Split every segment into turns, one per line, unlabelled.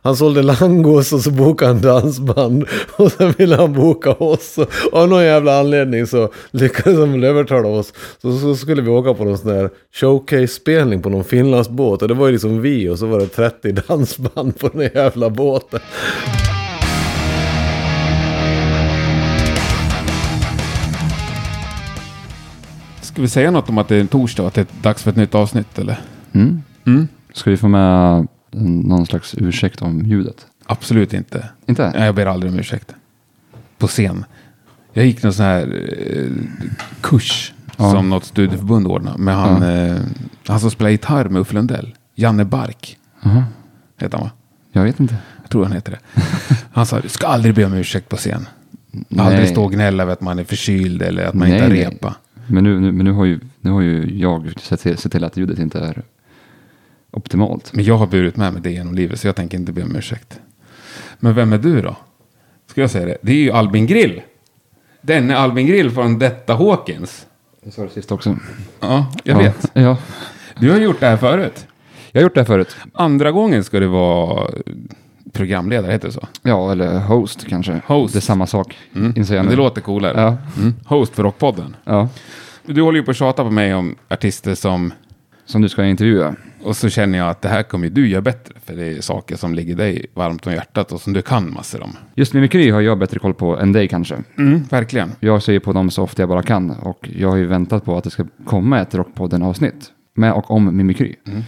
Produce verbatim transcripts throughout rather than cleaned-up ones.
han sålde langos och så bokade han dansband. Och sen ville han boka oss. Och av någon jävla anledning så lyckades de övertala oss. Så, så skulle vi åka på någon sån där showcase-spelning på någon Finlandsbåt. Och det var ju liksom vi och så var det trettio dansband på den jävla båten.
Ska vi säga något om att det är en torsdag och att det är dags för ett nytt avsnitt, eller?
Mm.
Mm.
Ska vi få med någon slags ursäkt om ljudet?
Absolut inte.
Inte?
Nej, jag ber aldrig om ursäkt. På scen. Jag gick någon sån här eh, kurs
ja.
som något studieförbund ordnade. Men han, ja. eh, han som spelar gitarr med Uffe Lundell. Janne Bark.
Uh-huh.
Heter han, va?
Jag vet inte.
Jag tror han heter det. Han sa, du ska aldrig be om ursäkt på scen. Nej. Aldrig stå och gnälla över att man är förkyld eller att man nej, inte har repa.
Men nu, nu, men nu, har ju, nu har ju jag sett till, sett till att ljudet inte är optimalt.
Men jag har burit med mig det genom livet så jag tänker inte be om ursäkt. Men vem är du då? Ska jag säga det? Det är ju Albin Grill. Den är Albin Grill från Detta Hawkins.
Jag sa det sist också.
Ja, jag
ja.
vet.
Ja.
Du har gjort det här förut.
Jag har gjort det här förut.
Andra gången ska det vara programledare, heter det så?
Ja, eller host kanske.
Host.
Det är samma sak.
Mm. Men det låter coolare.
Ja.
Mm. Host för Rockpodden.
Ja.
Du håller ju på att tjata på mig om artister som...
Som du ska intervjua.
Och så känner jag att det här kommer du göra bättre. För det är saker som ligger dig varmt om hjärtat och som du kan massor om.
Just mimikry har jag bättre koll på än dig kanske.
Mm, verkligen.
Jag ser på dem så ofta jag bara kan. Och jag har ju väntat på att det ska komma ett Rockpodden-avsnitt. Med och om mimikry. Mm.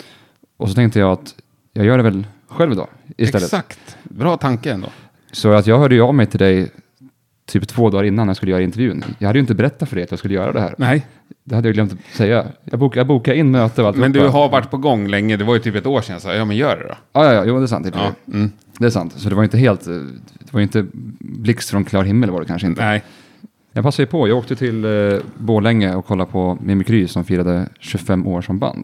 Och så tänkte jag att jag gör det väl själv då istället.
Exakt. Bra tanke ändå.
Så att jag hörde ju av mig till dig typ två dagar innan jag skulle göra intervjun. Jag hade ju inte berättat för dig att jag skulle göra det här.
Nej.
Det hade jag glömt att säga. Jag, bok, jag bokade in möte och allt.
Men du har varit på gång länge. Det var ju typ ett år sedan jag sa, ja men gör det då.
Ja, ja, ja. Jo, det är sant. Typ.
Ja. Mm.
Det är sant. Så det var inte helt, det var inte blixt från klar himmel var det kanske inte.
Nej.
Jag passade ju på. Jag åkte till eh, Borlänge och kollade på Mimikry som firade tjugofem år som band.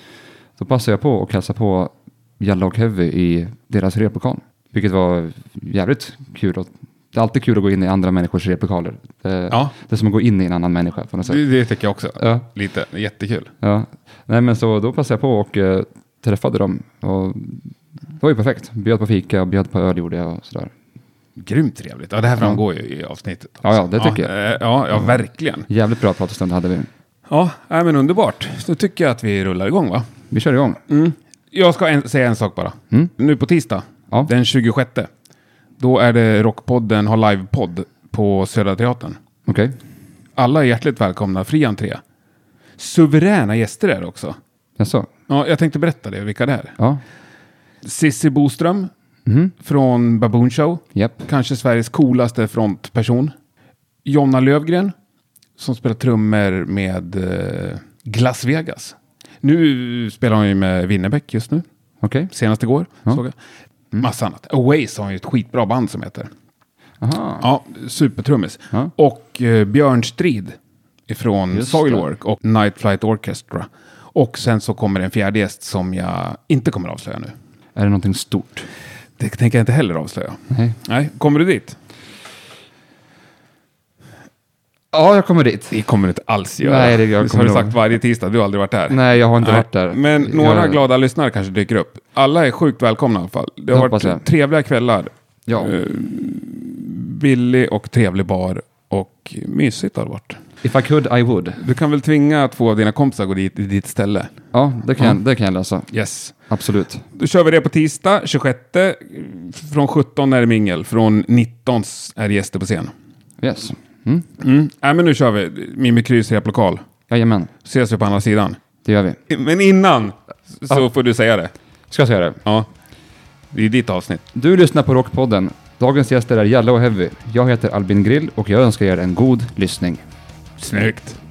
Då passade jag på att klassa på Jalla och Heavy i deras replokal. Vilket var jävligt kul. Och det är alltid kul att gå in i andra människors replokaler. Det, ja. det är som att gå in i en annan människa på något sätt.
Det, det tycker jag också.
Ja.
Lite. Jättekul.
Ja. Nej, men så då passade jag på och eh, träffade dem. Och det var ju perfekt. Bjöd på fika och bjöd på öl gjorde jag och sådär.
Grymt trevligt. Ja, det här framgår ju i avsnittet.
Ja, ja, det tycker
ja,
jag.
Ja, ja, verkligen.
Jävligt bra pratstund hade vi.
Ja, nej, men underbart. Så tycker jag att vi rullar igång, va?
Vi kör igång.
Mm. Jag ska en, säga en sak bara.
Mm.
Nu på tisdag,
ja.
den tjugosjätte. Då är det Rockpodden har livepodd på Södra Teatern.
Okej. Okay.
Alla är hjärtligt välkomna, fri entré. Suveräna gäster är det också.
Jaså?
Ja, jag tänkte berätta det, vilka det är.
Ja.
Cissi Boström
mm.
från Baboon Show.
Yep.
Kanske Sveriges coolaste frontperson. Jonna Lövgren som spelar trummor med eh, Glass Vegas. Nu spelar hon ju med Winnerbäck just nu.
Okej. Okay.
Senast igår
ja.
såg jag. Mm. Massa annat. Oasis har ju ett skitbra band som heter.
Aha.
Ja, supertrummis.
Ja.
Och eh, Björn Strid ifrån Soilwork och Night Flight Orchestra. Och sen så kommer en fjärde gäst som jag inte kommer att avslöja nu.
Är det någonting stort?
Det tänker jag inte heller avslöja.
Nej.
Nej, kommer du dit?
Ja, jag kommer dit.
Det kommer du inte alls göra.
Nej, det jag
har du sagt varje tisdag. Du har aldrig varit där.
Nej, jag har inte Nej. varit där.
Men några
jag...
glada lyssnare kanske dyker upp. Alla är sjukt välkomna i alla fall. Det har varit jag. trevliga kvällar.
Ja.
Uh, billig och trevlig bar. Och mysigt har det varit.
If I could, I would.
Du kan väl tvinga två av dina kompisar att gå dit i ditt ställe?
Ja, det kan,
mm.
det kan jag lösa.
Yes.
Absolut.
Då kör vi det på tisdag, tjugosjätte. Från sjutton är det mingel. Från nitton är det gäster på scen.
Yes. Mm.
Mm. Äh, men nu kör vi Mimikrys replokal.
Jajamän.
Ses vi på andra sidan.
Det gör vi.
Men innan så ja. får du säga det.
Ska jag säga det?
Ja. Det är ditt avsnitt.
Du lyssnar på Rockpodden. Dagens gäster är Jalla och Heavy. Jag heter Albin Grill och jag önskar er en god lyssning.
Snyggt.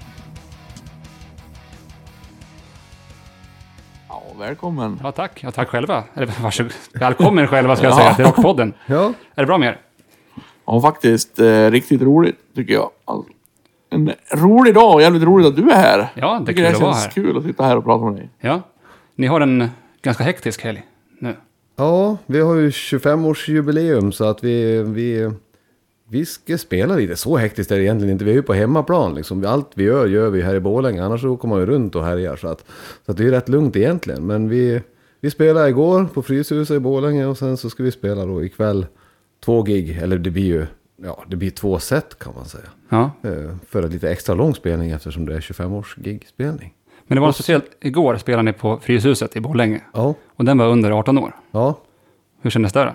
Ja, välkommen.
Ja, tack. Ja, tack själva. Eller, varsågod. Välkommen själva ska jag säga till Rockpodden.
Ja.
Är det bra med er?
Ja, faktiskt eh, riktigt roligt tycker jag. Alltså, en rolig dag och jävligt roligt att du är här.
Ja, det är
kul
kul
att
vara
här. Det
här.
kul att sitta här och prata med dig.
Ja. Ni har en ganska hektisk helg nu.
Ja, vi har ju tjugofem-årsjubileum så att vi, vi, vi ska spela lite. Så hektiskt är det egentligen inte. Vi är ju på hemmaplan liksom. Allt vi gör, gör vi här i Borlänge. Annars så kommer man ju runt och härjar. Så att, så att det är rätt lugnt egentligen. Men vi, vi spelade igår på Fryshuset i Borlänge och sen så ska vi spela då ikväll två gig. Eller det blir ju, ja det blir två set kan man säga.
Ja.
Eh, för en lite extra lång spelning eftersom det är tjugofem års gig-spelning.
Men det var något speciellt. Igår spelade ni på Fryshuset i Borlänge.
Ja,
Och den var under arton år.
ja.
Hur kändes det då?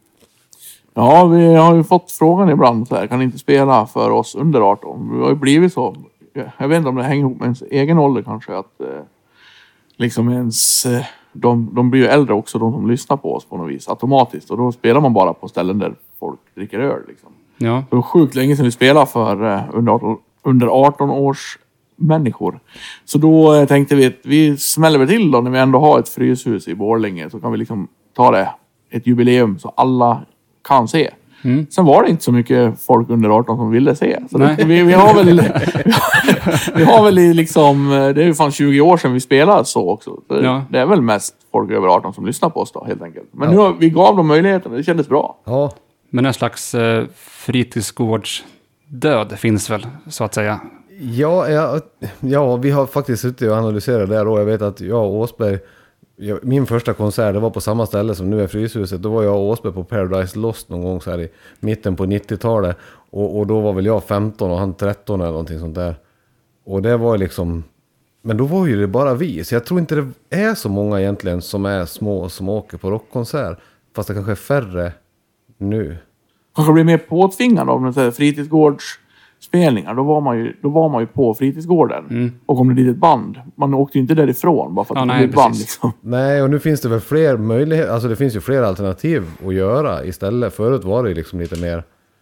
Ja, vi har ju fått frågan ibland så här, kan ni inte spela för oss under arton? Vi har ju blivit så. Jag vet inte om det hänger ihop med ens egen ålder kanske. Att eh, liksom ens, eh, de, de blir ju äldre också, de som lyssnar på oss på något vis automatiskt. Och då spelar man bara på ställen där folk dricker öl liksom.
Ja.
Det var sjukt länge sedan vi spelade för eh, under, arton, under arton års människor. Så då eh, tänkte vi att vi smäller väl till då när vi ändå har ett fryshus i Borlänge. Så kan vi liksom ta det, ett jubileum så alla kan se.
Mm.
Sen var det inte så mycket folk under arton som ville se. Så
Nej.
det, vi, vi har väl vi har väl liksom, det är ju fan tjugo år sedan vi spelade så också. Så
Ja.
Det är väl mest folk över arton som lyssnar på oss då helt enkelt. Men nu har, vi gav dem möjligheten och det kändes bra.
Ja,
Men en slags eh, fritidsgårdsdöd finns väl, så att säga.
ja, ja, ja, vi har faktiskt suttit och analyserat det här och jag vet att jag och Åsberg, jag, min första konsert det var på samma ställe som nu är Fryshuset. Då var jag och Åsberg på Paradise Lost någon gång så här i mitten på nittiotalet. Och, och då var väl jag femton och han tretton eller någonting sånt där. Och det var ju liksom, men då var ju det bara vi. Så jag tror inte det är så många egentligen som är små som åker på rockkonsert. Fast det kanske är färre nu.
Kanske blir mer påtvingad av något fritidsgårdsspelningar. Då var man ju, då var man ju på fritidsgården.
Mm.
Och om det blir ett band. Man åkte ju inte därifrån bara för att
Ja,
det
nej,
blir ett band
precis.
liksom.
Nej, och nu finns det väl fler möjligheter. Alltså det finns ju fler alternativ att göra istället. Förut var det ju liksom lite mer,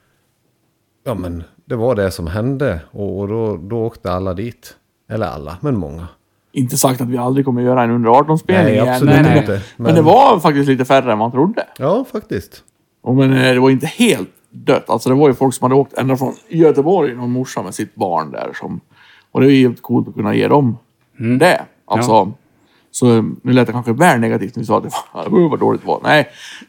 ja men det var det som hände. Och, och då, då åkte alla dit. Eller alla, men många.
Inte sagt att vi aldrig kommer göra en under arton-spelning
Nej,
igen.
absolut
Nej, nej.
inte.
Men, men det var faktiskt lite färre än man trodde.
Ja, faktiskt.
Och men eh, det var inte helt dött. Alltså det var ju folk som hade åkt ända från Göteborg. Någon morsa med sitt barn där. Som, och det är ju helt coolt att kunna ge dem
Mm.
det. Alltså, så nu lät det kanske väl negativt när vi sa att det var, det var vad dåligt det var. Nej.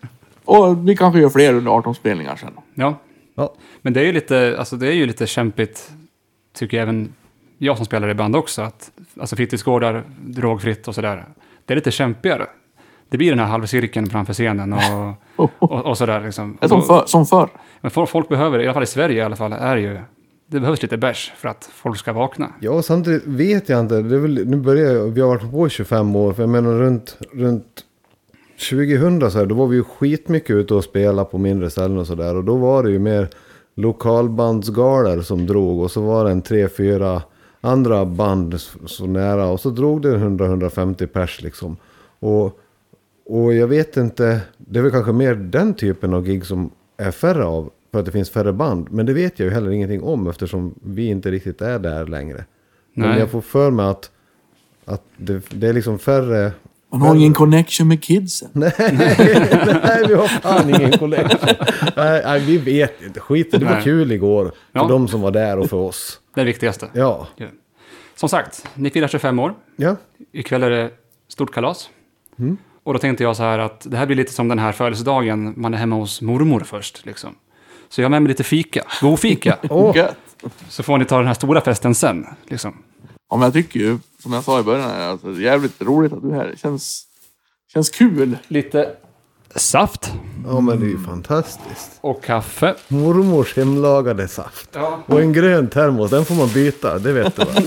Och vi kanske gör fler under arton-spelningar sen.
Ja.
Ja.
Men det är ju lite, alltså det är ju lite kämpigt, tycker jag, även jag som spelar i band också. Att, alltså fritidsgårdar, drogfritt och sådär. Det är lite kämpigare. Det blir den här halvcirkeln framför scenen och, och, och sådär liksom.
Det är som, för, som förr.
Men folk, folk behöver, i alla fall i Sverige i alla fall, är ju, det behövs lite bärs för att folk ska vakna.
Ja, samtidigt vet jag inte. Det är väl, nu börjar jag, vi har varit på i tjugofem år. För jag menar runt, runt tjugohundra så här, då var vi ju skitmycket ute och spela på mindre ställen och sådär. Och då var det ju mer lokalbandsgalor som drog. Och så var det en tre, fyra andra band så nära. Och så drog det hundra till hundrafemtio pers liksom. Och, och jag vet inte, det är väl kanske mer den typen av gig som är färre av. För att det finns färre band. Men det vet jag ju heller ingenting om eftersom vi inte riktigt är där längre. Men
Nej.
jag får för mig att, att det, det är liksom färre...
Man har ingen connection med kidsen.
Nej, nej, vi har fan ingen collection. Nej, nej, vi vet inte. Skit, det var
Nej.
kul igår. För
Ja.
de som var där och för oss.
Det är det viktigaste.
Ja.
Ja. Som sagt, ni firar tjugofem år.
Ja.
Ikväll är det stort kalas.
Mm.
Och då tänkte jag så här att det här blir lite som den här födelsedagen. Man är hemma hos mormor först liksom. Så jag har med mig lite fika. God fika.
Åh,
Gött.
Så får ni ta den här stora festen sen. Liksom.
Ja, men jag tycker ju, som jag sa i början, här, alltså, det är jävligt roligt att du är här. Det känns, känns kul.
Lite saft
ja, men det är ju fantastiskt.
och kaffe.
Mormors hemlagade saft.
Ja.
Och en grön termos, den får man byta, det vet du va?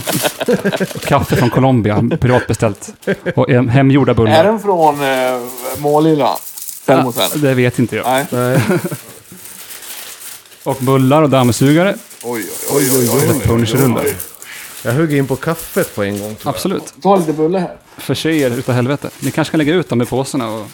Kaffe från Colombia, privatbeställt. Och hem- hemgjorda
Är
bullar.
den från eh, Målilla? Termosen?
Ja, det vet inte jag.
Nej.
Nej.
Och bullar och dammsugare.
Oj, oj, oj, oj, oj,
Eller punschrullar.
Jag hugger in på kaffet på en gång tror jag.
Absolut.
Ta lite bulle här.
För tjejer utav helvete. Ni kanske kan lägga ut dem i påsarna. Och...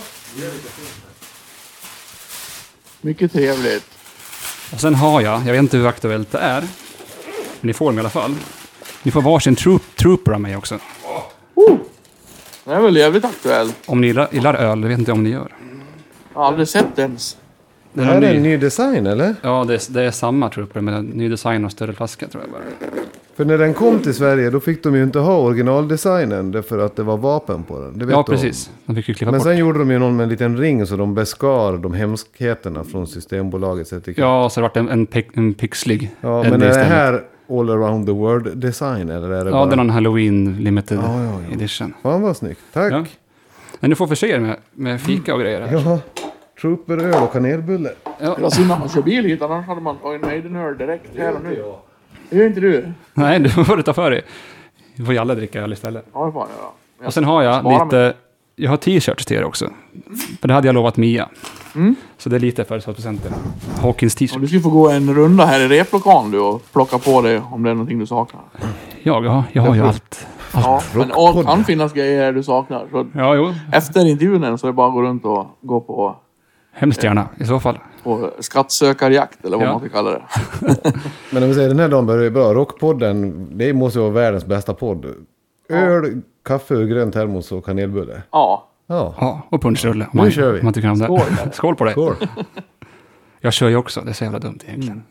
Mycket trevligt.
och sen har jag, jag vet inte hur aktuellt det är. Men ni får dem i alla fall. Ni får varsin troop, trooper av mig också.
Det är väl jävligt aktuellt.
Om ni gillar, gillar öl, det vet inte om ni gör.
Jag har aldrig sett ens.
Det
är
här
en
är
ny-
en ny design eller?
Ja, det är, det är samma trooper med en ny design och större flaska tror jag bara.
För när den kom till Sverige då fick de ju inte ha originaldesignen därför att det var vapen på den. Det vet
Ja,
du
precis. De fick ju klippa
Men
bort.
sen gjorde de ju någon med en liten ring så de beskar de hemskheterna från Systembolagets etikett.
Ja, så det vart en, en, pick, en pixlig.
Ja,
Eddie
men är det
istället.
här all around the world design eller är det
Ja,
bara...
det är någon Halloween limited
Ja, ja, ja.
edition.
Fan vad snyggt. Tack.
Ja.
Men du får förse er med, med fika och grejer här.
Ja, trooperöl och kanelbulle.
Ja.
Det var synd att man kör bil hit, annars hade man tagit en Maidenöl direkt här och nu. Det gör inte du?
Nej, du får ta för dig. Du får ju alla dricka öl istället.
Ja, det får jag göra.
Och sen har jag
Spara
lite...
mig.
Jag har t-shirts till er också. För det hade jag lovat Mia.
Mm.
Så det är lite födelsedagspresenter. Hawkins
Och
t-shirt.
du ska få gå en runda här i replokalen du och plocka på dig om det är någonting du saknar.
Ja, ja, jag har ju allt.
Ja, men det kan finnas grejer du saknar. Så
Ja, jo.
efter intervjun så är det bara att gå runt och gå på,
Hemskt gärna i så fall.
på skattsökarjakt eller vad
Ja.
man ska kalla det.
Men om vi säger den här dagen börjar ju bra. Rockpodden, det måste ju vara världens bästa podd. Öl, kaffe, grön termos och kanelbulle.
Ja.
Ja,
Ja, och punschrulle. Om
Nu
man,
kör vi.
om man tycker om det.
Skål.
Skål på det.
skål.
Jag kör ju också, det är så jävla dumt egentligen.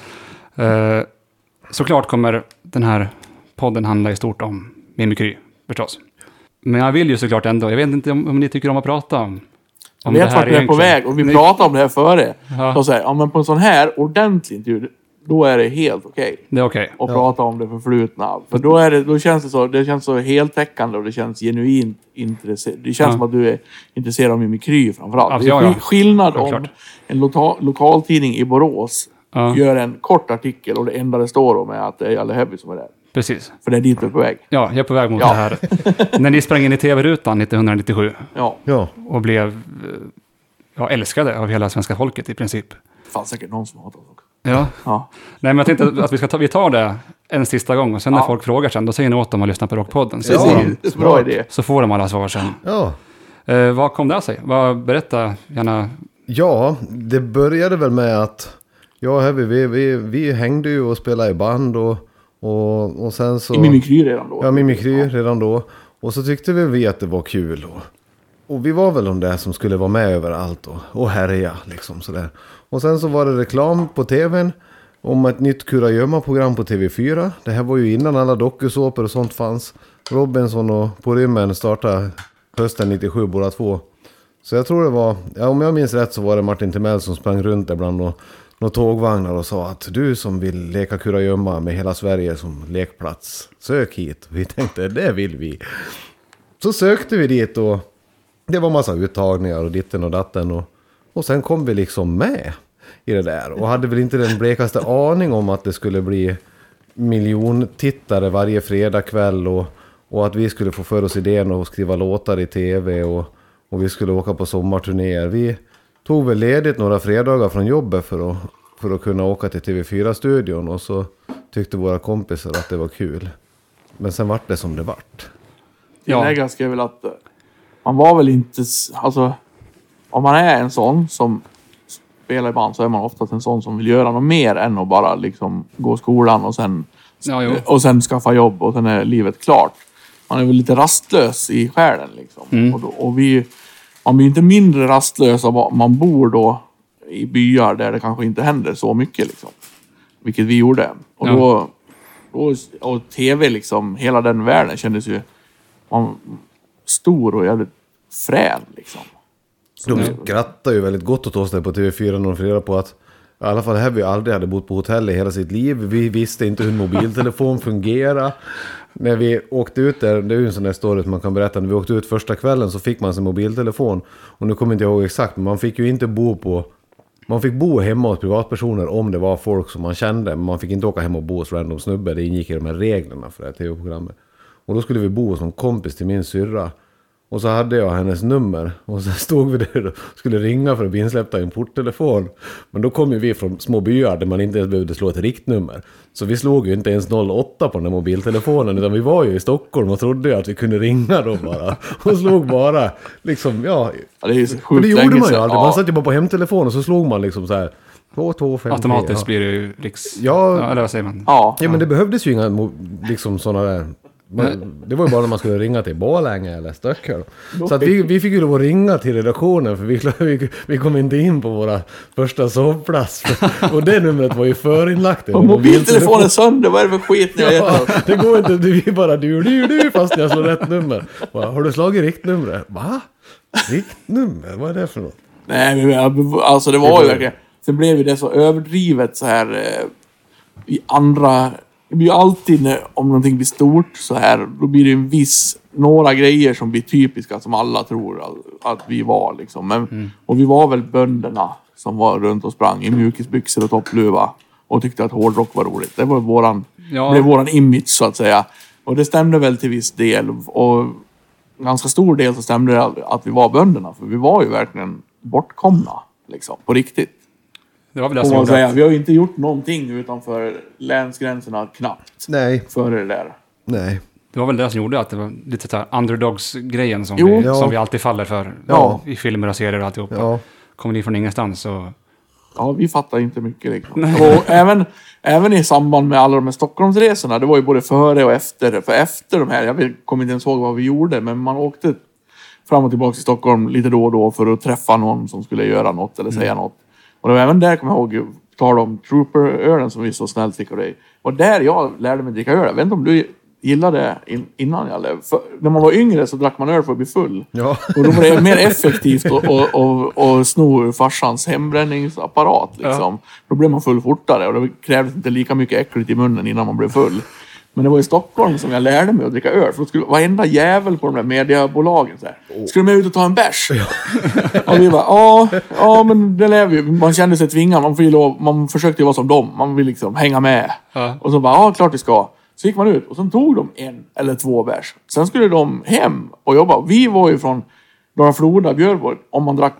Eh, såklart kommer den här podden handla i stort om mimikry, förstås. Men jag vill ju såklart ändå, jag vet inte om, om ni tycker om att prata om,
Jag
om
vet vart vi är på
egentligen.
väg och vi
Ni-
pratade om det här före.
Ja.
Så säger, ja men på en sån här ordentlig intervju, då är det helt okej.
Det är okej.
Och prata om det förflutna. För då, är det, då känns det så, det känns så heltäckande och det känns genuint intresserad. Det känns
Ja.
som att du är intresserad av mimikry framförallt.
Ja,
det är
ja, ja.
skill- skillnad om
Självklart.
en loka, lokaltidning i Borås
Ja.
gör en kort artikel och det enda det står om är att det är Jalle Heavy som är där.
Precis.
För det är dit du är på väg.
Ja, jag är på väg mot
Ja.
det här. När ni sprang in i tv-rutan nittonhundranittiosju
Ja,
Ja,
och blev eh, ja, älskade av hela svenska folket i princip.
det fanns säkert någon som hatar oss också.
Ja.
Ja.
Nej, men jag tänkte att vi, ska ta, vi tar det en sista gång och sen när
Ja.
folk frågar sen, då säger ni åt dem att lyssna på Rockpodden. Så,
Ja.
får de,
Det är en bra idé.
så får de alla svar sen.
ja.
Eh, vad kom det sig? Vad, berätta gärna.
Ja, det började väl med att jag och Heavy, vi, vi, vi hängde ju och spelade i band och, och, och sen så...
I mimikry redan då.
Ja, mimikry redan då. Och så tyckte vi, vi att det var kul. Och, och vi var väl de där som skulle vara med överallt och, och härja liksom sådär. Och sen så var det reklam på tvn om ett nytt kurragömma-program på T V fyra. Det här var ju innan alla dokusåpor och sånt fanns. Robinson och På rymmen startade hösten nittiosju båda två. Så jag tror det var, ja, om jag minns rätt så var det Martin Timell som sprang runt där bland några, några tågvagnar och sa att du som vill leka kurragömma med hela Sverige som lekplats, sök hit. Vi tänkte, det vill vi. Så sökte vi dit och det var massa uttagningar och ditten och datten och, och sen kom vi liksom med i det där och hade väl inte den blekaste aning om att det skulle bli miljontittare varje fredagkväll och, och att vi skulle få för oss idén att skriva låtar i tv och, och vi skulle åka på sommarturnéer. Vi tog väl ledigt några fredagar från jobbet för att, för att kunna åka till T V fyra-studion och så tyckte våra kompisar att det var kul. Men sen vart det som det vart.
Ja.
Tilläggas ska jag väl att eh, man var väl inte, s- alltså om man är en sån som spelar i band så är man oftast en sån som vill göra något mer än att bara liksom gå skolan och sen,
Ja, jo.
och sen skaffa jobb och sen är livet klart. Man är väl lite rastlös i själen liksom.
Mm.
Och, då, och vi, man blir inte mindre rastlös av att man bor då i byar där det kanske inte händer så mycket liksom. Vilket vi gjorde. Och
Ja.
då, då och tv liksom, hela den världen kändes ju man, stor och jävligt frän liksom.
De skrattade ju väldigt gott åt oss där på T V fyra när de fick reda på att i alla fall här vi aldrig hade bott på hotell i hela sitt liv. Vi visste inte hur en mobiltelefon fungerar. När vi åkte ut där, det är ju en sån där story som man kan berätta. När vi åkte ut första kvällen så fick man sin mobiltelefon. Och nu kommer inte jag ihåg exakt, men man fick ju inte bo på... Man fick bo hemma hos privatpersoner om det var folk som man kände. Men man fick inte åka hem och bo hos random snubbe. Det ingick i de här reglerna för det här tv-programmet. Och då skulle vi bo hos en kompis till min syrra. Och så hade jag hennes nummer. Och så stod vi där och skulle ringa för att bli insläppta i en porttelefon. Men då kom ju vi från små byar där man inte ens behövde slå ett riktnummer. Så vi slog ju inte ens noll åtta på den här mobiltelefonen. Utan vi var ju i Stockholm och trodde ju att vi kunde ringa då bara. Och slog bara liksom, ja.
Ja, det är ju så
För
sjukt
det gjorde
länge
man ju
sedan.
aldrig.
Ja.
Man satt ju bara på hemtelefon och så slog man liksom så här. två två fem
Automatiskt
ja.
blir det ju riks...
Ja.
Ja, eller vad säger man?
Ja.
Ja, men det behövdes ju inga mo- liksom sådana där. Man, det var ju bara när man skulle ringa till Borlänge eller Stöckel. Så att vi, vi fick ju lov att ringa till redaktionen för vi, vi, vi kom inte in på våra första sovplats. Och det numret var ju förinlagt.
Och mobiltelefonen sönder, vad är det för skit ni har
Ja,
gett oss?
det går inte, vi bara du, du, du fast jag slår rätt nummer. Bara, har du slagit riktnumret? Va? Riktnummer? Vad är det för något?
Nej, men alltså det var ju verkligen... Sen blev ju det så överdrivet så här eh, i andra det blir ju alltid när, om någonting blir stort så här, då blir det en viss, några grejer som blir typiska som alla tror att, att vi var liksom. Men, mm. Och vi var väl bönderna som var runt och sprang i mjukisbyxor och toppluva och tyckte att hårdrock var roligt. Det var våran, ja. blev våran image så att säga. Och det stämde väl till viss del. Och ganska stor del så stämde det att vi var bönderna. För vi var ju verkligen bortkomna liksom, på riktigt.
Det var väl det som
säga. Vi har ju inte gjort någonting utanför länsgränserna knappt.
Nej.
Före det där.
Nej.
Det var väl det som gjorde att det var lite så här underdogs-grejen som,
jo,
vi,
ja.
som vi alltid faller för.
Ja.
I filmer och serier och alltihopa.
Ja.
Kommer ni från ingenstans och...
Ja, vi fattar inte mycket liksom. Och även, även i samband med alla de här Stockholmsresorna, det var ju både före och efter. För efter de här, jag kommer inte ens ihåg vad vi gjorde, men man åkte fram och tillbaka till Stockholm lite då och då för att träffa någon som skulle göra något eller säga mm. något. Och det var även där, kommer jag ihåg, tal om Trooper-ölen som vi så snällt dricker dig. Och där jag lärde mig dricka öl. Jag vet inte om du gillade in, innan jag levde. För när man var yngre så drack man öl för att bli full.
Ja. Och
då var det mer effektivt att och, och, och sno ur farsans hembränningsapparat. Liksom. Ja. Då blev man full fortare och det krävdes inte lika mycket äckligt i munnen innan man blev full. Men det var i Stockholm som jag lärde mig att dricka öl. För då skulle varenda jävel på de där mediebolagen så här, skulle man ut och ta en bärs? Ja. Och vi bara, ja, ja men det lär vi. Man kände sig tvingad. Man, lov, man försökte ju vara som dem. Man vill liksom hänga med. Ja. Och så bara, ja klart vi ska. Så gick man ut och sen tog de en eller två bärs. Sen skulle de hem och jobba. Vi var ju från Norra Floda, Björborg. Om man drack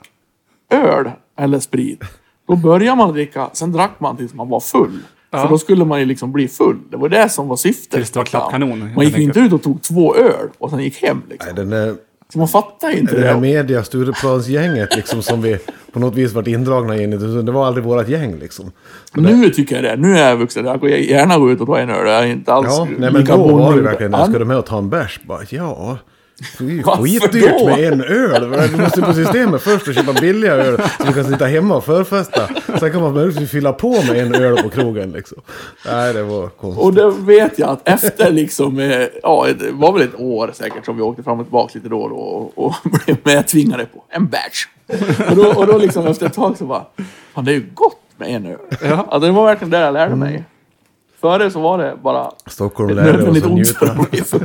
öl eller sprit, då började man dricka. Sen drack man tills man var full. Ja. För då skulle man ju liksom bli full. Det var det som var syftet.
Tills det var klappkanon.
Man gick inte ut och tog två öl och sen gick hem liksom.
Nej, den där,
så man fattar inte
det.
Det
där media Stureplansgänget liksom som vi på något vis varit indragna in i. Det var aldrig vårat gäng liksom.
Men nu tycker jag det. Nu är jag vuxen. Jag går gärna gå ut och ta en öl. Jag är inte alls
ja, nej, men då var det verkligen när jag skulle med och ta en bärs. Bara, ja... Det är ju skitdyrt med en öl. Du måste på systemet först och köpa billiga öl så du kan sitta hemma och förfesta. Sen kan man möjligtvis fylla på med en öl på krogen liksom. Nej, det var konstigt.
Och det vet jag att efter liksom, ja, det var väl ett år säkert som vi åkte fram och tillbaka lite då och, då och, och blev med tvingade på en batch. Och då, och då liksom efter ett tag så bara, fan det är ju gott med en öl. Ja. Alltså, det var verkligen där jag lärde mig. Före så var det bara
Stockholm lärde oss att njuta.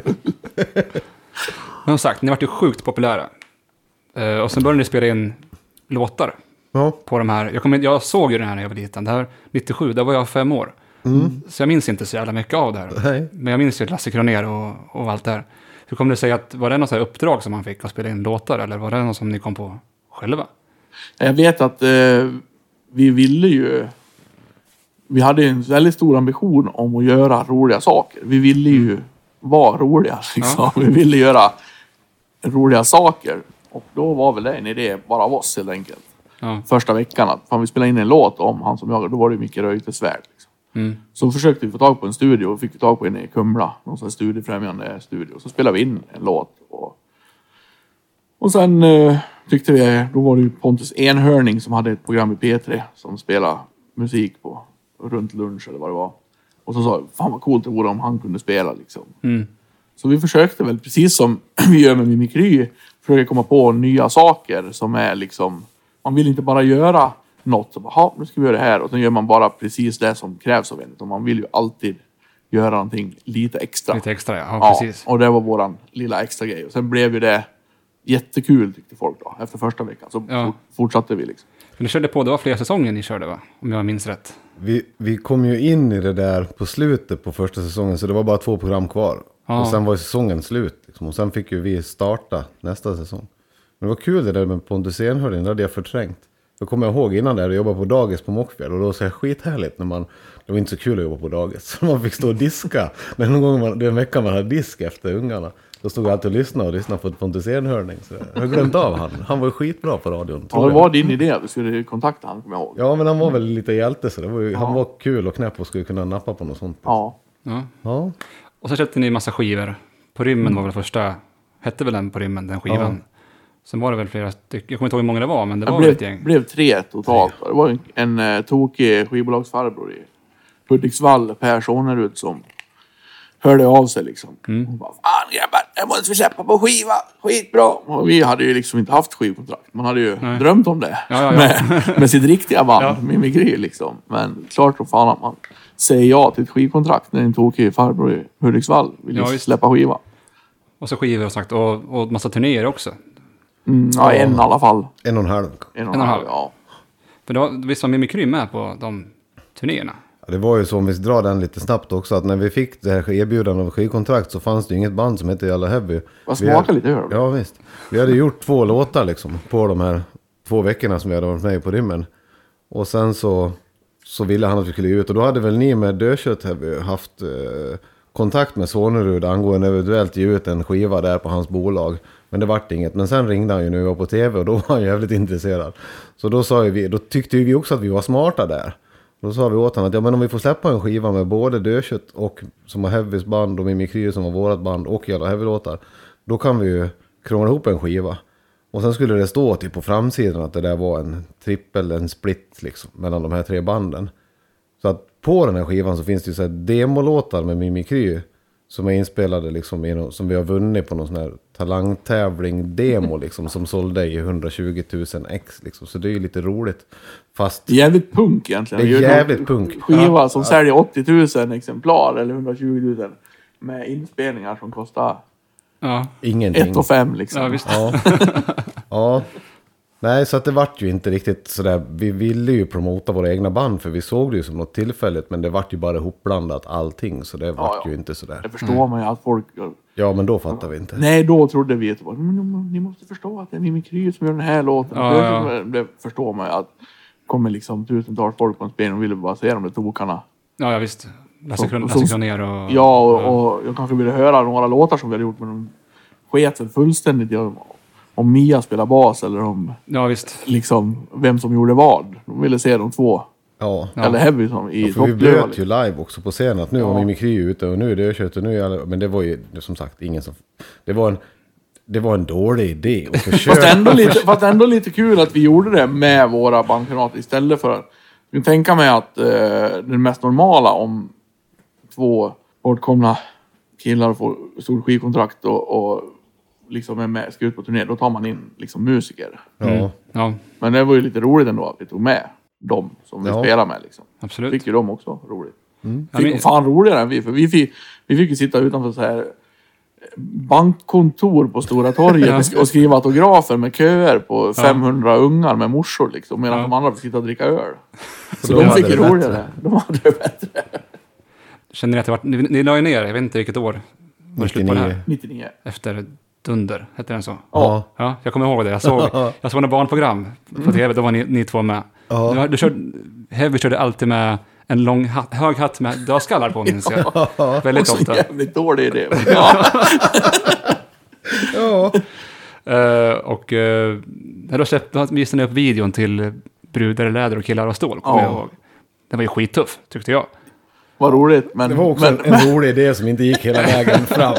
Men som sagt, ni var ju sjukt populära. Uh, och sen började ni spela in låtar.
Ja.
På de här. Jag, kommer, jag såg ju den här när jag var liten. Det här nittiosju, där var jag fem år. Mm. Så jag minns inte så jävla mycket av det här.
Nej.
Men jag minns ju Lasse Kronér och, och allt det här. Hur kom det sig att, var det något så här uppdrag som man fick att spela in låtar? Eller var det något som ni kom på själva?
Jag vet att eh, vi ville ju... Vi hade en väldigt stor ambition om att göra roliga saker. Vi ville ju vara roliga liksom. Ja. Vi ville göra roliga saker. Och då var väl det en idé bara av oss helt enkelt. Ja. Första veckan att fan, vi spelade in en låt om han som jag. Då var det mycket Röjtesvärd. Liksom. Mm. Så försökte vi få tag på en studio. Och fick vi tag på en i Kumla. Någon sån här studiefrämjande studio. Så spelade vi in en låt. Och, och sen eh, tyckte vi, då var det ju Pontus Enhörning som hade ett program i P tre. Som spelade musik på runt lunch eller vad det var. Och så sa jag, fan vad coolt det vore om han kunde spela liksom. Mm. Så vi försökte väl, precis som vi gör med Mimikry, försöka komma på nya saker som är liksom, man vill inte bara göra något, så bara, nu ska vi göra det här, och sen gör man bara precis det som krävs av en. Och man vill ju alltid göra någonting lite extra.
Lite extra, ja,
ja
precis.
Och det var våran lilla extra grej. Och sen blev ju det jättekul tyckte folk då, efter första veckan. Så ja. fortsatte vi liksom.
Men ni körde på, det var flera säsonger ni körde va? Om jag minns rätt.
Vi, vi kom ju in i det där på slutet på första säsongen, så det var bara två program kvar. Ja. Och sen var säsongen slut. Liksom. Och sen fick ju vi starta nästa säsong. Men det var kul det där med Pontus Enhörning, det hade jag förträngt. Jag kommer ihåg innan där, jag jobbade på dagis på Mockfjäll. Och då var det skithärligt när man, det var inte så kul att jobba på dagis. Så man fick stå och diska. Men någon gång, man, det var en vecka man hade disk efter ungarna. Då stod jag alltid och lyssnade och lyssnade på Pontus Enhörning. Så jag har glömt av han. Han var ju skitbra på radion.
Ja, det var din idé att du skulle kontakta han, kommer jag ihåg.
Ja, men han var väl lite hjälte. Så det var ju, ja. Han var kul och knäpp och skulle kunna nappa på något sånt.
Ja.
Ja.
Ja.
Och så köpte ni en massa skivor. På Rymmen mm. var väl första, hette väl den På Rymmen, den skivan. Ja. Sen var det väl flera stycken, jag kommer inte ihåg hur många det var, men det
jag
var
blev,
väl ett gäng.
Det blev tre totalt. Det var en, en uh, tokig skivbolagsfarbror i Hudiksvall, Per Sonerud, som hörde av sig liksom.
Mm.
Och bara, fan grabbar, jag måste vi släppa på skiva. Skitbra. Och vi hade ju liksom inte haft skivkontrakt. Man hade ju
Nej.
drömt om det.
Ja, ja, ja.
Med, med sitt riktiga band,
Ja.
Mimikry liksom. Men klart som fan att man säger ja till ett skivkontrakt när en tokig farbror i Hudiksvall vill
Ja,
ju
visst.
släppa skiva.
Och så skivor och sagt. Och, och massa turnéer också.
Mm, ja, en i alla fall.
En och en halv.
En och
En och en halv.
ja.
För då, visst var Mimikry med på de turnéerna?
Ja, det var ju så, om vi drar den lite snabbt också, att när vi fick det här erbjudandet av skivkontrakt så fanns det ju inget band som hette Jalla Heavy.
Vad
Vi
smakar
hade-
lite öl.
Ja visst. Vi hade gjort två låtar liksom på de här två veckorna som vi hade varit med på Rymmen. Och sen så, så ville han att vi skulle ge ut. Och då hade väl ni med Dödkött Heavy haft eh, kontakt med Sonerud angående eventuellt ge ut en skiva där på hans bolag. Men det vart inget. Men sen ringde han ju när vi var på tv och då var han jävligt intresserad. Så då sa ju vi, då tyckte ju vi också att vi var smarta där. Då sa vi åt honom att ja, men om vi får släppa en skiva med både Dödkött och som var Heavys band och Mimikry som var vårat band och Jalla Heavy-låtar, då kan vi ju krångla ihop en skiva. Och sen skulle det stå typ på framsidan att det där var en trippel, en split liksom mellan de här tre banden. Så att på den här skivan så finns det ju så här demolåtar med Mimikry som är inspelade liksom i no- som vi har vunnit på någon sån här talangtävling demo liksom som sålde i hundratjugo tusen ex liksom. Så det är ju lite roligt. Fast
Jävligt punk egentligen.
Det är
Gör
jävligt
någon
punk.
Skiva som säljer åttio tusen exemplar eller hundratjugo tusen med inspelningar som kostar
Ja,
ingenting.
ett och fem liksom.
ja visst.
Ja. Ja. Nej, så att det vart ju inte riktigt sådär. Vi ville ju promota våra egna band för vi såg det ju som något tillfälligt, men det vart ju bara ihopblandat allting, så det vart
ja.
ju inte sådär.
Det förstår man ju att folk...
Ja, men då fattar vi inte.
Nej, då trodde vi att det var, men ni måste förstå att det är Mimikry som gör den här låten.
Ja, ja.
Det, det förstår man ju att kommer liksom tusentals folk på en spelning och ville bara se de där tokarna.
Ja, ja visst. Lasse
Som-
Kron-
som-
Lasse Kronér och...
Ja, och, och jag kanske ville höra några låtar som vi hade gjort, men de sket väl fullständigt i om, om Mia spelar bas eller om
Ja, visst.
liksom vem som gjorde vad. De ville se de två.
Ja.
Ja.
Eller Heavy som i
För vi
topplöva.
bröt ju live också på scenen att nu var
Ja.
Mimikry ute och nu är det kött och nu är alla, men det var ju som sagt ingen som, det var en, det var en dålig idé och försök.
Fast ändå, lite, fast ändå lite kul att vi gjorde det med våra bandkamrater istället för... Jag kan tänka mig att eh, det mest normala om två bortkomna killar får stort skivkontrakt och, och liksom är med, ska ut på turné, då tar man in liksom musiker.
Ja.
Ja,
Men det var ju lite roligt ändå att vi tog med dem som vi
Ja.
spelar med liksom.
absolut.
Fick ju de också roligt.
Ja,
Fick
men-
de fan roligare än vi, för vi fick, vi fick ju sitta utanför så här bankkontor på Stora torget och skriva autografer med köer på femhundra ungar med morsor liksom, medan
Ja.
de andra fick sitta och dricka öl. Så
de
de
hade
fick ju
det
roligare. De hade det bättre.
Känner ni att det var... Ni, ni la ju ner, jag vet inte vilket år. Var det slut på det här?
nittionio.
nittionio.
Efter Dunder, hette den så?
Ja.
Ja, jag kommer ihåg det. Jag såg, jag såg några barnprogram på tv, då var ni, ni två med.
Ja.
Du, du körde, Heavy körde alltid med en lång hatt, hög hatt med dödskallar på, minns jag. Väldigt
Också
ofta.
jävligt dålig idé. Ja.
Ja.
Eh, och uh, då släppte, då visade ni upp videon till Brudar i läder och killar av stål, kommer
Ja.
jag ihåg. Den var ju skittuff, tyckte jag.
Vad roligt. Men,
Det var också
men,
en, en rolig idé som inte gick hela vägen fram.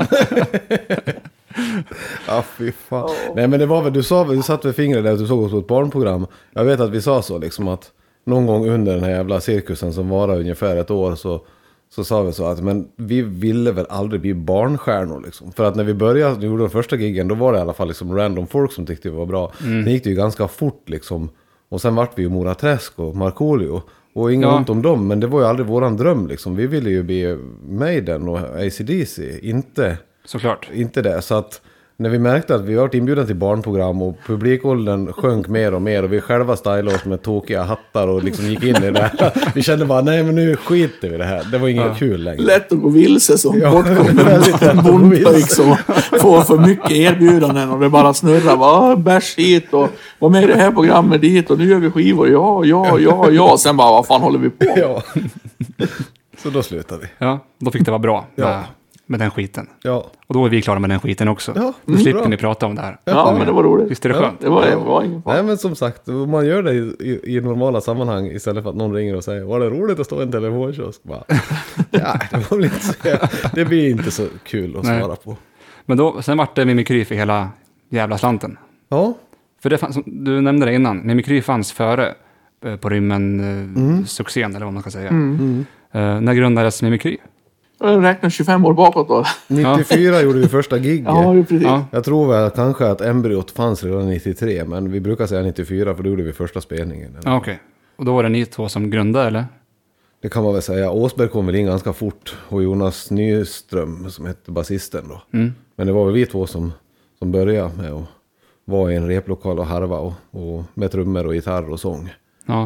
Ja, fy fan. Nej, men det var väl, du sa väl, du satt med fingret där att du såg oss på ett barnprogram. Jag vet att vi sa så liksom att någon gång under den här jävla cirkusen som var ungefär ett år så, så sa vi så att men vi ville väl aldrig bli barnstjärnor liksom. För att när vi började, vi gjorde den första giggen, då var det i alla fall liksom random folk som tyckte det var bra.
Mm.
Sen gick det ju ganska fort liksom. Och sen vart vi ju Mora Träsk och Markoolio. Och inget
Ja.
ont om dem, men det var ju aldrig våran dröm liksom. Vi ville ju bli Maiden och A C D C, inte,
Såklart.
inte det. Så att när vi märkte att vi varit inbjudna till barnprogram och publikåldern sjönk mer och mer och vi själva stylade oss med tokiga hattar och liksom gick in i det här. Vi kände bara, nej men nu skiter vi i det här. Det var inget
Ja.
kul längre.
lätt att gå vilse som
Ja,
bortkommen
väldigt lätt att gå
bondpöjk
vilse.
som får för mycket erbjudanden och det bara snurrar. Va, bärs hit och var med i det här programmet dit och nu gör vi skivor. Ja, ja, ja, ja. Sen bara, vad fan håller vi på med?
Ja. Så då slutade vi.
Ja, då fick det vara bra med,
Ja.
med den skiten.
Ja.
Och då är vi klara med den skiten också.
Ja,
Då slipper
bra.
ni prata om det här.
Ja, men det var roligt.
Visst är det skönt?
Det var, det var ingen fara.
Nej men som sagt, man gör det i, i, i normala sammanhang istället för att någon ringer och säger var det roligt att stå i en telefonkiosk? Bara, ja, det var väl inte så, det blir inte så kul att
Nej.
svara på. Men
Men då, sen vart det Mimikry för hela jävla slanten.
ja,
För det fanns, du nämnde det innan, Mimikry fanns före eh, på rymmen-succén, eller vad man ska säga.
Mm.
Eh, när grundades Mimikry?
Jag räknar tjugofem år bakåt då.
nittiofyra gjorde vi första gig.
Ja, precis.
Ja.
Jag tror väl kanske att embryot fanns redan nittiotre, men vi brukar säga nittiofyra för då gjorde vi första spelningen.
Ja, okej. Och då var det ni två som grundade, eller?
Det kan man väl säga. Åsberg kom väl in ganska fort och Jonas Nyström som hette basisten då.
Mm.
Men det var väl vi två som, som började med att vara i en replokal och harva och, och med trummor och gitarr och sång.
Ja.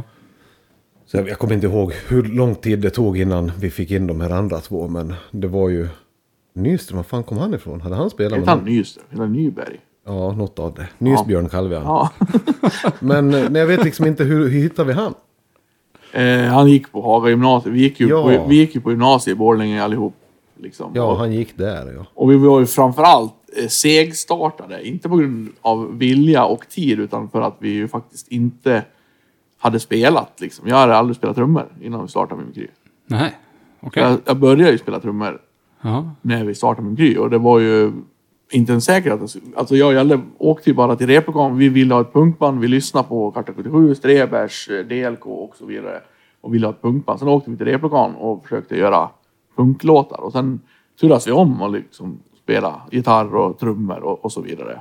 Så jag, jag kommer inte ihåg hur lång tid det tog innan vi fick in de här andra två, men det var ju Nyström, var fan kom han ifrån? Hade han spelat
Hette
med
han Nyström? Eller Nyberg?
Ja, något av det. Nysbjörn kallar vi han.
Ja.
Men eh, nej, jag vet liksom inte hur, hur hittar vi han?
Eh, han gick på Haga gymnasiet. Vi gick ju,
Ja.
på, vi gick ju på gymnasiet i Borlänge allihop. Liksom.
Ja,
och,
han gick där, ja.
och vi var ju framförallt eh, segstartade. Inte på grund av vilja och tid, utan för att vi ju faktiskt inte hade spelat. Liksom. Jag hade aldrig spelat trummor innan vi startade Mimikry.
Nej, okej.
Jag, jag började ju spela trummor
Ja.
när vi startade Mimikry. Och det var ju inte en säkerhet. Alltså jag och Jalle åkte ju bara till replokalen. Vi ville ha ett punkband. Vi lyssnade på Karta sjuttiosju, Strebers, D L K och så vidare. Och ville ha ett punkband. Sen åkte vi till replokalen och försökte göra punklåtar. Och sen turas vi om och liksom spela gitarr och trummor och, och så vidare.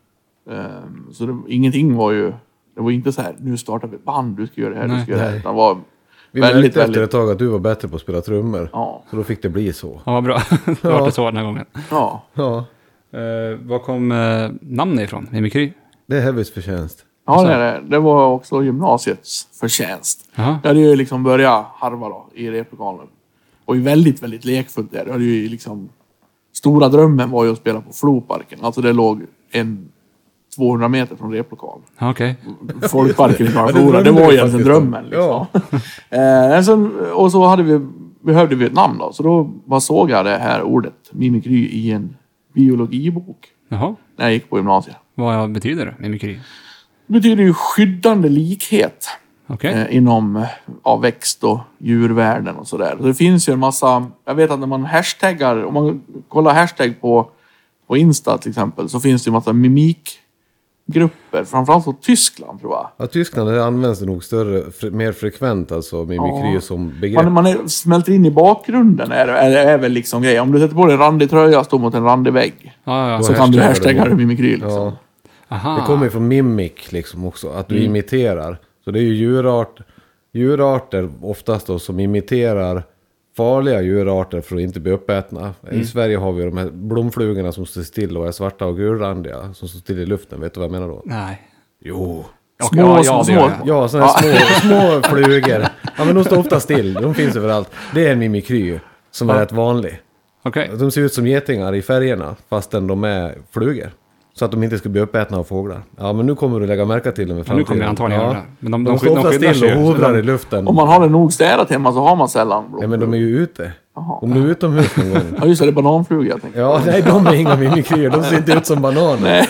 Um, så det, ingenting var ju... Det var inte så här, nu startar vi ett band, du ska göra det här,
Nej,
du ska göra det här.
nej.
Utan det var
Vi
väldigt,
märkte efter
väldigt...
ett tag att du var bättre på att spela trummor.
Ja.
Så då fick det bli så.
Ja, vad bra. Det var det så den här gången.
Ja.
Ja,
Uh, var kom uh, namnet ifrån? Mimikry?
det är Heavys förtjänst.
Ja, det, är det. det var också gymnasiets förtjänst.
Jaha.
Jag hade ju liksom börjat harva då, i replokalen. Och ju väldigt, väldigt lekfullt där. Jag hade ju liksom... Stora drömmen var ju att spela på Floparken. Alltså det låg en tvåhundra meter från replokalen.
Ja, okej.
Folkparken i
Ja, det
Karlskrona. Det
drömde
var
vi
ju egentligen
faktiskt om.
drömmen. Liksom. eh, sen, och så hade vi, behövde vi ett namn då. Så då bara såg jag det här ordet Mimikry i en biologibok.
Jaha.
När jag gick på gymnasiet.
Vad betyder det, mimikry?
Det betyder ju skyddande likhet.
Okej.
Eh, inom eh, ja, växt- och djurvärlden och sådär. Så det finns ju en massa... Jag vet att när man hashtaggar... Om man kollar hashtag på, på Insta till exempel. Så finns det ju en massa mimikgrupper. Framförallt på Tyskland tror jag.
Ja, Tyskland det används det nog större, fre, mer frekvent alltså mimikry
Ja.
som begrepp.
Man, man är, smälter in i bakgrunden är, är, är väl liksom grejen. Om du sätter på dig en randig tröja och står mot en randig vägg.
Ja, ja.
Då
Så kan du
hashtaggar
hashtagga
du.
mimikry liksom.
Ja,
Aha.
det kommer ju från mimic liksom också, att du imiterar. Så det är ju djurart, djurarter oftast då som imiterar farliga djurarter för att inte bli uppätna. I Sverige har vi de här blomflugorna som står still och är svarta och gulrandiga som står still i luften. Vet du vad jag menar då?
Nej.
Jo.
Små,
ja,
små,
ja, det
små.
gör jag.
Ja, sådana här små, små flugor. Ja, men de står ofta still. De finns överallt. Det är en mimikry som är
Ja.
rätt vanlig.
Okej.
De ser ut som getingar i färgerna fastän de är flugor. Så att de inte ska bli uppätna av fåglar. Ja, men nu kommer du lägga märka till dem i
Ja,
framtiden.
nu kommer jag antagligen göra det. Men de,
De,
de,
står
de, de
ofta
skyddar
still
sig
och
ju.
hovrar i luften.
Om man har det nog städat hemma så har man sällan blom.
Ja, men de är ju ute.
Jaha.
Om du är utomhus någon gång.
Ja just det, det är bananflugor jag tänkte.
Ja, nej, de är inga mimikryer. De ser inte ut som bananer.
Nej,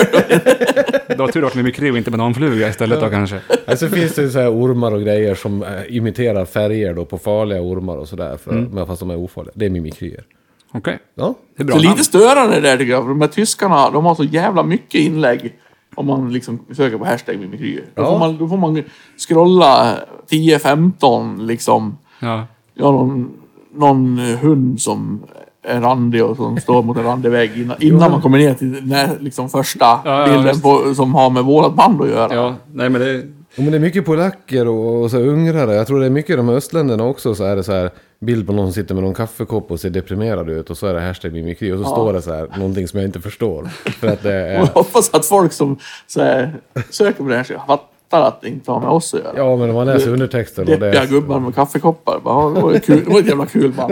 Det var tur att mimikry och inte bananfluga istället då kanske.
Alltså finns det ju så här ormar och grejer som äh, imiterar färger då på farliga ormar och sådär. För, men fast de är ofarliga. Det är mimikryer.
Okej.
Ja.
Det är bra
så
namn.
lite störande där tycker jag. För de här tyskarna, de har så jävla mycket inlägg. Om man liksom söker på hashtag mimikry. Då,
Ja.
får man, då får man scrolla tio femton liksom.
Ja.
Ja, någon, någon hund som är randig och som står mot en randig vägg innan, innan man kommer ner till den här, liksom första
Ja, ja,
bilden
just.
på, som har med vårat band att göra.
Ja, nej men det...
Ja, men det är mycket polacker och, och så här ungrare. Jag tror det är mycket i de här östländerna också. Så är det så här bild på någon som sitter med någon kaffekopp och ser deprimerad ut. Och så är det hashtag mimikry. Och så står det så här någonting som jag inte förstår. För att det
Och
är...
jag hoppas att folk som så här, söker på det här så fattar att det inte har med oss att göra.
Ja, men om man läser undertexten och det
Deppiga
är...
gubbar med kaffekoppar. Bara, ja, det, var ju kul. Det var ett jävla kul band.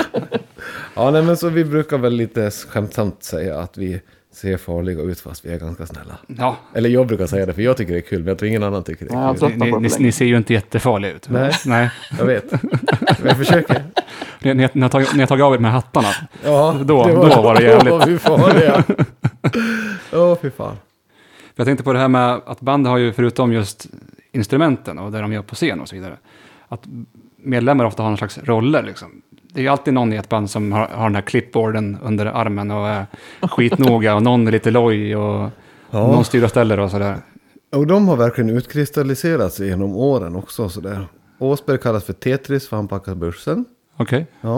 Ja, nej, men så vi brukar väl lite skämtsamt säga att vi ser farliga ut fast vi är ganska snälla.
Ja,
Eller jag brukar säga det för jag tycker det är kul. Men jag tror ingen annan tycker det
Nej,
är
jag
kul.
tröttnar
ni,
på det
ni,
för
ni
länge.
ser ju inte jättefarliga ut.
Nej.
Nej.
Jag vet. Men jag försöker.
Ni, ni, ni, har tagit, ni har tagit av er de här hattarna.
Ja,
Då- då var det jävligt.
Då var vi farliga. Åh, fy fan.
Jag tänkte på det här med att band har ju förutom just instrumenten och det de gör på scen och så vidare. Att medlemmar ofta har någon slags roller liksom. Det är ju alltid någon i ett band som har, har den här clipboarden under armen och är skitnoga och någon är lite loj och
Ja.
någon styr och ställer och sådär.
Och de har verkligen utkristalliserats genom åren också. Sådär. Åsberg kallas för Tetris för han packar börsen.
Okej.
Ja.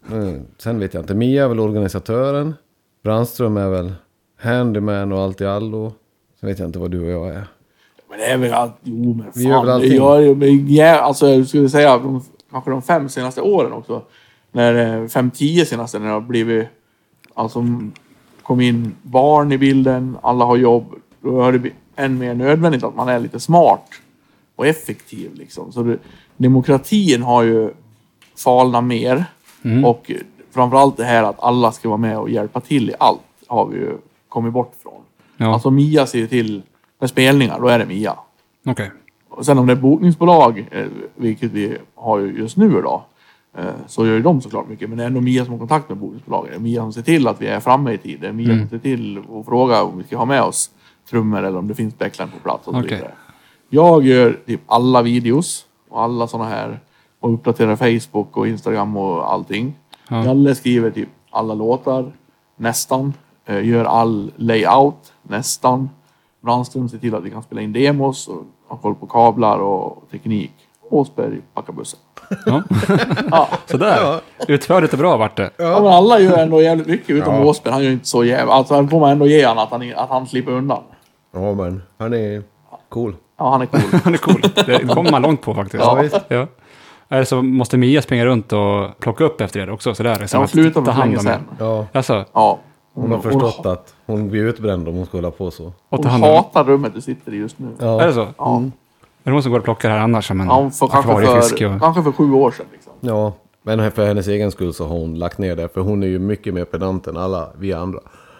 Sen vet jag inte. Mia är väl organisatören. Brandström är väl handyman och allt i allo. Sen vet jag inte vad du och jag är.
Men det är väl allt, jo men fan.
Vi gör väl allting.
Jag, jag, jag, alltså jag skulle säga de, kanske de fem senaste åren också. När fem, tio senaste när det har blivit, alltså kom in barn i bilden, alla har jobb. Då har det blivit än mer nödvändigt att man är lite smart och effektiv liksom. Så det, demokratin har ju falnat mer. Mm. Och framförallt det här att alla ska vara med och hjälpa till i allt har vi ju kommit bort från. Ja. Alltså Mia ser till med spelningar, då är det Mia.
Okej. Okay.
Och sen om det är bokningsbolag, vilket vi har ju just nu då, så gör ju de såklart mycket. Men det är ändå Mia som har kontakt med bokningsbolaget. Det är Mia som ser till att vi är framme i tid. Det är Mia mm. som ser till och frågar om vi ska ha med oss trummor eller om det finns backline på plats och så vidare. Okay. Jag gör typ alla videos och alla sådana här och uppdaterar Facebook och Instagram och allting. Ja. Jalle skriver typ alla låtar, nästan. Gör all layout, nästan. Brandström ser till att vi kan spela in demos och ha koll på kablar och teknik. Åsberg packar bussen.
Ja. Ja. Sådär. Ja. Utförligt och bra vart det.
Ja. Ja, men alla gör ändå jävligt mycket utom ja. Åsberg. Han gör inte så jävligt. Alltså han får man ändå ge han att han, att han slipper undan.
Ja men han är cool.
Ja han är cool.
Han är cool. Det kommer man långt på faktiskt.
Ja, visst.
Ja. Eller så måste Mia springa runt och plocka upp efter det också. Sådär.
Ja, hon slutar för länge sedan.
Ja.
Alltså.
Ja.
Hon har förstått hon, att hon blir utbränd om hon ska hålla på så.
Hon hatar rummet du sitter i just nu.
Ja. Är det så?
Ja.
Mm. Är det hon som går och plockar här annars? Som en
ja, för kanske, för, och... kanske för sju år sedan. Liksom.
Ja, men för hennes egen skull så har hon lagt ner det. För hon är ju mycket mer pedant än alla vi andra.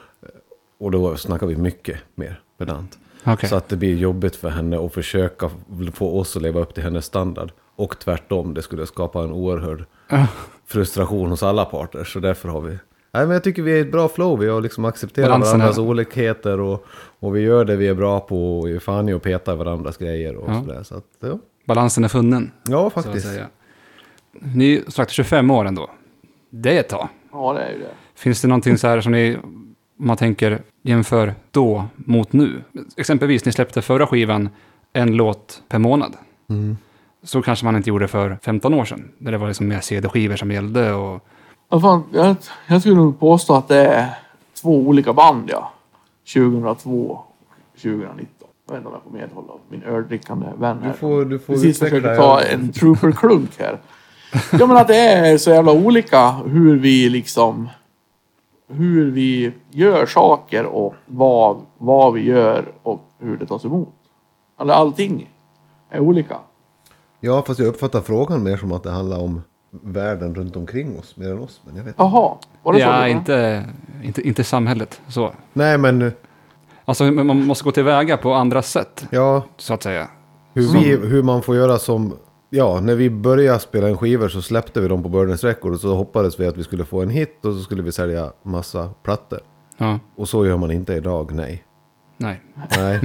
Och då snackar vi mycket mer pedant.
Okay.
Så att det blir jobbigt för henne att försöka få oss att leva upp till hennes standard. Och tvärtom, det skulle skapa en oerhörd uh. frustration hos alla parter. Så därför har vi... Nej, men jag tycker vi är ett bra flow. Vi har liksom accepterat Balansen varandras är... olikheter och, och vi gör det vi är bra på och är fan i att peta varandras grejer och ja. Sådär. Så att, ja.
Balansen är funnen.
Ja, faktiskt.
Ni är strax tjugofem år ändå. Det är ett tag.
Ja, det är ju det.
Finns det någonting så här som ni, man tänker, jämför då mot nu? Exempelvis, ni släppte förra skivan en låt per månad.
Mm.
Så kanske man inte gjorde för femton år sedan. Där det var liksom mer C D-skivor som gällde och...
Ja, fan, jag, jag skulle nog påstå att det är två olika band, ja. tjugohundratvå och tjugonitton. Jag vet inte om jag får medhålla min öldrickande vän här.
Du får, du får
precis försöker ta en trooper-klunk här. Ja, men att det är så jävla olika hur vi liksom... Hur vi gör saker och vad, vad vi gör och hur det tas emot. Eller allting är olika.
Ja, fast jag uppfattar frågan mer som att det handlar om världen runt omkring oss mer än oss, men jag vet
Jaha, var det så?
Ja, inte, inte, inte samhället så.
Nej, men...
Alltså man måste gå tillväga på andra sätt.
Ja.
Så att säga.
Hur, vi, hur man får göra som... Ja, när vi började spela en skivor så släppte vi dem på Burners Record och så hoppades vi att vi skulle få en hit och så skulle vi sälja massa plattor.
Ja.
Och så gör man inte idag, nej.
Nej.
Nej.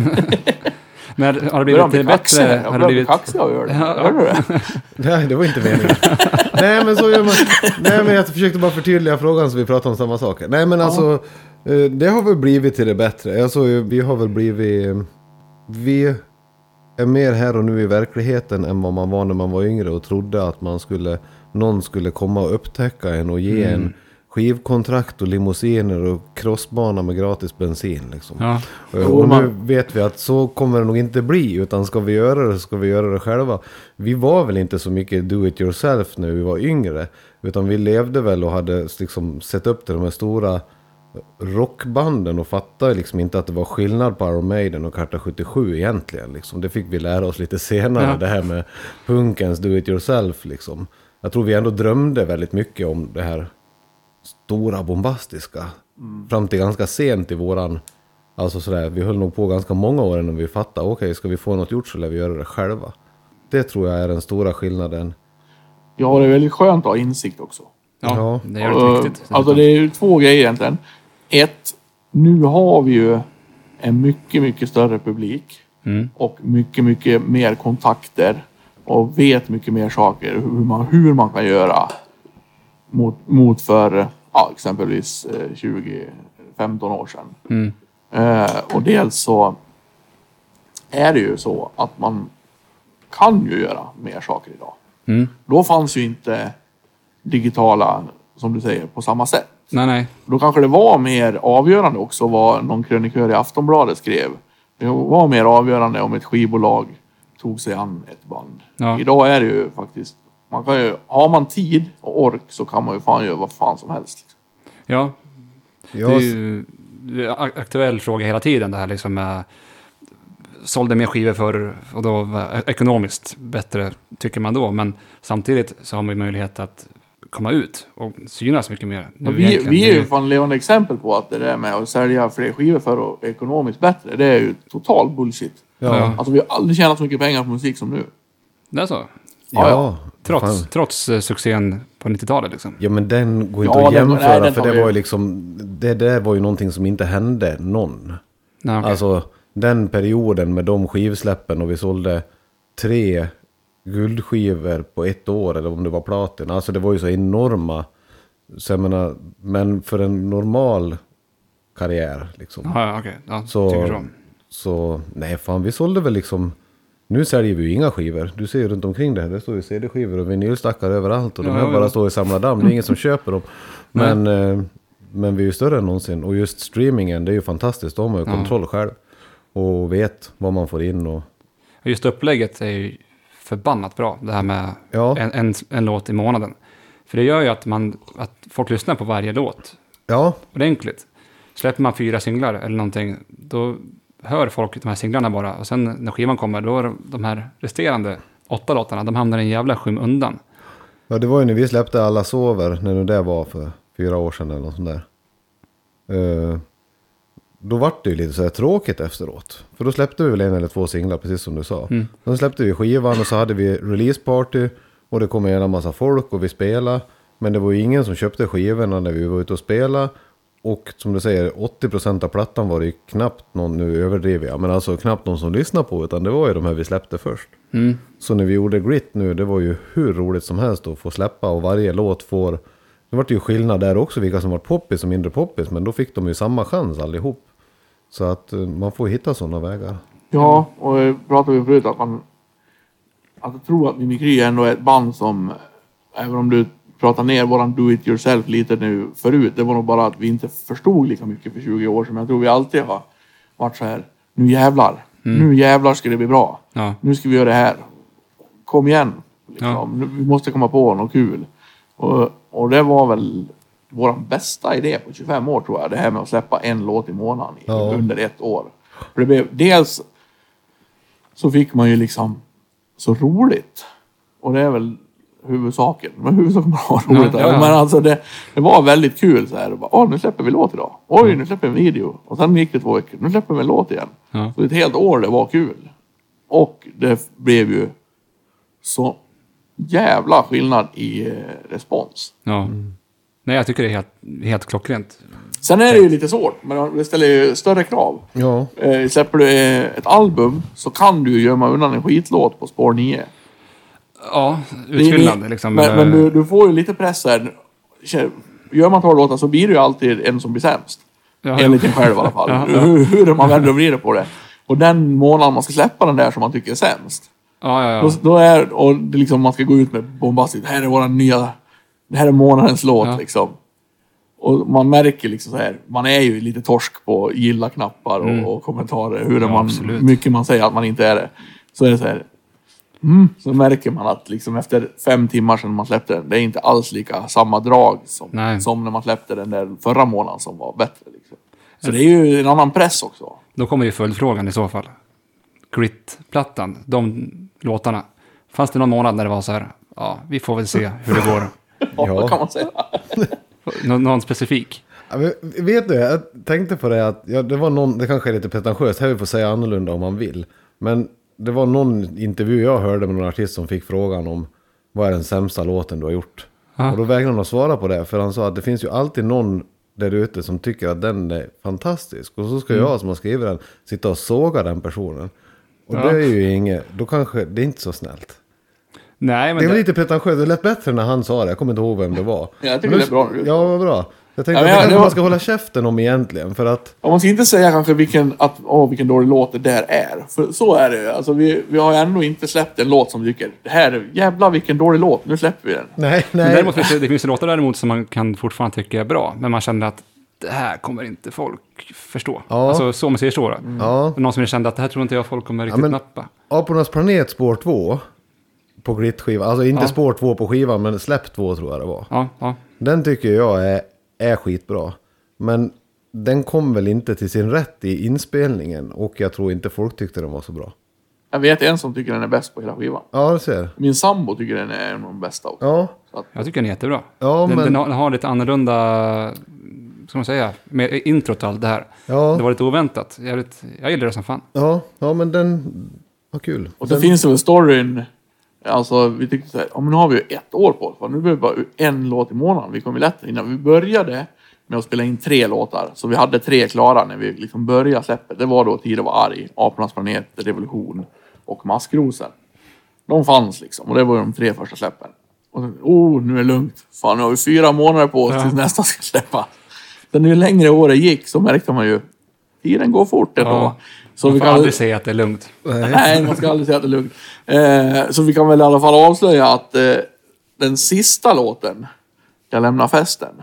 Men har det blivit lite bättre?
Har det blivit kaxiga och gör det? Hör du det?
Nej, det var inte meningen. Nej, men så gör man... Nej, men jag försökte bara förtydliga frågan så vi pratar om samma saker. Nej, men alltså... Det har väl blivit till det bättre. Alltså, vi har väl blivit... Vi är mer här och nu i verkligheten än vad man var när man var yngre och trodde att man skulle... Någon skulle komma och upptäcka en och ge mm. en... skivkontrakt och limousiner och crossbana med gratis bensin liksom.
Ja.
Och nu vet vi att så kommer det nog inte bli, utan ska vi göra det så ska vi göra det själva. Vi var väl inte så mycket do it yourself när vi var yngre, utan vi levde väl och hade liksom sett upp till de här stora rockbanden och fattade liksom inte att det var skillnad på Iron Maiden och Karta sjuttiosju egentligen liksom. Det fick vi lära oss lite senare, ja. Det här med punkens do it yourself liksom. Jag tror vi ändå drömde väldigt mycket om det här stora bombastiska mm. fram till ganska sent i våran, alltså sådär, vi höll nog på ganska många år innan vi fattade, okej, okay, ska vi få något gjort så lär vi göra det själva. Det tror jag är den stora skillnaden.
Ja, det är väldigt skönt att ha insikt också.
Ja, ja. Det är uh, viktigt.
Alltså det är ju två grejer egentligen. Ett, nu har vi ju en mycket, mycket större publik
mm.
och mycket, mycket mer kontakter och vet mycket mer saker hur man, hur man kan göra mot, mot för ja, exempelvis tjugo femton år sedan.
Mm.
Eh, och dels så är det ju så att man kan ju göra mer saker idag.
Mm.
Då fanns ju inte digitala som du säger, på samma sätt.
Nej, nej.
Då kanske det var mer avgörande också vad någon krönikör i Aftonbladet skrev. Det var mer avgörande om ett skivbolag tog sig an ett band.
Ja.
Idag är det ju faktiskt, man kan ju, har man tid och ork så kan man ju fan göra vad fan som helst.
Ja,
Jag,
det är ju det är en aktuell fråga hela tiden det här liksom med sålde mer skivor för och då var ekonomiskt bättre tycker man då, men samtidigt så har man ju möjlighet att komma ut och synas mycket mer. Nu
vi, vi är ju fan levande exempel på att det där med att sälja fler skivor för att ekonomiskt bättre, det är ju total bullshit.
ja,
Alltså vi har aldrig tjänat så mycket pengar på musik som nu.
Det är så.
ja,
ja.
Trots,
fan.
trots eh, succén på nittiotalet liksom.
Ja, men den går inte
Ja,
att
den-
jämföra,
nej, den
för
tar
det
vi-
var ju liksom, det där var ju någonting som inte hände någon.
Nej, okej.
Alltså den perioden med de skivsläppen och vi sålde tre guldskivor på ett år, eller om det var platin. Alltså det var ju så enorma. Så jag menar, men för en normal karriär liksom.
Ja, ja, okej. Ja,
Så,
tycker så.
så nej fan, vi sålde väl liksom. Nu säljer vi ju inga skivor. Du ser ju runt omkring det här. Det står ju C D-skivor och vinylstackar överallt. Och de
Ja,
här
ja,
bara
ja.
står i samla damm. Det är ingen som köper dem. Men, eh, men vi är ju större än någonsin. Och just streamingen, det är ju fantastiskt. De har ju
Ja.
kontroll själv. Och vet vad man får in. Och,
Just upplägget är ju förbannat bra. Det här med
Ja.
en, en, en låt i månaden. För det gör ju att, man, att folk lyssnar på varje låt
ja,
ordentligt. Släpper man fyra singlar eller någonting, då hör folk de här singlarna bara. Och sen när skivan kommer, då är de här resterande åtta låtarna, de hamnar i en jävla skymundan.
ja, det var ju när vi släppte Alla sover. När det var för fyra år sedan eller något sånt där. Eh, då var det ju lite så här tråkigt efteråt. För då släppte vi väl en eller två singlar, precis som du sa.
Mm.
Sen släppte vi skivan och så hade vi releaseparty. Och det kom en en massa folk och vi spelade. Men det var ju ingen som köpte skivorna när vi var ute och spelade. Och som du säger, åttio procent av plattan var det ju knappt någon, nu överdriver jag, men alltså knappt någon som lyssnade på. Utan det var ju de här vi släppte först.
Mm.
Så när vi gjorde Grit nu, det var ju hur roligt som helst att få släppa. Och varje låt får, det var ju skillnad där också, vilka som var poppis och mindre poppis. Men då fick de ju samma chans allihop. Så att eh, man får hitta sådana vägar.
Ja, och vi pratade vi förut att man att jag tror att Mimikry ändå är ett band som, även om du pratar ner våran do it yourself lite nu förut, det var nog bara att vi inte förstod lika mycket för tjugo år sedan. Men jag tror vi alltid har varit så här, nu jävlar, nu jävlar ska det bli bra.
Ja.
Nu ska vi göra det här. Kom igen. Liksom.
Ja.
Nu- Vi måste komma på något kul. Och, och det var väl vår bästa idé på tjugofem år tror jag. Det här med att släppa en låt i månaden i,
Ja.
under ett år. För det blev, dels så fick man ju liksom så roligt. Och det är väl huvudsaken. Men huvudsaken var att ha roligt.
Ja, ja, ja.
Men alltså det, det var väldigt kul så här. Bara, Åh, nu släpper vi låt idag. Oj, nu släpper vi en video. Och sen gick det två veckor. Nu släpper vi en låt igen.
Ja.
Så ett helt år det var kul. Och det blev ju så jävla skillnad i eh, respons.
Ja. Nej, jag tycker det är helt, helt klockrent.
Sen är det ju lite svårt, men det ställer ju större krav.
Ja,
Eh, släpper du eh, ett album så kan du ju gömma undan en skitlåt på spår nio.
Ja,
Det är-
utfyllnad liksom.
Men, men
eh,
du, du får ju lite press här. Gör man tolv låtar så blir det ju alltid en som blir sämst.
ja,
Enligt en själv i alla fall.
Ja, ja.
Hur, hur man vänder och vrider på det. Och den månaden man ska släppa den där som man tycker är sämst.
Ja, ja,
Då,
ja.
då är, och det liksom, man ska gå ut med bombastiskt. Det här är våran nya, det här är månadens låt
Ja.
liksom. Och man märker liksom så här, man är ju lite torsk på gilla-knappar och,
Mm.
och kommentarer. Hur
Ja,
man,
absolut.
mycket man säger att man inte är det. Så är det så här, mm, så märker man att liksom efter fem timmar sedan man släppte den, det är inte alls lika samma drag som,
Nej.
som när man släppte den där förra månaden som var bättre. Liksom. Så det är ju en annan press också.
Då kommer ju följdfrågan i så fall. Grit-plattan, de låtarna. Fanns det någon månad när det var så här, ja, vi får väl se hur det går.
Ja,
Ja.
vad kan man säga?
Nå- någon specifik?
Ja, men vet du, jag tänkte på det att ja, det var någon, det kanske är lite pretentiöst, här vi får säga annorlunda om man vill. Men det var någon intervju jag hörde med någon artist som fick frågan om vad är den sämsta låten du har gjort?
Ah.
Och då vägrade han att svara på det, för han sa att det finns ju alltid någon där ute som tycker att den är fantastisk. Och så ska
Mm.
jag som har skrivit den sitta och såga den personen. Och
Ja.
det är ju inget, då kanske, det är inte så snällt.
Nej, men
Det var
det,
lite pretentiöst, det lät bättre när han sa det, jag kommer inte ihåg vem det var.
Ja, jag tycker
Men
det är bra när du-
Ja, vad bra. Jag tänkte
Ja,
att det
ja,
kanske
det var-
man ska hålla käften om egentligen. För att,
Ja, man ska inte säga kanske vilken, att, åh, vilken dålig låt det där är. För så är det ju. Alltså, vi, vi har ju ändå inte släppt en låt som tycker, det här, jävla vilken dålig låt, nu släpper vi den.
nej,
Men
nej.
däremot finns det, det finns låtar däremot som man kan fortfarande tycka är bra. Men man känner att det här kommer inte folk förstå.
Ja.
Alltså så man säger så. Då.
Ja.
Någon som kände att det här tror inte jag folk kommer riktigt
men-
nappa.
Apornas planet spår två på Grit-skiva. Alltså inte
Ja.
spår två på skivan, men släpp två tror jag det var.
Ja, ja.
Den tycker jag är, är skitbra. Men den kom väl inte till sin rätt i inspelningen. Och jag tror inte folk tyckte den var så bra.
Jag vet en som tycker den är bäst på hela skivan.
Ja, du ser.
Min sambo tycker den är en av de bästa också.
Ja,
Så att,
Jag tycker den är jättebra.
Ja,
den,
men-
den, har, den har lite annorlunda, ska man säga, med introt och allt det här.
Ja.
Det var lite oväntat. Jag, vet, jag gillar det som fan.
ja, ja men den var kul.
och så
den,
finns det väl storyn. Alltså vi tyckte så här, ja, men nu har vi ju ett år på oss. Nu behöver vi bara en låt i månaden. Vi kom ju lätt innan vi började med att spela in tre låtar. Så vi hade tre klara när vi liksom började släppet. Det var då Tid att vara arg, Apornas planet, Revolution och Maskrosen. De fanns liksom och det var de tre första släppen. Och så, oh, nu är det lugnt. Fan, nu har vi fyra månader på oss tills nästa ska släppa. Sen ju längre året gick så märkte man ju tiden går fort ändå.
Ja.
Så
Man
vi
får
kan
aldrig säga att det är lugnt.
Nej, man ska aldrig säga att det är lugnt. Eh, så vi kan väl i alla fall avslöja att eh, den sista låten, Jag lämnar festen,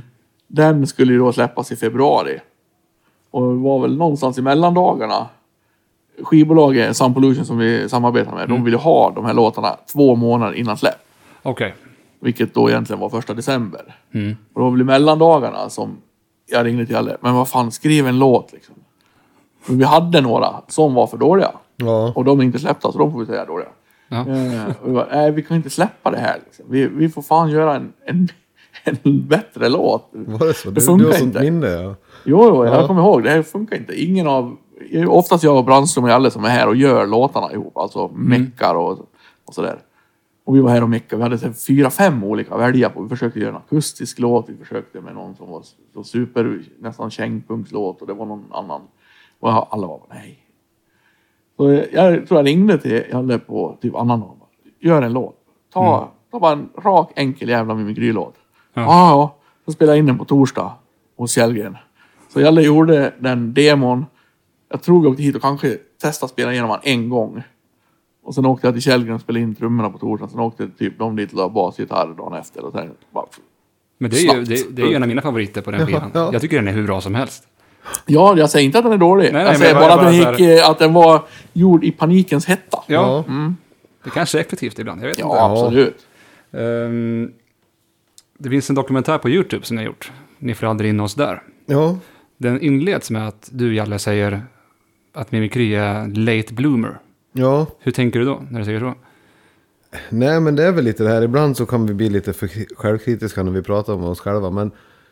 den skulle ju då släppas i februari. Och det var väl någonstans i mellandagarna. Skivbolaget Sound Pollution som vi samarbetar med, de ville ha de här låtarna två månader innan släpp.
Okej.
Vilket då egentligen var första december. Och då blev mellandagarna som jag ringde till alla. Men vad fan, skriv en låt liksom. Men vi hade några som var för dåliga.
Ja,
Och de är inte släppta så de får vi säga dåliga.
Ja.
Eh, och vi bara, nej vi kan inte släppa det här. Liksom. Vi, vi får fan göra en, en, en bättre låt.
var det så?
Det
Du,
funkar
du har sånt
inte.
minne, ja.
Jo, jo, jag
Ja.
kommer ihåg. Det här funkar inte. Ingen av... Oftast jag och Brandström och Jalle som är här och gör låtarna ihop. Alltså meckar och, och sådär. Och vi var här och meckade. Vi hade så här fyra, fem olika att välja på. Vi försökte göra en akustisk låt. Vi försökte med någon som var så super, nästan kängpunkslåt. Och det var någon annan. Och alla var bara, nej. Så jag tror jag ringde till Jalle på typ annan dag. Gör en låt. Ta,
Mm.
ta bara en rak, enkel jävla mimikry-låt.
Ja.
Ja, ja. Så spelade jag in den på torsdag hos Källgren. Så Jalle gjorde den demon. Jag tror jag åkte hit och kanske testade spela igenom den en gång. Och sen åkte jag till Källgren och spelade in trummorna på torsdagen. Sen åkte typ de dit och la basgitarr dagen efter. Och sen bara...
Men det är, ju,
Snabbt.
det, det är ju en av mina favoriter på den skivan.
ja.
Jag tycker den är hur bra som helst.
Ja, jag säger inte att den är dålig.
Nej, nej,
jag säger
men
bara
jag
att den,
bara
gick, eh, att den var gjord i panikens hetta.
Ja,
Ja.
det kanske är effektivt ibland. Jag vet
Ja,
inte.
absolut.
Ehm, det finns en dokumentär på YouTube som ni har gjort. Ni får aldrig in oss där.
Ja,
Den inleds med att du, Jalle, säger att mimikry är late bloomer.
ja.
Hur tänker du då när du säger så?
Nej, men det är väl lite det här. Ibland så kan vi bli lite för självkritiska när vi pratar om oss själva. Men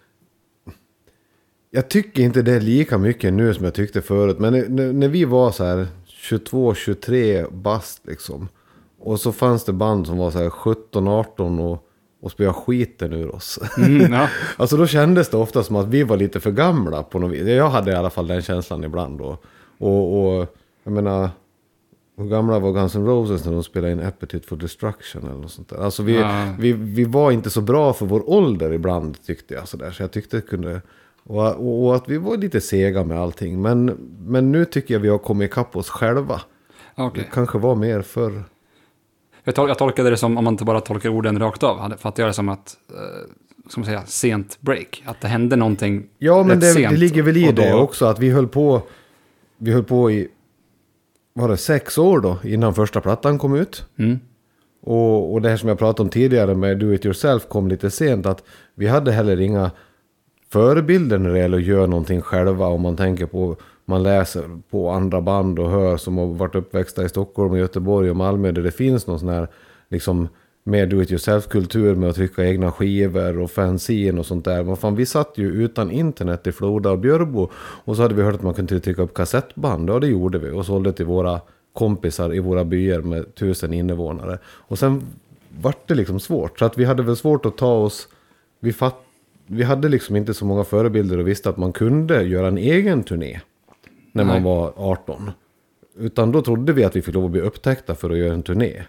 jag tycker inte det är lika mycket nu som jag tyckte förut. Men när, när vi var så här tjugotvå tjugotre bast liksom. Och så fanns det band som var så här sjutton arton och, och spelade skiten ur oss.
Mm, ja.
Alltså då kändes det ofta som att vi var lite för gamla på något vis. Jag hade i alla fall den känslan ibland då. Och, och jag menar, hur gamla var Guns N' Roses när de spelade in Appetite for Destruction eller något sånt där. Alltså vi,
Ja.
vi, vi var inte så bra för vår ålder ibland tyckte jag sådär. Så jag tyckte det kunde... Och, och, och att vi var lite sega med allting. Men, men nu tycker jag vi har kommit ikapp oss själva.
Okej.
Det kanske var mer förr.
Jag, tol- jag tolkade det som, om man inte bara tolkar orden rakt av, hade- fattade jag det som att, eh, ska man säga, sent break. Att det hände någonting
Ja, men
rätt
det,
sent.
det ligger väl i
Och då-
det också. Att vi höll på... Vi höll på i... Var det sex år då? Innan första plattan kom ut.
Mm.
Och, och det här som jag pratade om tidigare med Do It Yourself kom lite sent. Att vi hade heller inga förebilder när det gäller att göra någonting själva. Om man tänker på, man läser på andra band och hör som har varit uppväxta i Stockholm och Göteborg och Malmö. Där det finns någon sån här liksom med Do It Yourself-kultur med att trycka egna skivor och fanzine och sånt där. Men fan, vi satt ju utan internet i Floda och Björbo. Och så hade vi hört att man kunde trycka upp kassettband. Ja, det gjorde vi. Och sålde till våra kompisar i våra byar med tusen invånare. Och sen vart det liksom svårt. Så att vi hade väl svårt att ta oss... Vi, fatt, vi hade liksom inte så många förebilder och visste att man kunde göra en egen turné. När man
Nej.
var arton. Utan då trodde vi att vi fick lov att bli upptäckta för att göra en turné.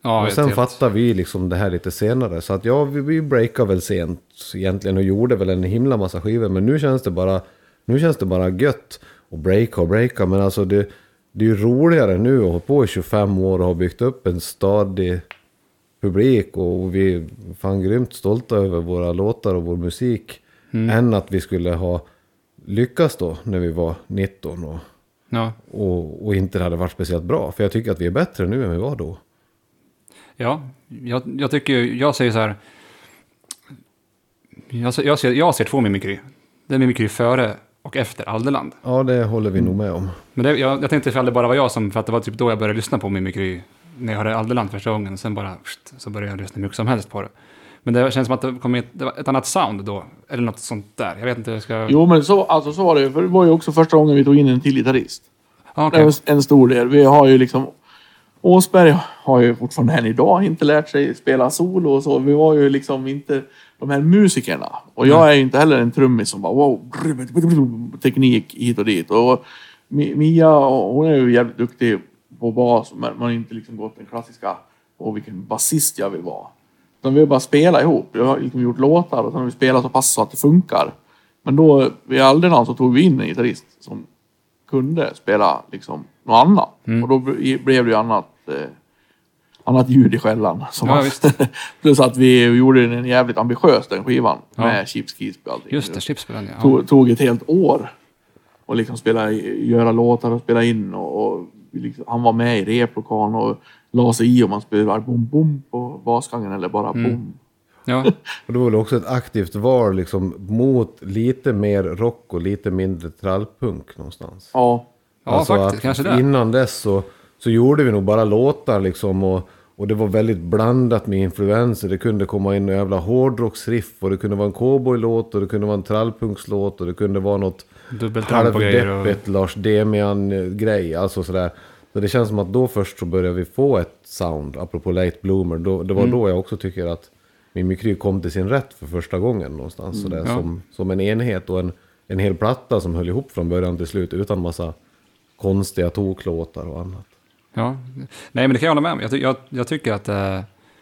Ja,
och sen
helt-
fattar vi liksom det här lite senare. Så att ja, vi, vi breakar väl sent egentligen och gjorde väl en himla massa skivor. Men nu känns det bara, nu känns det bara gött att breaka och breaka. Men alltså det, det är ju roligare nu att ha på i tjugofem år och ha byggt upp en stadig publik. Och vi är fan grymt stolta över våra låtar och vår musik.
Mm.
Än att vi skulle ha lyckats då när vi var nitton och,
Ja.
och, och inte hade varit speciellt bra. För jag tycker att vi är bättre nu än vi var då.
Ja, jag, jag tycker, jag säger så här. Jag, ser- jag, ser, jag ser två mimikry. Det är mimikry före och efter Alderland.
Ja, det håller vi nog med om.
Men det, jag, jag tänkte ifall det bara var jag som, för att det var typ då jag började lyssna på mimikry. När jag hörde Alderland första gången, sen bara, pst, så började jag lyssna hur mycket som helst på det. Men det känns som att det kom ett, det var ett annat sound då, eller något sånt där. Jag vet inte hur jag ska...
Jo, men så, alltså, så var det ju. För det var ju också första gången vi tog in en till gitarrist.
Ah,
Det
okej.
var en stor del. Vi har ju liksom... Åsberg har ju fortfarande än idag inte lärt sig spela solo och så. Vi var ju liksom inte de här musikerna. Och jag är ju inte heller en trummis som bara wow, teknik hit och dit. Och Mi- Mia, hon är ju jävligt duktig på bas, men man har inte liksom gått den klassiska och vilken basist jag vill vara. Utan vi har bara spelat ihop. Vi har liksom gjort låtar och sen har vi spelat så pass så att det funkar. Men då, vid Alderland så tog vi in en gitarrist som kunde spela liksom något annat. Och då ble- blev det ju annat, eh, annat ljud i skällan. Som
Ja,
man-
visst.
Plus att vi gjorde den jävligt ambitiös den skivan.
Ja.
Med Chips Keys och allting.
Just det, chipspelen, ja.
Tog, tog ett helt år. Och liksom spela, göra låtar och spela in. Och, och liksom, han var med i replokalen och la sig i om man spelade bom bom på basgången eller bara bom.
Ja,
Och det var väl också ett aktivt val liksom mot lite mer rock och lite mindre trallpunk någonstans.
Ja.
ja
Alltså
faktiskt,
att
kanske det.
innan dess så, så gjorde vi nog bara låtar liksom och, och det var väldigt blandat med influenser. Det kunde komma in en jävla hårdrocksriff och det kunde vara en cowboylåt och det kunde vara en trallpunkslåt och det kunde vara något
Dubbeltramp och grejer. Och...
halvdeppigt Lars Demian-grej. Alltså sådär. Så det känns som att då först så började vi få ett sound, apropå Late Bloomer. Då, det var
Mm.
då jag också tycker att Mimikry kom till sin rätt för första gången någonstans. Sådär,
Mm, ja.
som, som en enhet och en, en hel platta som höll ihop från början till slut utan massa konstiga toklåtar och annat.
Ja, nej men det kan jag hålla med om. Jag, ty- jag, jag tycker att, eh,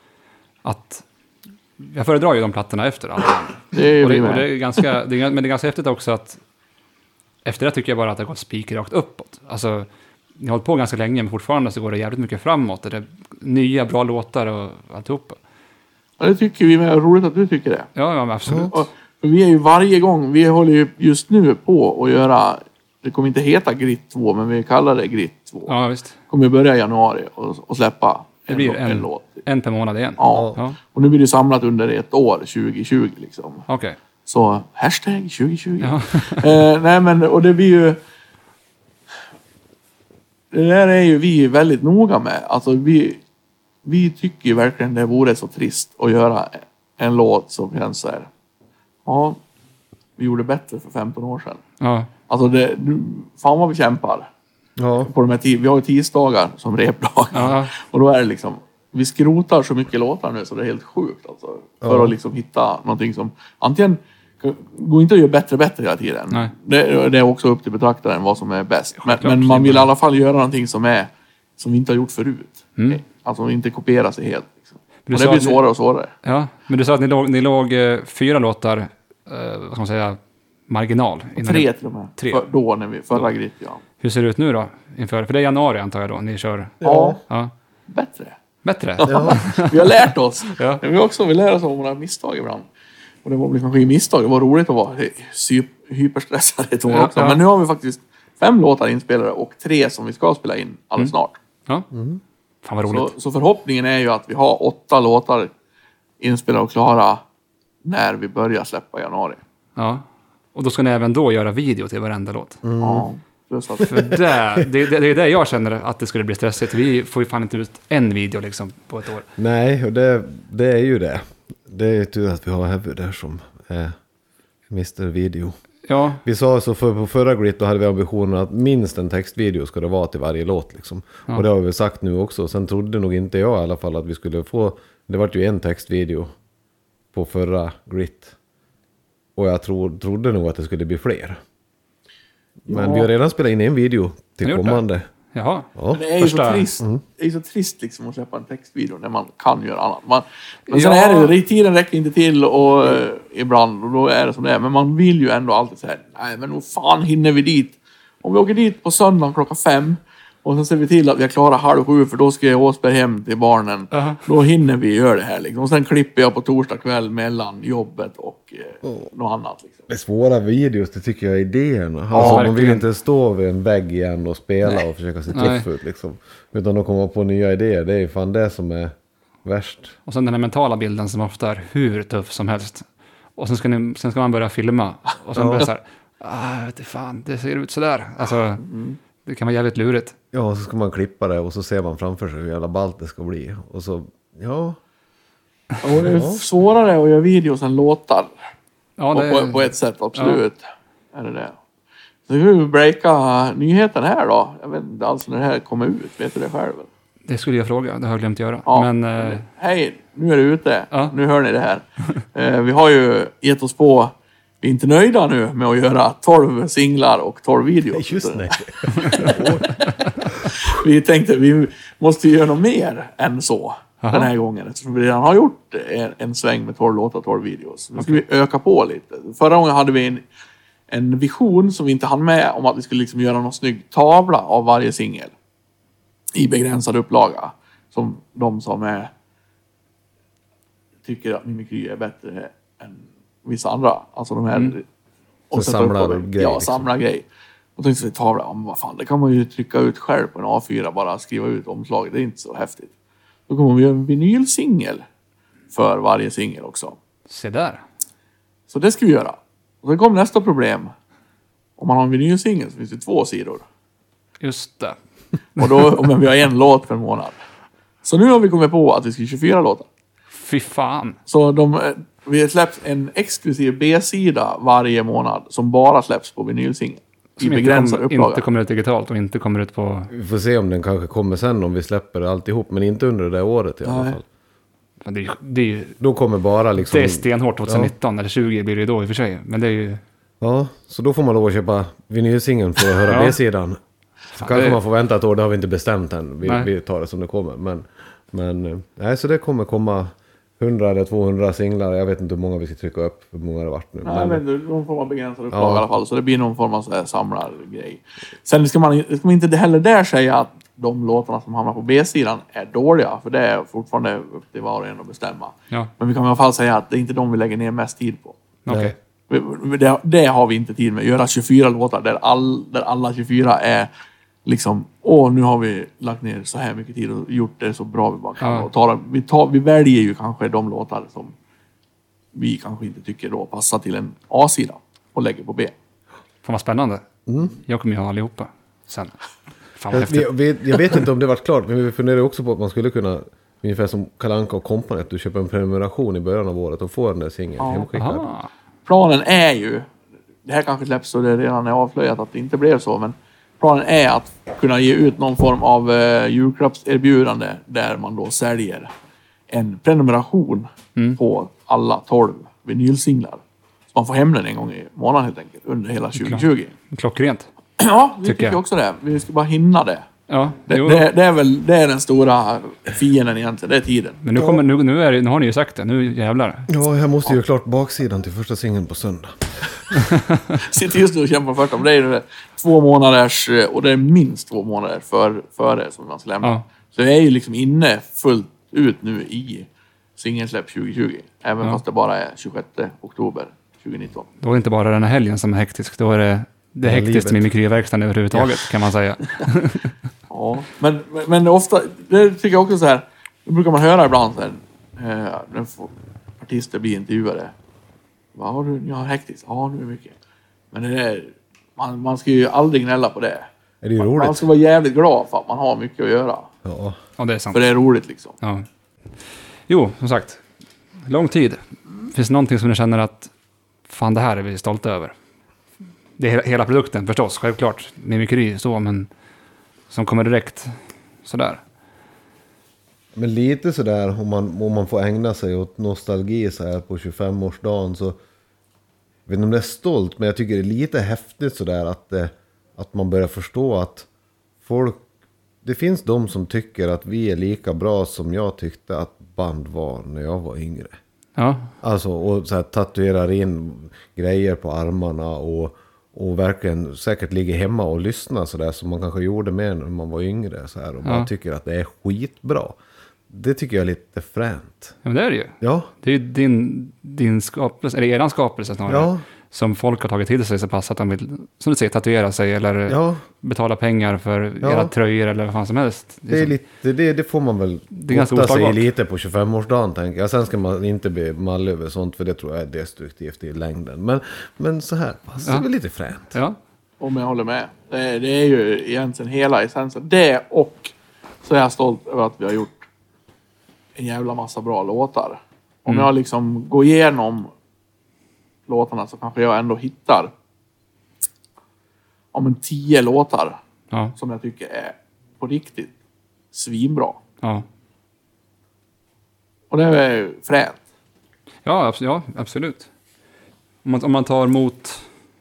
att jag föredrar ju de plattorna efter allt.
Det är ju
Och
vi
det, och
med.
det är ganska, det är, men det är ganska häftigt också att efter det tycker jag bara att det har gått spikrakt uppåt. Alltså, ni har hållit på ganska länge men fortfarande så går det jävligt mycket framåt. Det är nya bra låtar och alltihopa.
Ja, det tycker vi med. Roligt att du tycker det.
Ja, ja men absolut.
Och, för vi är ju varje gång, vi håller ju just nu på att göra, det kommer inte heta Grit två, men vi kallar det Grit två.
Ja, visst.
Kommer ju börja i januari och, och släppa
Det
en,
blir
lå- en,
en,
låt.
en per månad igen.
Ja.
Ja,
Och nu blir det samlat under ett år, tjugo tjugo liksom.
okej.
Så hashtag tjugo tjugo.
Ja.
eh, nej men, och det blir ju... Det där är ju vi väldigt noga med. Alltså vi, vi tycker ju verkligen det vore så trist att göra en låt som känns så här. Ja, vi gjorde bättre för femton år sedan.
Ja,
Alltså det, du- fan vad vi kämpar
Ja,
på de här tid. Vi har ju tisdagar som repdagar.
Ja.
Och då är det liksom, vi skrotar så mycket låtar nu så det är helt sjukt alltså. För
Ja.
att liksom hitta någonting som, antingen går inte att göra bättre bättre hela tiden.
Nej.
Det, det är också upp till betraktaren vad som är bäst. Men,
självklart.
men man vill i alla fall göra någonting som är, som vi inte har gjort förut.
Mm.
Alltså inte kopiera sig helt. Liksom.
Du
Och
sa
det blir
att ni-
svårare och svårare.
ja, men du sa att ni låg, ni låg eh, fyra låtar, eh, vad ska man säga, marginal. innan
Tre
ni-
till och med.
Tre.
För, då när vi, förra grit, ja.
Hur ser det ut nu då? Inför, för det är januari antar jag då, ni kör.
Ja,
Ja.
bättre.
Bättre?
Vi har lärt oss.
Ja.
Vi har också, vi lär oss av våra misstag ibland. Och det var väl kanske misstag. Det var roligt att vara sy- hyperstressad ett år
Ja,
också.
ja.
Men nu har vi faktiskt fem låtar inspelade och tre som vi ska spela in alldeles snart.
Ja. Fan vad roligt.
Så, så förhoppningen är ju att vi har åtta låtar inspelade och klara när vi börjar släppa i januari.
Ja. Och då ska ni även då göra video till varenda låt.
Ja, plus att,
För det, det, det, det är det jag känner att det skulle bli stressigt. Vi får ju fan inte ut en video liksom på ett år.
nej, och det, det är ju det. Det är ju tur att vi har Heavy där som är mister Video.
Ja,
Vi sa så för, på förra Grit då hade vi ambitionen att minst en textvideo ska det vara till varje låt liksom.
Ja.
Och det har vi sagt nu också. Sen trodde nog inte jag i alla fall att vi skulle få, det var ju en textvideo på förra Grit. Och jag tro, trodde nog att det skulle bli fler. Men
Ja.
vi har redan spelat in en video
Har
till
ni gjort
kommande.
Jaha.
Ja.
Det är ju
Första-
så trist.
Mm.
Det är ju så trist liksom att släppa en textvideo när man kan göra annat. Man, men sen
Ja.
är det ju, tiden räcker inte till och eh, ibland och då är det som det är. Men man vill ju ändå alltid säga, nej men vad fan hinner vi dit? Om vi åker dit på söndagen klockan fem och sen ser vi till att vi är klara halv sju för då ska jag Åsberg hem till barnen.
Aha.
Då hinner vi göra det här liksom. Och sen klipper jag på torsdag kväll mellan jobbet och eh, något annat liksom.
Det är svåra videos, det tycker jag är idéerna. Alltså, man vill
verkligen.
inte stå vid en vägg igen och spela och försöka se
Nej.
tuff ut liksom. Utan att komma på nya idéer, det är fan det som är värst.
Och sen den här mentala bilden som ofta är hur tuff som helst. Och sen ska, ni, sen ska man börja filma. Och sen blir det så här, ah, jag vet inte fan, det ser ut sådär. Alltså, det kan vara jävligt lurigt.
Ja, och så ska man klippa det och så ser man framför sig hur jävla ballt det ska bli. Och så, ja.
Och det är svårare att göra videos än låtar.
Ja,
På,
det,
på, på ett sätt, absolut. Är det det. Så hur vi breaka nyheten här då? Jag vet inte alls när det här kommer ut. Vet du det själv?
det skulle jag fråga, det har jag glömt göra.
Ja.
Men eh,
Hej, nu är det ute.
Ja.
Nu hör ni det här. eh, vi har ju gett oss på... Vi är inte nöjda nu med att göra tolv singlar och tolv videos.
Just nej.
Vi tänkte vi måste göra något mer än så
Aha.
den här gången. Eftersom vi redan har gjort en, en sväng med tolv låtar och tolv videos. Nu ska vi öka på lite. Förra gången hade vi en, en vision som vi inte hann med om att vi skulle liksom göra någon snygg tavla av varje singel. I begränsad upplaga. Som de som är, tycker att Mimikry är bättre än vissa andra. Alltså de här...
Mm.
Så
sätta
samlar
upp på-
grej,
Ja,
liksom.
samla grej. Och tänkte vi tavla, ja, men vad fan, det kan man ju trycka ut själv på en A fyra, bara skriva ut omslaget, det är inte så häftigt. Då kommer vi göra en vinylsingel för varje singel också.
se där.
Så det ska vi göra. Och sen kom nästa problem. Om man har en vinylsingel så finns det två sidor.
Just det.
Och då, men vi har en låt per månad. Så nu har vi kommit på att vi ska tjugofyra låtar.
Fy fan.
Så de, eh, vi har släppt en exklusiv B-sida varje månad som bara släpps på vinylsingel. I
Som inte,
begränsad
kom,
upplaga.
inte kommer ut digitalt och inte kommer ut på...
Vi får se om den kanske kommer sen om vi släpper alltihop. Men inte under det där året i alla
Nej.
fall.
Men det, är ju- det, är ju-
Då kommer bara liksom...
det är stenhårt tjugonitton, eller tjugo blir det ju då i och för sig. Men det är ju...
Ja, så då får man lov att köpa vinylsingeln för att höra
Ja.
B-sidan. Så kanske
det-
man får vänta ett år, det har vi inte bestämt än. Vi,
Nej.
vi tar det som det kommer. Men, men eh, nej, så det kommer komma hundra eller tvåhundra singlar. Jag vet inte hur många vi ska trycka upp, hur många det har varit nu.
Nej,
Men,
men någon form av begränsad upplaga
Ja.
i alla fall. Så det blir någon form av så här samlargrej. Sen ska man, ska man inte heller där säga att de låtarna som hamnar på B-sidan är dåliga. För det är fortfarande upp till var och en att bestämma.
Ja,
Men vi kan i alla fall säga att det är inte de vi lägger ner mest tid på.
okej.
Nej.
Det, det har vi inte tid med. Göra tjugofyra låtar där, all, där alla tjugofyra är liksom, åh, nu har vi lagt ner så här mycket tid och gjort det så bra vi bara kan.
Ja.
Och tar, vi, tar, vi väljer ju kanske de låtar som vi kanske inte tycker då passar till en A-sida och lägger på B.
Fan vad spännande. Jag kommer ju ha allihopa sen. Fan vad
jag,
häftigt.
vi, vi, jag vet inte om det varit klart, men vi funderar också på att man skulle kunna, ungefär som Kalle Anka och Company, att du köper en prenumeration i början av året och får den där singeln
Ja.
hemskickad.
Aha.
Planen är ju, det här kanske släpps så det redan är avslöjat att det inte blev så, men planen är att kunna ge ut någon form av eh, julklappserbjudande där man då säljer en prenumeration på alla tolv vinylsinglar. Så man får hem den en gång i månaden helt enkelt under hela tjugohundratjugo.
Klockrent.
Ja, vi
Tycker
tycker
jag.
också det. Vi ska bara hinna det.
Ja,
Det,
jo.
det, det är väl det är den stora fienden egentligen, det är tiden.
Men nu, kommer, nu, nu, är, det- nu har ni ju sagt det, nu jävlar.
Ja, jag måste göra klart baksidan till första singeln på söndag.
Sitter just nu och kämpar först om det är ju två månaders, och det är minst två månader för, före som man ska lämna.
Ja.
Så jag är ju liksom inne fullt ut nu i singelsläpp tjugohundratjugo. Även
Ja.
fast det bara är tjugosjätte oktober tjugonitton.
Då är det inte bara den här helgen som är hektisk, då är det det är
Ja,
hektiskt
livet.
med Mimikry-verkstaden överhuvudtaget kan man säga.
Ja, men, men, men ofta, det tycker jag också så här, det brukar man höra ibland så här, eh, när får- artister blir intervjuade. Vad har du, jag har hektiskt, ja nu är det mycket. Men det är, man, man ska ju aldrig gnälla på det.
Är det ju
Man, man
roligt?
ska vara jävligt glad för att man har mycket att göra.
Ja.
Ja, det är sant.
För det är roligt liksom.
Ja. Jo, som sagt. Lång tid. Finns det någonting som ni känner att fan, det här är vi stolta över? Det är hela, hela produkten förstås, självklart. Mimikry så, men som kommer direkt sådär.
Men lite sådär, om man, om man får ägna sig åt nostalgi så här på tjugofemårsdagen så... Jag vet inte om det är stolt, men jag tycker det är lite häftigt sådär att, det, att man börjar förstå att folk det finns de som tycker att vi är lika bra som jag tyckte att band var när jag var yngre.
Ja.
Alltså, och så här, tatuerar in grejer på armarna och, och verkligen säkert ligger hemma och lyssnar så där som man kanske gjorde mer när man var yngre så här, och
Ja.
bara tycker att det är skitbra. Det tycker jag är lite fränt.
Ja, men det är det ju.
Ja,
Det är ju din, din skapelse, eller eran skapelse snarare.
ja,
Som folk har tagit till sig så pass att de vill, som du säger, tatuera sig eller
ja.
betala pengar för
Ja.
era tröjor eller vad fan som helst.
Det, är lite, det, det får man väl
Det är ganska
gotta sig
oslagbart.
lite på tjugofemårsdagen, tänker jag. Sen ska man inte bli mall över sånt, för det tror jag är destruktivt i längden. Men, men så här, alltså, det är väl lite fränt.
Ja,
Om jag håller med. Det är, det är ju egentligen hela essensen. Det, och så är jag stolt över att vi har gjort en jävla massa bra låtar. Om
Mm.
jag liksom går igenom låtarna så kanske jag ändå hittar om en tio låtar
ja,
som jag tycker är på riktigt svinbra.
ja.
Och det är fränt.
Ja, abs- ja absolut. Om man, om man tar mot,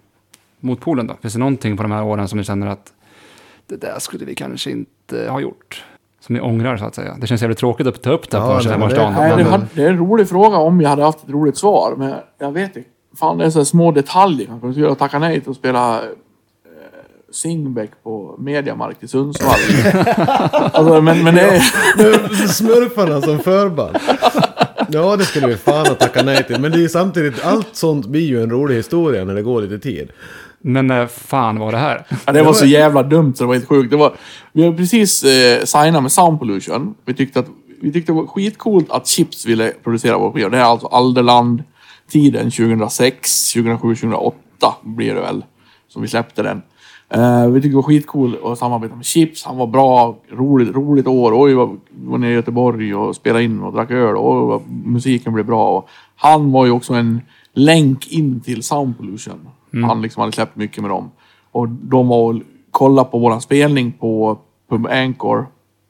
mot Polen då, finns det någonting på de här åren som ni känner att det där skulle vi kanske inte ha gjort? Som ni ångrar så att säga. Det känns jävligt tråkigt att ta upp det
Ja,
på
nej,
tjugofemårsdagen.
men
Nej, det,
men-
hade, det är en rolig fråga om jag hade haft ett roligt svar. Men jag vet inte. Fan, det är så här små detaljer. Man skulle göra tacka nej till att spela eh, Singbeck på Mediamarkt i Sundsvall. alltså, men, men det är...
Smurfarna som förband. Ja, det skulle vi fan ha tackat nej till. Men det är ju samtidigt, allt sånt blir ju en rolig historia när det går lite tid.
Men när fan var det här?
Ja, det var så jävla dumt så det var helt sjukt. Det var, vi har precis eh, signat med Sound Pollution. Vi tyckte, att, vi tyckte det var skitcoolt att Chips ville producera vår skiva. Det är alltså Alderland-tiden tjugohundrasex, tjugohundrasju, tjugohundraåtta blir det väl. Som vi släppte den. Eh, vi tyckte det var skitcool att samarbeta med Chips. Han var bra, roligt, roligt år. Oj, var, var nere i Göteborg och spelade in och drack öl. Och vad musiken blev bra. Och han var ju också en länk in till Sound Pollution. Han liksom hade släppt mycket med dem. Och de var och kollade på våran spelning på Pub Anchor.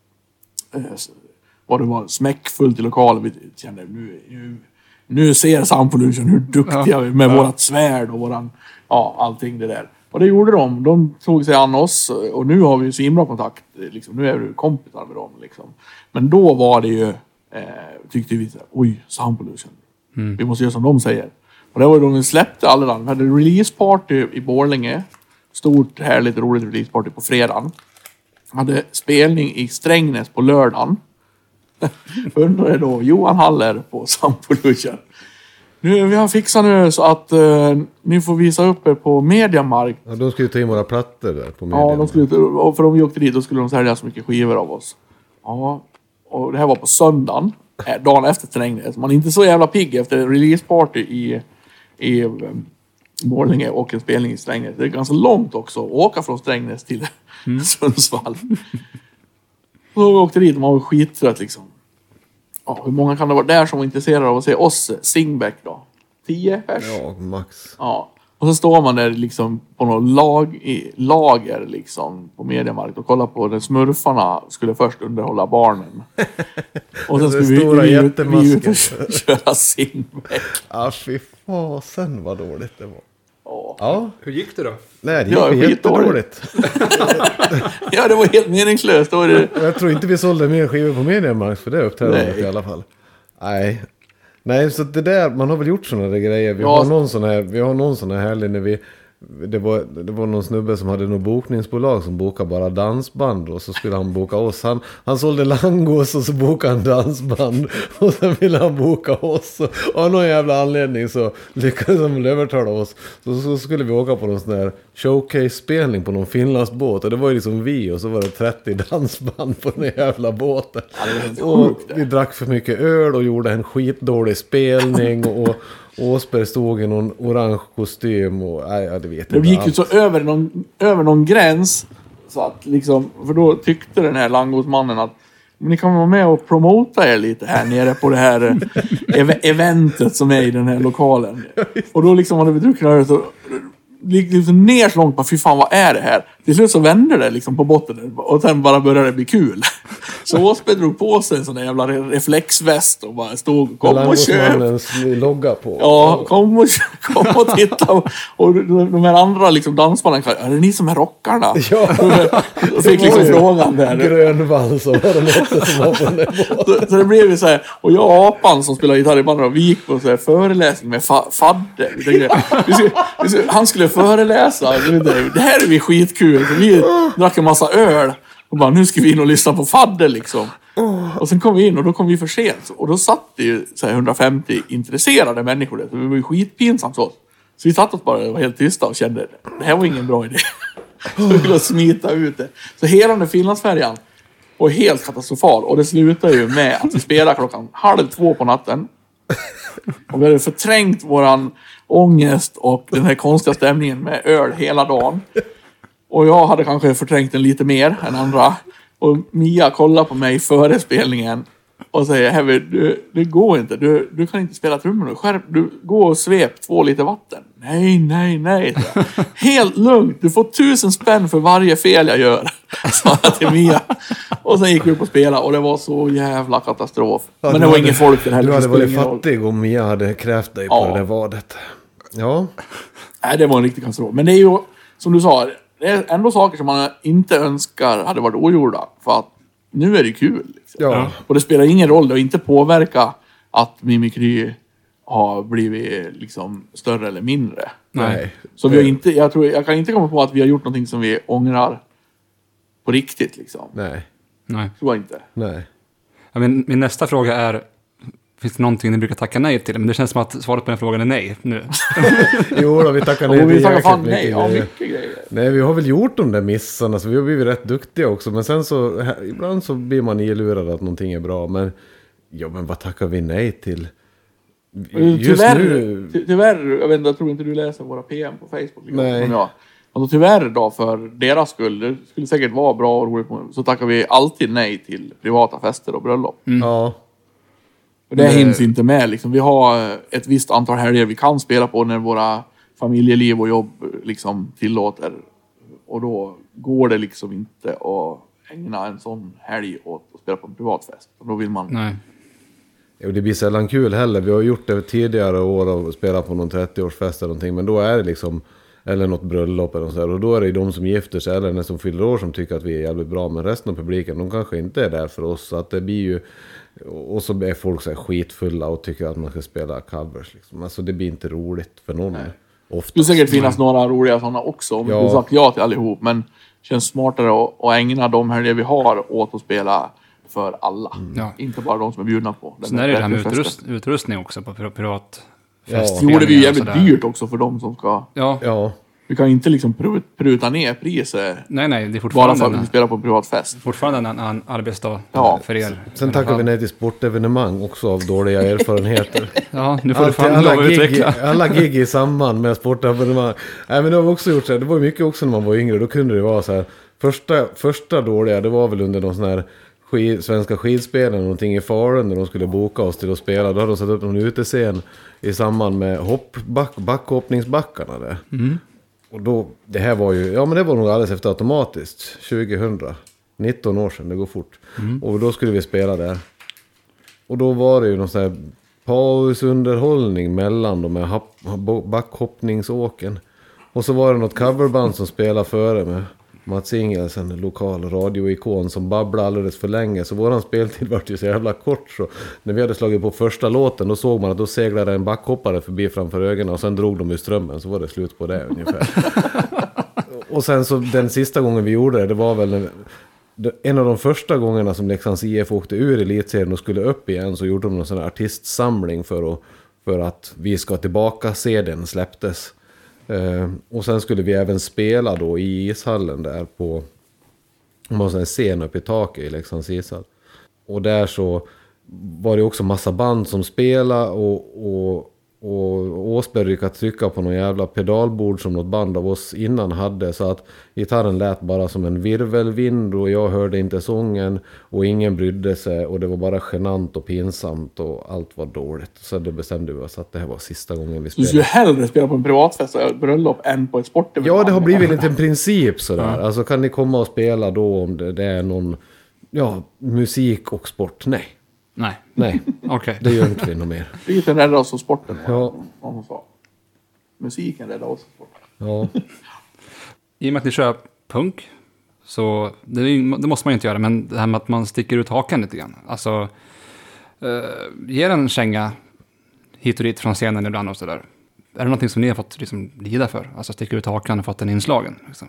Eh, och det var smäckfullt i lokalen. Vi kände nu, nu, nu ser Sound Pollution hur duktiga vi är med vårat svärd och våran, ja, allting det där. Och det gjorde de. De tog sig an oss och nu har vi ju svinbra kontakt. Liksom. Nu är vi kompisar med dem. Liksom. Men då var det ju, eh, tyckte vi, oj, Sound Pollution. Mm. Vi måste göra som de säger. Och det var ju då vi släppte alla land. Vi hade releaseparty i Borlänge. Stort, härligt, roligt releaseparty på fredagen. Hade spelning i Strängnäs på lördagen. Undrade då Johan Haller på Sound Pollution. Nu, vi har fixat nu så att uh, ni får visa upp er på Mediamarkt.
Ja, de skulle ju ta in våra plattor där på
Ja,
Mediamarkt.
de skulle, och för om vi åkte dit då skulle de sälja så mycket skivor av oss. Ja, och det här var på söndagen. eh, Dagen efter Strängnäs. Man är inte så jävla pigg efter releaseparty i, i um, Borlänge och en spelning i Strängnäs. Det är ganska långt också att åka från Strängnäs till mm. Sundsvall. Så vi åkte dit och man var skittrött liksom. Ja, hur många kan det vara där som var intresserade av att se oss Singbeck då? Tio pers?
Ja, max.
Ja. Och så står man där liksom på något lag, i, lager liksom på Mediamarkt och kollar på när smurfarna skulle först underhålla barnen. Och sen
Den
skulle vi,
stora
vi, vi,
jättemasken.
vi ut och köra Singbeck.
Ja, fy fasen vad dåligt det var.
Ja.
Ja,
Hur gick det då?
nej, det
Ja,
gick ju jättedåligt.
Ja, det var helt meningslöst. Då var det...
Jag tror inte vi sålde mer skivor på Mediamarkt för det uppträdandet
Nej.
i alla fall. Nej. Nej, så det där, man har väl gjort sådana där grejer. Vi
Ja.
har någon sån här, vi har någon sån här härlig när vi, det var, det var någon snubbe som hade något bokningsbolag som bokade bara dansband och så skulle han boka oss. Han, han sålde langos och så bokade han dansband och sen ville han boka oss. Och av någon jävla anledning så lyckades de övertala oss. Så, så skulle vi åka på någon sån här showcase-spelning på någon finlandsbåt och det var ju liksom vi och så var det trettio dansband på den jävla båten.
Ja, det var helt
Och
sjukt det.
vi drack för mycket öl och gjorde en skitdålig spelning och Åsberg stod i någon orange kostym och nej, jag vet
Det
inte
gick ju
allt.
så över någon, över någon gräns. Så att liksom, för då tyckte den här langosmannen att men ni kan vara med och promota er lite här nere på det här eh, ev- eventet som är i den här lokalen. Och då liksom hade vi druckit öl så gick liksom ner så långt på fy fan vad är det här? till slut så vände det liksom på botten och sen bara började det bli kul. Så Åsberg drog på sig en sån där jävla reflexväst och bara stod kom och köp.
Logga på.
Ja, kom och, kom och titta. Och de här andra liksom dansbanden, är det ni som är rockarna?
Ja.
Och fick liksom frågan där.
Grönvall så var det något som var på den där båten.
Så, så det blev ju så här, och jag och apan som spelar gitarr i bandet, och vi gick på en så här föreläsning med fa- Fadde. Vi tänkte, vi skulle, vi skulle, han skulle föreläsa. Det här är vi skitkul. Så vi drack en massa öl. Och bara, nu ska vi in och lyssna på Fadde liksom. Och sen kom vi in och då kom vi för sent. Och då satt det ju så här hundrafemtio intresserade människor där. Så det var ju skitpinsamt så. Så vi satt oss bara och var helt tysta och kände, det här var ingen bra idé. Så vi skulle smita ut det. Så hela den Finlandsfärjan var helt katastrofal. Och det slutade ju med att vi spelade klockan halv två på natten. Och vi hade förträngt våran ångest och den här konstiga stämningen med öl hela dagen. Och jag hade kanske förträngt den lite mer än andra. Och Mia kollar på mig före spelningen och säger, Heavy, du, det går inte. Du, du kan inte spela trummor nu. Skärp, du, gå och svep två liter vatten. Nej, nej, nej. Helt lugnt. Du får tusen spänn för varje fel jag gör. Sa jag till Mia. Och sen gick vi upp och spelade och det var så jävla katastrof.
Ja,
men det var hade, ingen folk där heller.
Du hade varit fattig om Mia hade krävt dig på
ja.
det där vadet. Ja.
Nej, det var en riktig katastrof. Men det är ju, som du sa, det är ändå saker som man inte önskar hade varit ogjorda. För att nu är det kul. Liksom.
Ja.
Och det spelar ingen roll. Det har inte påverkat att Mimikry har blivit liksom större eller mindre.
Nej.
Så vi har inte, jag, tror, jag kan inte komma på att vi har gjort någonting som vi ångrar på riktigt. Liksom.
Nej.
Nej.
Så var inte.
Nej.
Ja, min, min nästa fråga är, finns det någonting ni brukar tacka nej till? Men det känns som att svaret på den frågan är nej nu.
Jo då, vi tackar nej.
Och vi tackar fan nej. Ja, mycket grejer.
Nej, vi har väl gjort de där missarna, så vi har blivit rätt duktiga också. Men sen så, här, ibland så blir man ilurad att någonting är bra. Men, ja men vad tackar vi nej till? Just
tyvärr,
nu...
ty, tyvärr, jag vet inte, jag tror inte du läser våra P M på Facebook. Liksom,
Nej.
som jag. Alltså, tyvärr då, för deras skull, det skulle säkert vara bra och roligt, så tackar vi alltid nej till privata fester och bröllop.
Mm. Ja.
Och det hinns inte med. Liksom. Vi har ett visst antal helger vi kan spela på när våra familjeliv och jobb liksom tillåter. Och då går det liksom inte att ägna en sån helg åt att spela på en privatfest. Och då vill man...
Nej.
Och det blir sällan kul heller. Vi har gjort det tidigare år och spelat på någon trettioårsfest eller någonting. Men då är det liksom, eller något bröllop eller något så här. Och då är det de som gifter sig eller den som fyller år som tycker att vi är jävligt bra. Men resten av publiken, de kanske inte är där för oss. Så att det blir ju, och så är folk så här skitfulla och tycker att man ska spela covers. Liksom. Alltså det blir inte roligt för någon.
Det skulle säkert finnas några roliga sådana också. Om
Ja.
vi sagt ja till allihop. Men det känns smartare att, att ägna de helger vi har åt att spela för alla.
Ja.
Inte bara de som är bjudna på.
Sen är det det här med
festen.
utrust, utrustning också på pri- privat
Ja.
Jo, det blir ju jävligt
sådär.
dyrt också för de som ska...
Ja.
Ja.
Vi kan inte liksom prut, pruta ner priset
Nej, nej, det är
bara
fortfarande,
för att
en,
vi spelar på en privat fest.
fortfarande en, en arbetsdag
Ja.
för er.
Sen tackar vi nej till sportevenemang också av dåliga erfarenheter.
Ja, nu får du
Alltid,
fan lov
alla,
att
gig,
utveckla.
alla gig i samband med sportevenemang. Nej, men det har vi också gjort så här. Det var ju mycket också när man var yngre. Då kunde det vara så här. Första, första dåliga, det var väl under någon sån här skid, svenska skidspel eller någonting i Falun när de skulle boka oss till att spela. Då hade de satt upp någon utescen i samband med hopp, back, backhoppningsbackarna där.
Mm.
Och då, det här var ju, ja men det var nog alldeles efter automatiskt. tjugohundra. nitton år sedan, det går fort.
Mm.
Och då skulle vi spela där. Och då var det ju någon sån här pausunderhållning mellan de här happ- backhoppningsåken. Och så var det något coverband som spelade före med Mats Ingels, en lokal radioikon som babblade alldeles för länge. Så våran speltid var ju så jävla kort. Så när vi hade slagit på första låten, då såg man att då seglade en backhoppare förbi framför ögonen. Och sen drog de ur strömmen, så var det slut på det ungefär. Och sen så den sista gången vi gjorde det, det var väl en, en av de första gångerna som Leksands I F åkte ur elitserien och skulle upp igen, så gjorde de någon sån här artistsamling för att, för att vi ska tillbaka, C D:n släpptes. Uh, och sen skulle vi även spela då i ishallen där på, man har en scen upp i taket i Leksands ishall. Och där så var det också massa band som spelade och, och och Åsberg ryckade trycka på någon jävla pedalbord som något band av oss innan hade, så att gitarren lät bara som en virvelvind och jag hörde inte sången och ingen brydde sig och det var bara genant och pinsamt och allt var dåligt. Så det bestämde vi oss att det här var sista gången vi
Du skulle
spelade.
hellre spela på en privatfest och ett bröllop än på ett sportevenemang.
Ja, det har blivit lite en princip sådär. Alltså kan ni komma och spela då om det, det är någon, ja, musik och sport? Nej.
Nej.
Nej,
Okej.
det gör inte vi något mer.
Musiken räddar oss och sporten.
Ja.
Någon sa. Musiken räddar oss och sporten.
Ja.
I och med att ni kör punk, så det, är ju- det måste man ju inte göra, men det här med att man sticker ut hakan lite grann. Alltså, eh, ger en känga hit och dit från scenen ibland och sådär. Är det någonting som ni har fått liksom lida för? Alltså sticka ut hakan och fått den inslagen? Liksom.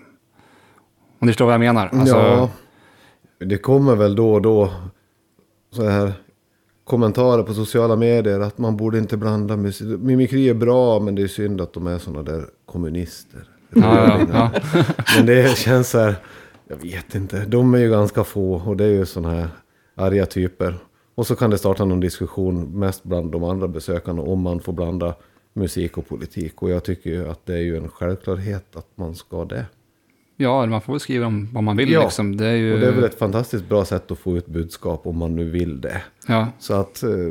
Om ni förstår vad jag menar. Alltså,
Ja, det kommer väl då och då så här kommentarer på sociala medier att man borde inte blanda musik. Mimikry är bra, men det är synd att de är såna där kommunister.
ja, ja, ja.
Men det känns så här, jag vet inte, de är ju ganska få och det är ju såna här arga typer. Och så kan det starta någon diskussion mest bland de andra besökarna om man får blanda musik och politik. Och jag tycker ju att det är ju en självklarhet att man ska det.
Ja, man får väl skriva om vad man vill.
Ja,
Liksom. Det är ju...
Och det är väl ett fantastiskt bra sätt att få ut budskap om man nu vill det.
Ja.
Så att, eh,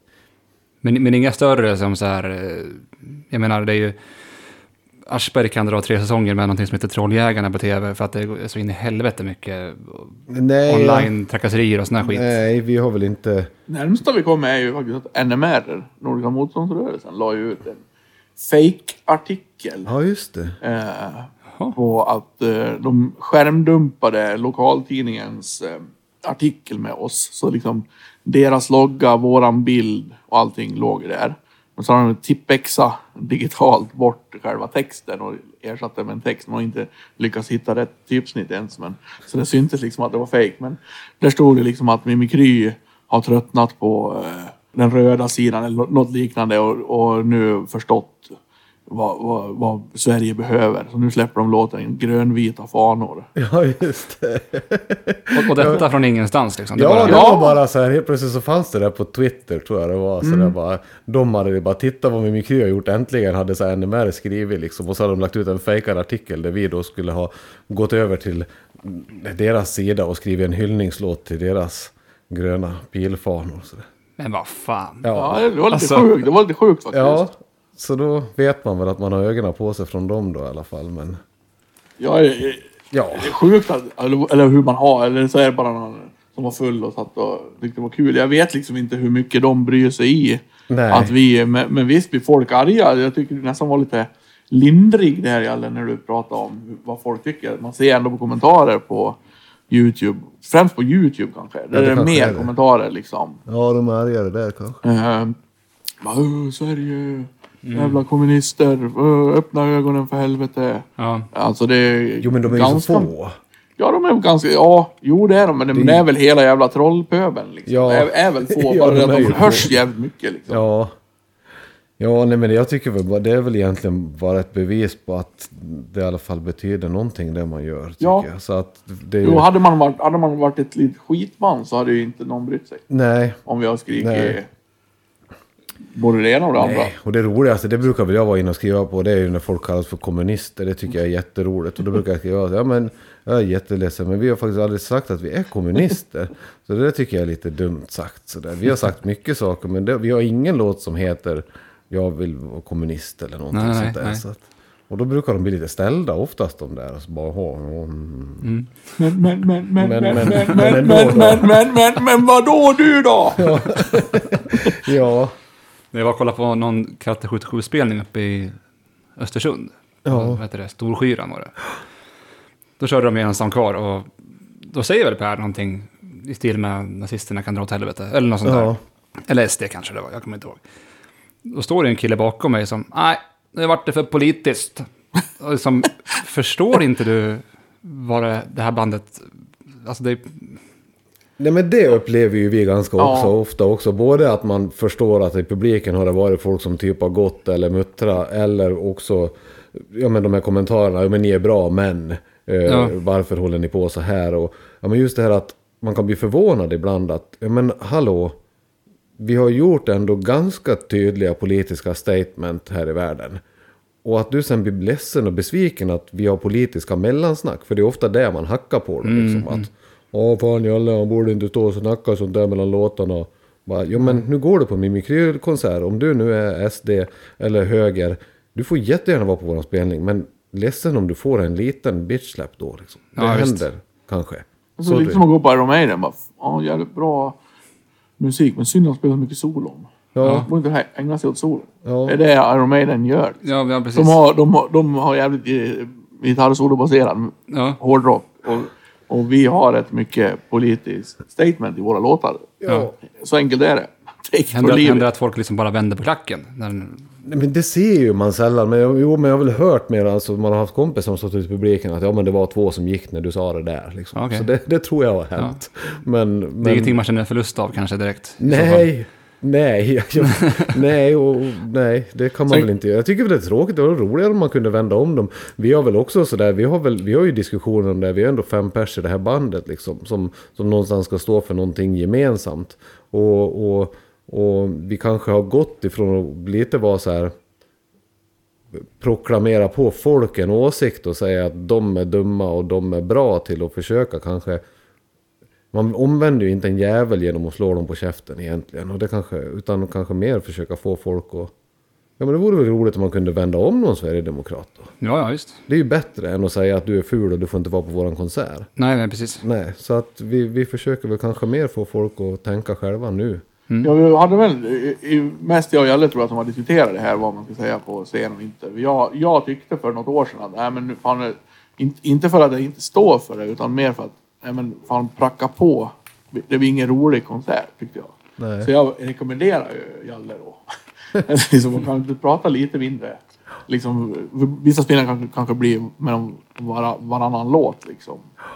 Men, men inga större som så här, eh, jag menar det är ju, Aschberg kan dra tre säsonger med någonting som heter Trolljägarna på tv för att det är så in i helvete mycket
nej,
online-trakasserier och sån här skit.
nej, vi har väl inte...
Närmsta vi kommer är ju faktiskt att N M R, Nordiska motståndsrörelsen, la ju ut en fake-artikel
Ja, just det.
eh, på att eh, de skärmdumpade lokaltidningens eh, artikel med oss. Så liksom deras logga, våran bild och allting låg där. Och så har de tippexa digitalt bort själva texten och ersatte med en text. Man har inte lyckats hitta rätt typsnitt ens. Men, så det syntes liksom att det var fake. Men där stod det liksom att Mimikry har tröttnat på eh, den röda sidan eller något liknande och, och nu förstått vad, vad, vad Sverige behöver. Så nu släpper de låten grönvita fanor.
Ja, just det.
Och, och detta från ingenstans liksom. Det
Ja,
bara,
det
Ja.
var bara så här, helt plötsligt så fanns det där på Twitter, tror jag det var. Så
Mm.
där bara, de hade det bara, titta vad Mimikry har gjort, äntligen hade så här N M R skrivit liksom. Och så hade de lagt ut en fejkad artikel där vi då skulle ha gått över till deras sida och skrivit en hyllningslåt till deras gröna pilfanor. Så där.
men vad fan.
Ja,
Ja.
det var lite
Alltså-
sjukt. Det var lite sjukt faktiskt.
ja, så då vet man väl att man har ögonen på sig från dem då i alla fall. Men
Ja, det är,
ja,
det är sjukt att, eller, eller hur man har, eller så är det bara någon som var full och satt och tyckte det var kul. Jag vet liksom inte hur mycket de bryr sig i.
nej.
Att vi, men, men visst blir folk arga. Jag tycker det nästan var lite lindrig det här Jalle, när du pratar om hur- vad folk tycker. Man ser ändå på kommentarer på YouTube. Främst på YouTube kanske. Där
det
är det
kanske
mer
är det.
kommentarer liksom.
Ja, de är argare där kanske.
Uh, bara, Sverige, jävla kommunister, uh, öppna ögonen för helvete.
Ja.
Alltså det är
Jo, men de är ju
ganska,
så få.
Ja, de är ganska, ja, jo det är de, men det, det är väl hela jävla trollpöbeln liksom.
Ja.
Är, är väl få,
Ja,
bara
de
att
är
de
ju
hörs
få.
jävligt mycket liksom.
Ja. Ja, nej, men jag tycker väl bara, det är väl egentligen bara ett bevis på att det i alla fall betyder någonting det man gör, tycker
Ja.
jag. Så att det är ju...
Jo, hade man varit, hade man varit ett litet skitman så hade ju inte någon brytt sig.
Nej,
Om vi har skrikit
Nej.
både det ena och det andra.
nej. Och det roligaste, det brukar väl jag vara inne och skriva på, det är ju när folk kallas för kommunister. Det tycker jag är jätteroligt. Och då brukar jag skriva, ja men jag är jätteledsen, men vi har faktiskt aldrig sagt att vi är kommunister. Så det tycker jag är lite dumt sagt. Så där. Vi har sagt mycket saker, men det, vi har ingen låt som heter jag vill vara kommunist eller någonting
Nej,
sånt där.
nej.
Så att, och då brukar de bli lite ställda oftast de där. Och så bara, ha, mm.
Men, men, men, men, men,
Men-
men,
men-
men,
men
men,
ändå
men,
då.
men, men, men, men vadå du då?
Ja,
Jag var och kollade på någon Katte sjuttiosju-spelning uppe i Östersund.
Ja.
Vad heter det? Storskyran var det. Då körde de ensam kvar och då säger väl Per någonting i stil med nazisterna kan dra åt helvete. Eller något sånt
Ja.
där. Eller S D kanske det var, jag kommer inte ihåg. Då står det en kille bakom mig som, nej, nu vart det för politiskt. Och liksom, förstår inte du vad det, det här bandet, alltså det,
nej men det upplever ju vi ganska
Ja.
också, ofta också. Både att man förstår att i publiken har det varit folk som typ har gått eller muttra. Eller också, ja men de här kommentarerna, ja men ni är bra men eh,
Ja.
varför håller ni på så här? Och, ja men just det här att man kan bli förvånad ibland att, ja men hallå, vi har gjort ändå ganska tydliga politiska statement här i världen. Och att du sen blir ledsen och besviken att vi har politiska mellansnack. För det är ofta det man hackar på. Liksom, mm, att, mm. Åh fan Jalle, han borde inte stå och snacka sånt där mellan låtarna. Bara, ja men nu går du på Mimikry-konsert. Om du nu är S D eller höger. Du får jättegärna vara på våran spelning. Men ledsen om du får en liten bitch-släpp då. Liksom. Det ja, händer visst. Kanske.
Så, så lite som att gå på Iron Maiden. Bara, ja, jävligt bra musik. Men synd att spela så mycket solo. Ja. De borde inte ägna sig åt solo. Ja. Det är det Iron Maiden gör.
Ja, ja, precis.
De har, de har, de har jävligt gitarr-solo-baserad ja. hårdrock. Och, och vi har ett mycket politiskt statement i våra låtar. Ja. Så enkelt är det.
Det händer, att, händer att folk liksom bara vänder på klacken. När...
Nej, men det ser ju man sällan. Men, jo, men jag har väl hört mer. Alltså, man har haft kompisar som stått ut i publiken. Att ja, men det var två som gick när du sa det där. Liksom. Okay. Så det, det tror jag har hänt. Ja. Men, men...
Det är ingenting man känner förlust av kanske direkt.
Nej. Nej, jag, nej, och, nej, det kan man så, väl inte göra. Jag tycker väl det är tråkigt, det var roligare om man kunde vända om dem. Vi har väl också sådär, vi har, väl, vi har ju diskussioner om det, vi är ändå fem pers i det här bandet liksom, som, som någonstans ska stå för någonting gemensamt. Och, och, och vi kanske har gått ifrån att lite vara så här proklamera på folk en åsikt och säga att de är dumma och de är bra till att försöka kanske. Man omvänder ju inte en jävel genom att slå dem på käften egentligen. Och det kanske, utan kanske mer försöka få folk att... Ja, men det vore väl roligt om man kunde vända om någon Sverigedemokrat då.
Ja, ja, just.
Det är ju bättre än att säga att du är ful och du får inte vara på våran konsert.
Nej, nej, precis.
Nej, så att vi, vi försöker väl kanske mer få folk att tänka själva nu.
Mm. Ja, vi hade väl, i, mest jag och Jalle tror jag som har diskuterat det här, vad man ska säga på scen och inte. Jag, jag tyckte för något år sedan att, nej men fan, inte, inte för att jag inte står för det, utan mer för att nej men fan pracka på. Det blir ingen rolig konsert tyckte jag. Nej. Så jag rekommenderar ju Jalle då. liksom, man kan inte prata lite mindre. Liksom, vissa spelare kanske, kanske blir med var, varannan låt liksom.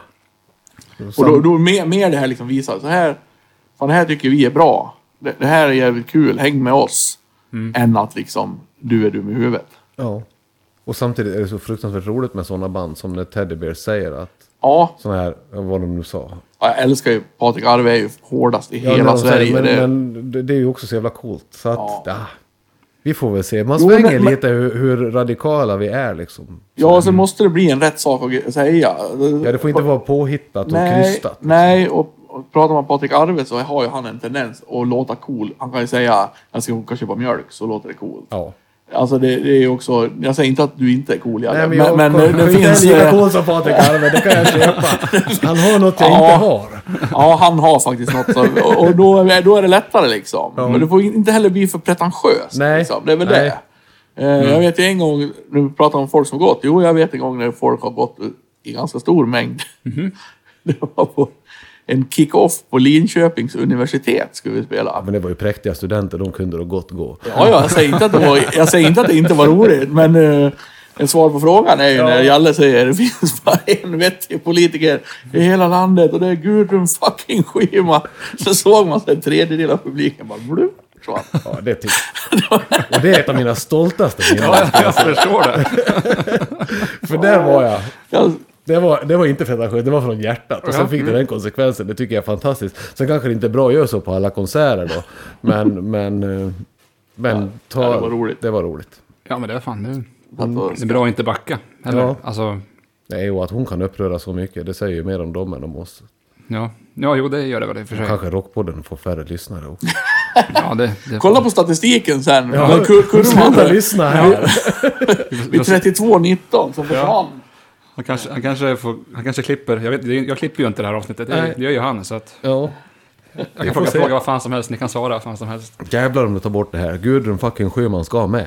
Och då, då mer, mer det här liksom visar så här. Fan det här tycker vi är bra. Det, det här är jävligt kul. Häng med oss. Mm. Än att liksom du är dum i huvudet.
Ja. Och samtidigt är det så fruktansvärt roligt med sådana band som när Teddy Bear säger att
ja.
Sån här, vad de nu sa.
Ja, jag älskar ju, Patrik Arve är ju hårdast i ja, hela Sverige.
Men det... men det är ju också så jävla coolt. Så att, ja. Ja, vi får väl se. Man svänger jo, men, lite hur, hur radikala vi är liksom. Så
ja, så måste det bli en rätt sak att säga.
Ja, det får inte vara påhittat och
nej,
krystat. Liksom.
Nej, och, och pratar man Patrik Arve så har ju han en tendens att låta cool. Han kan ju säga, jag ska åka köpa mjölk, så låter det cool. Ja. Alltså det, det är ju också, jag säger inte att du inte är cool. Nej, men, jag, men, men det finns
lika cool som Patrik Arve, det kan jag köpa. Han har något jag ja, inte har.
Ja, han har faktiskt något. Så, och då är, då är det lättare liksom. Ja. Men det får inte heller bli för pretentiöst. Nej. Liksom. Det är väl Nej. det. Mm. Jag vet ju en gång, när vi pratar om folk som gått. Jo, jag vet en gång när folk har gått i ganska stor mängd. Mm. Det var på en kick-off på Linköpings universitet skulle vi spela.
Ja, men det var ju präktiga studenter, de kunde då gott gå.
Ja, ja jag, säger inte att det var, jag säger inte att det inte var roligt, men uh, en svar på frågan är ju ja. när Jalle säger det finns bara en vettig politiker i hela landet och det är Gudrun fucking Schyman. Så såg man så en tredjedel av publiken bara blum.
Ja, det tycker jag. Och det är ett av mina stoltaste minnen.
Ja, jag förstår det.
För där var jag... jag Det var, det var inte pretentiöst, det var från hjärtat. Och sen fick det den konsekvensen, det tycker jag är fantastiskt. Sen kanske det inte är bra att göra så på alla konserter då. Men, men, men ta, ja, det var roligt. Det var roligt.
Ja, men det är fan, det är, mm. det är bra att inte backa. Eller? Ja. Alltså...
Nej, och att hon kan uppröra så mycket, det säger ju mer om dem än om oss.
Ja, ja jo, det gör det väl i och för sig.
Kanske Rockpodden får färre lyssnare också.
Ja, det, det
kolla på statistiken sen.
Ja, sluta lyssna här.
Vid trettiotvå nitton så försvann. Ja.
Han kanske, han, kanske får, han kanske klipper. Jag, vet, jag klipper ju inte det här avsnittet. Det, det gör ju han. Så att
ja.
Jag kan fråga, fråga vad fan som helst. Ni kan svara vad fan som helst.
Jävlar om du tar bort det här. Gudrun fucking Schyman ska med.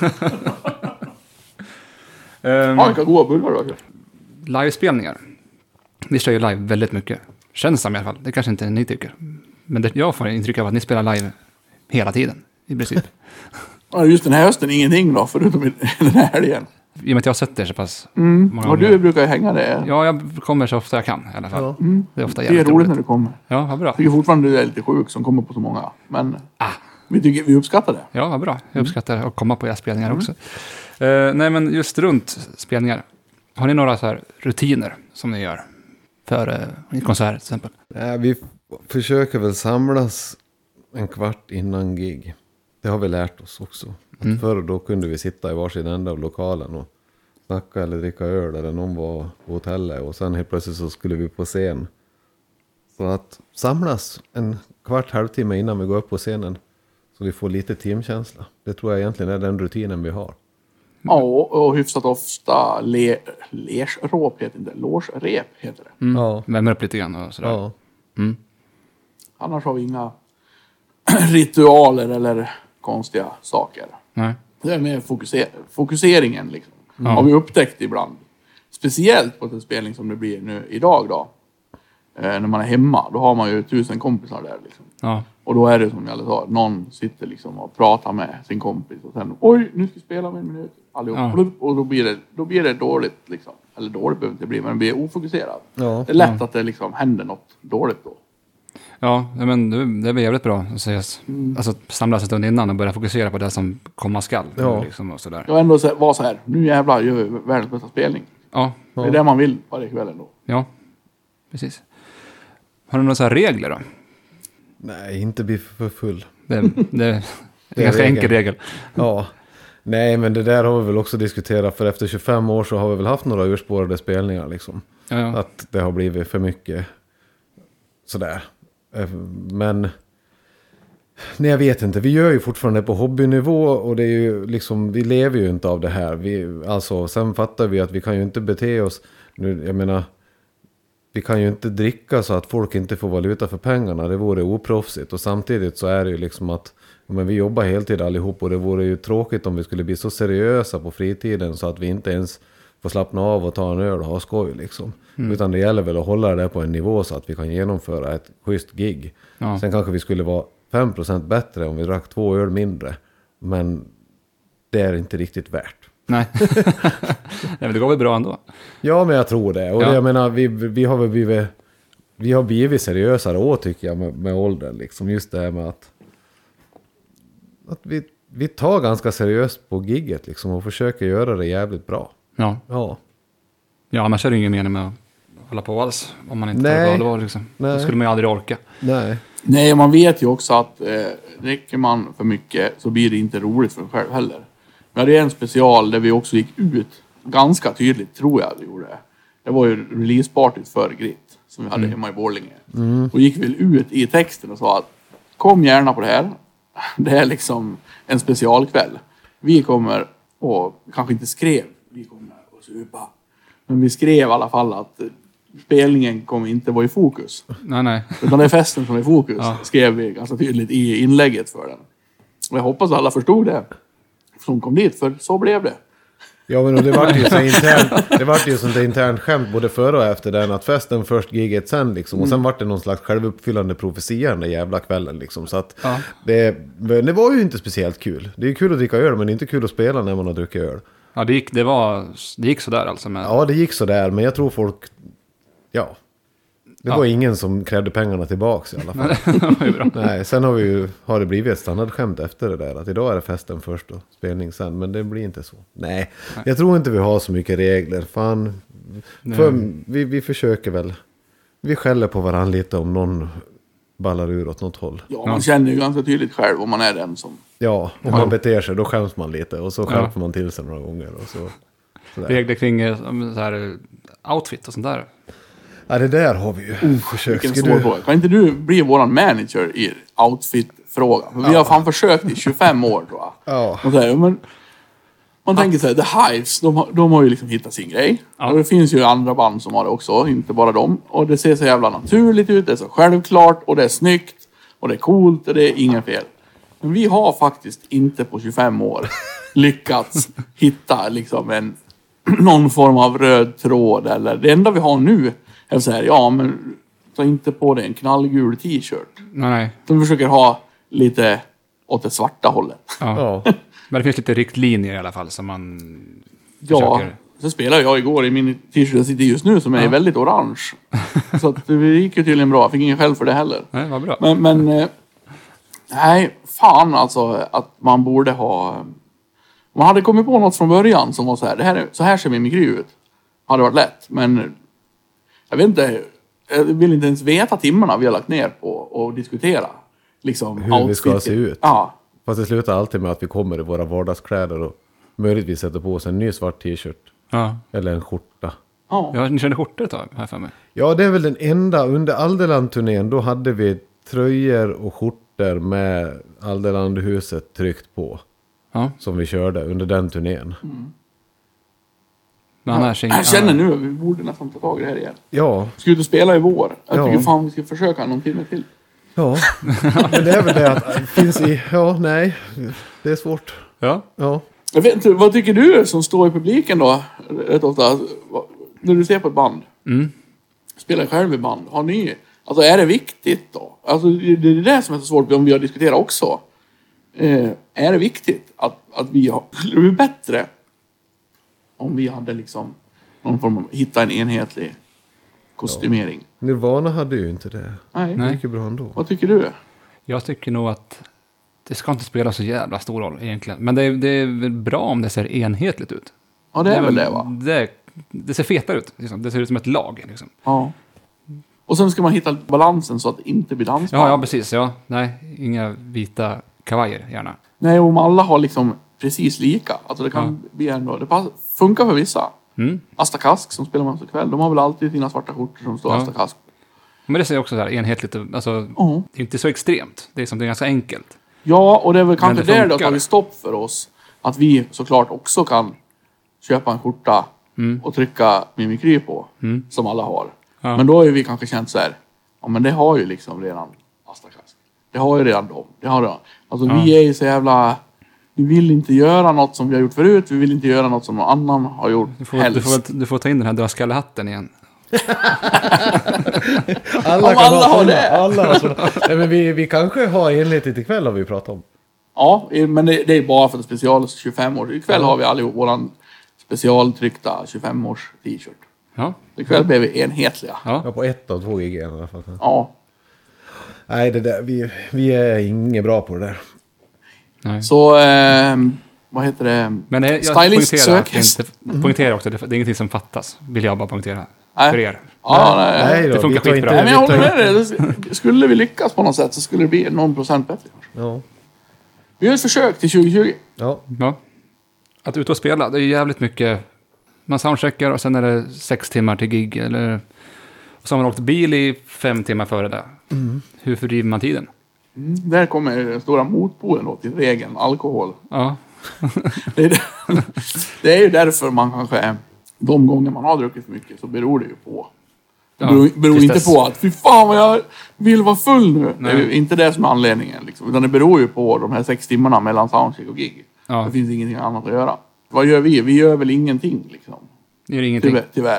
um, ja, vilka goda bullar då.
Livespelningar. Vi kör ju live väldigt mycket. Känns som i alla fall. Det kanske inte ni tycker. Men det, jag får intryck av att ni spelar live hela tiden. I princip.
Ja, just den här hösten ingenting då. Förutom den här helgen.
I och med att jag har sett det så pass
mm. många gånger. Och du brukar hänga där.
Ja, jag kommer så ofta jag kan i alla fall. Ja. Mm. Det är ofta
det är roligt, roligt när du kommer.
Ja, vad bra.
Jag tycker fortfarande du är lite sjuk som kommer på så många. Men ah. vi, tycker, vi uppskattar det.
Ja, vad bra. Jag uppskattar att komma på era spelningar mm. också. Uh, nej, men just runt spelningar. Har ni några så här rutiner som ni gör för uh, en konsert till exempel?
Ja, vi f- försöker väl samlas en kvart innan gig. Det har vi lärt oss också. Att mm. Förr då kunde vi sitta i varsin ända av lokalen och snacka eller dricka öl eller någon var på hotellet. Och sen helt plötsligt så skulle vi på scen. Så att samlas en kvart, halvtimme innan vi går upp på scenen. Så vi får lite teamkänsla. Det tror jag egentligen är den rutinen vi har.
Ja, och, och hyfsat ofta le, lersråp heter det. Lårsrep heter det.
Mm.
Ja.
Värmer upp lite grann och sådär.
Ja.
Mm.
Annars har vi inga ritualer eller konstiga saker.
Nej.
Det är mer fokuser- fokuseringen liksom.
Ja.
Har vi upptäckt ibland. Speciellt på en spelning som det blir nu idag då. Eh, när man är hemma. Då har man ju tusen kompisar där liksom.
Ja.
Och då är det som jag sa. Någon sitter liksom och pratar med sin kompis. Och sen, oj, nu ska vi spela med en minut. Allihop.
Ja.
Och då blir, det, då blir det dåligt liksom. Eller dåligt behöver det inte bli. Men det blir ofokuserat.
Ja.
Det är lätt att det liksom händer något dåligt då.
Ja, men det, det blir jävligt bra att ses.
Mm.
Alltså samlas en stund innan och börja fokusera på det som komma skall.
Ja.
Liksom, och sådär.
Jag ändå var så här. Nu jävlar gör vi världens bästa spelning.
Ja,
Det är det man vill varje kväll ändå.
ja, precis. Har du några så här regler då?
Nej, inte bli för full.
Det, det, det är en
är
ganska
regeln.
enkel regel.
Ja. Nej, men det där har vi väl också diskuterat. För efter tjugofem år så har vi väl haft några urspårade spelningar liksom.
Ja, ja.
Att det har blivit för mycket sådär. Men nej, jag vet inte. Vi gör ju fortfarande på hobbynivå och det är ju liksom, vi lever ju inte av det här. Vi, alltså, sen fattar vi att vi kan ju inte bete oss, nu, jag menar, vi kan ju inte dricka så att folk inte får valuta för pengarna. Det vore oproffsigt. Och samtidigt så är det ju liksom att men vi jobbar heltid allihop och det vore ju tråkigt om vi skulle bli så seriösa på fritiden så att vi inte ens får slappna av och ta en öl och ha skoj liksom. Mm. Utan det gäller väl att hålla det på en nivå så att vi kan genomföra ett schysst gig.
Ja.
Sen kanske vi skulle vara fem procent bättre om vi drack två öl mindre. Men det är inte riktigt värt.
Nej. Nej, men det går väl bra ändå.
Ja, men jag tror det. Och
Ja.
det, jag menar, vi, vi har väl blivit, vi har blivit seriösare år tycker jag med, med åldern. Liksom. Just det här med att, att vi, vi tar ganska seriöst på gigget liksom, och försöker göra det jävligt bra.
Ja,
Ja.
ja annars är det ingen mening med att hålla på alls. Om man inte tar det
Nej.
på allvar liksom. Då
Nej.
skulle man ju aldrig orka.
Nej.
Nej, man vet ju också att eh, räcker man för mycket så blir det inte roligt för en själv heller. Vi hade en special där vi också gick ut ganska tydligt, tror jag det gjorde. Det var ju releasepartyt för Grit som vi hade hemma i Borlänge. Mm. Och gick väl ut i texten och sa att kom gärna på det här. Det är liksom en specialkväll. Vi kommer, och kanske inte skrev, vi kommer att supa. Men vi skrev i alla fall att spelningen kommer inte vara i fokus.
Nej, nej.
Utan det är festen som är i fokus.
Ja.
Skrev vi ganska tydligt i inlägget för den. Och jag hoppas att alla förstod det. Som kom dit, för så blev det.
Ja, men och det var ju så internt, det var ju sånt internt skämt både före och efter den, att festen först, giget sen liksom, och sen
Mm.
var det någon slags självuppfyllande profetia den där jävla kvällen liksom, så att
Ja.
det, det var ju inte speciellt kul. Det är ju kul att dricka öl, men det är inte kul att spela när man har druckit öl.
Ja, det gick, det var, det gick sådär alltså. Med,
Ja, det gick så där, men jag tror folk, ja, det
Ja.
var ingen som krävde pengarna tillbaks i alla fall.
det var ju bra.
Nej, sen har vi ju, har det blivit ett standardskämt efter det där, att idag är det festen först och spelning sen, men det blir inte så. Nej,
Nej.
jag tror inte vi har så mycket regler, fan. För vi, vi försöker väl, vi skäller på varandra lite om någon ballar ur åt något håll.
Ja, man känner ju ganska tydligt själv om man är den som...
Ja, om man beter sig, då skäms man lite, och så skärper
Ja.
man till sig några gånger. Och så, sådär.
Regler kring eh, så här, outfit och sånt där.
Ja, det där har vi ju försökt.
Vilken
Ska
svår
du...
fråga. Kan inte du bli våran manager i outfit-frågan? För vi har fan försökt i tjugofem år, tror jag.
Ja.
Och så här, men man tänker så här, The Hives, de har, de har ju liksom hittat sin grej.
Ja.
Och det finns ju andra band som har det också, inte bara dem. Och det ser så jävla naturligt ut, det är så självklart, och det är snyggt, och det är coolt, och det är ingen fel. Men vi har faktiskt inte på tjugofem år lyckats hitta liksom en, någon form av röd tråd. Eller det enda vi har nu är så här, ja men ta inte på dig en knallgul t-shirt.
Nej, nej.
De försöker ha lite åt det svarta hållet.
Ja.
Ja.
Men det finns lite riktlinjer i alla fall som man
Ja,
försöker.
så spelade jag igår i min t-shirt jag sitter just nu som är
Ja.
väldigt orange. Så att det gick ju tydligen bra. Jag fick ingen skäll för det heller.
Nej, vad bra.
Men, men eh, nej, fan alltså att man borde ha... Man hade kommit på något från början som var så här, det här är, så här ser mimikry ut. Hade varit lätt, men jag vet inte, jag vill inte ens veta timmarna vi har lagt ner på att diskutera. liksom
hur vi ska
outfit.
se ut.
Ja.
Fast det slutar alltid med att vi kommer i våra vardagskläder och möjligtvis sätter på oss en ny svart t-shirt.
Ja.
Eller en skjorta.
Ja.
Ja, ni körde skjortor ett tag här för mig.
Ja, det är väl den enda. Under Alderland-turnén då hade vi tröjor och skjortor med Alderlandhuset tryckt på.
Ja.
Som vi körde under den turnén.
Men annars
Jag känner nu att vi borde nästan ta tag i det här igen.
Ja,
Ska ut och spela i vår. Jag
Ja.
tycker fan vi ska försöka någon timme till.
ja. Men det är väl det att det finns i... Ja, nej. Det är svårt.
Ja.
Ja.
Jag vet inte, vad tycker du som står i publiken då? Rätt ofta. Vad- När du ser på ett band.
Mm.
Spelar själv i band. Har ni... Alltså är det viktigt då? Alltså det det är det som är så svårt om vi har diskuterat också. Eh, är det viktigt att, att vi har... Skulle det bli bättre om vi hade liksom någon form av... Hitta en enhetlig kostymering?
Nirvana hade ju inte det.
Nej.
Det gick ju bra ändå.
Vad tycker du?
Jag tycker nog att det ska inte spela så jävla stor roll egentligen. Men det är, det är väl bra om det ser enhetligt ut.
Ja, det är väl det va?
Det, det ser fetare ut. Liksom. Det ser ut som ett lag. Liksom.
Ja. Och sen ska man hitta balansen så att det inte blir dansband.
Ja, ja, precis. Ja. Nej, inga vita kavajer gärna.
Nej, om alla har liksom precis lika. Alltså det kan bli ändå... Det pass, funkar för vissa.
Mm.
Asta Kask som spelar man så kväll. De har väl alltid sina svarta skjortor som står
Ja.
Asta Kask.
Men det ser också så här enhetligt ut. Alltså,
Ja.
det är inte så extremt. Det är, som, det är ganska enkelt.
Ja, och det är väl kanske
det
där det har
funkar.
tagit stopp för oss. Att vi såklart också kan köpa en skjorta och trycka mimikry på.
Mm.
Som alla har.
Ja.
Men då har ju vi kanske känt så här. Ja, men det har ju liksom redan Asta Kask. Det har ju redan dem. Det har redan. Alltså
Ja.
vi är ju så jävla... Vi vill inte göra något som vi har gjort förut. Vi vill inte göra något som någon annan har gjort.
Du får,
helst.
du, får, du får ta in den här dödskallehatten igen.
Alla
Om alla har det.
Alla har sådana. Nej, men vi, vi kanske har enhetligt ikväll har vi pratat om.
Ja, men det, det är bara för att special tjugofem år. Ikväll har vi allihop våran specialtryckta tjugofem års t-shirt.
Ja.
Ikväll blev vi enhetliga.
Ja.
Ja, på ett av två gig i alla fall.
Ja.
Nej, det där, vi, vi är inget bra på det där.
Nej.
Så, eh, vad heter det?
Men det, jag
Stylist
poängterar, att det
sökes.
inte, poängterar också, det, det är ingenting som fattas. Vill jag bara poängtera.
Nej.
För er.
Ja, nej, nej.
då,
det funkar
vi tar
skitbra.
inte-
Nej, men jag
vi tar
håller med
inte-
dig. Det- Skulle vi lyckas på något sätt så skulle det bli någon procent bättre.
Ja.
Vi gör ett försök till tjugo tjugo.
Ja.
Ja. Att ut och spela, det är jävligt mycket. Man soundcheckar och sen är det sex timmar till gig. Eller, och så har man åkt bil i fem timmar före det. Hur fördriver man tiden?
Mm, där kommer den stora motpolen då till regeln, alkohol.
Ja.
Det är, det, det är ju därför man kanske, de gånger man har druckit för mycket så beror det ju på. Det
Ja,
beror, beror
tills
inte
dess.
på att fy fan vad jag vill vara full nu. Det är
Nej.
ju inte det som är anledningen. Liksom. Utan det beror ju på de här sex timmarna mellan soundcheck och gig.
Ja.
Det finns ingenting annat att göra. Vad gör vi? Vi gör väl ingenting liksom.
Det gör ingenting.
Tyvärr. tyvärr.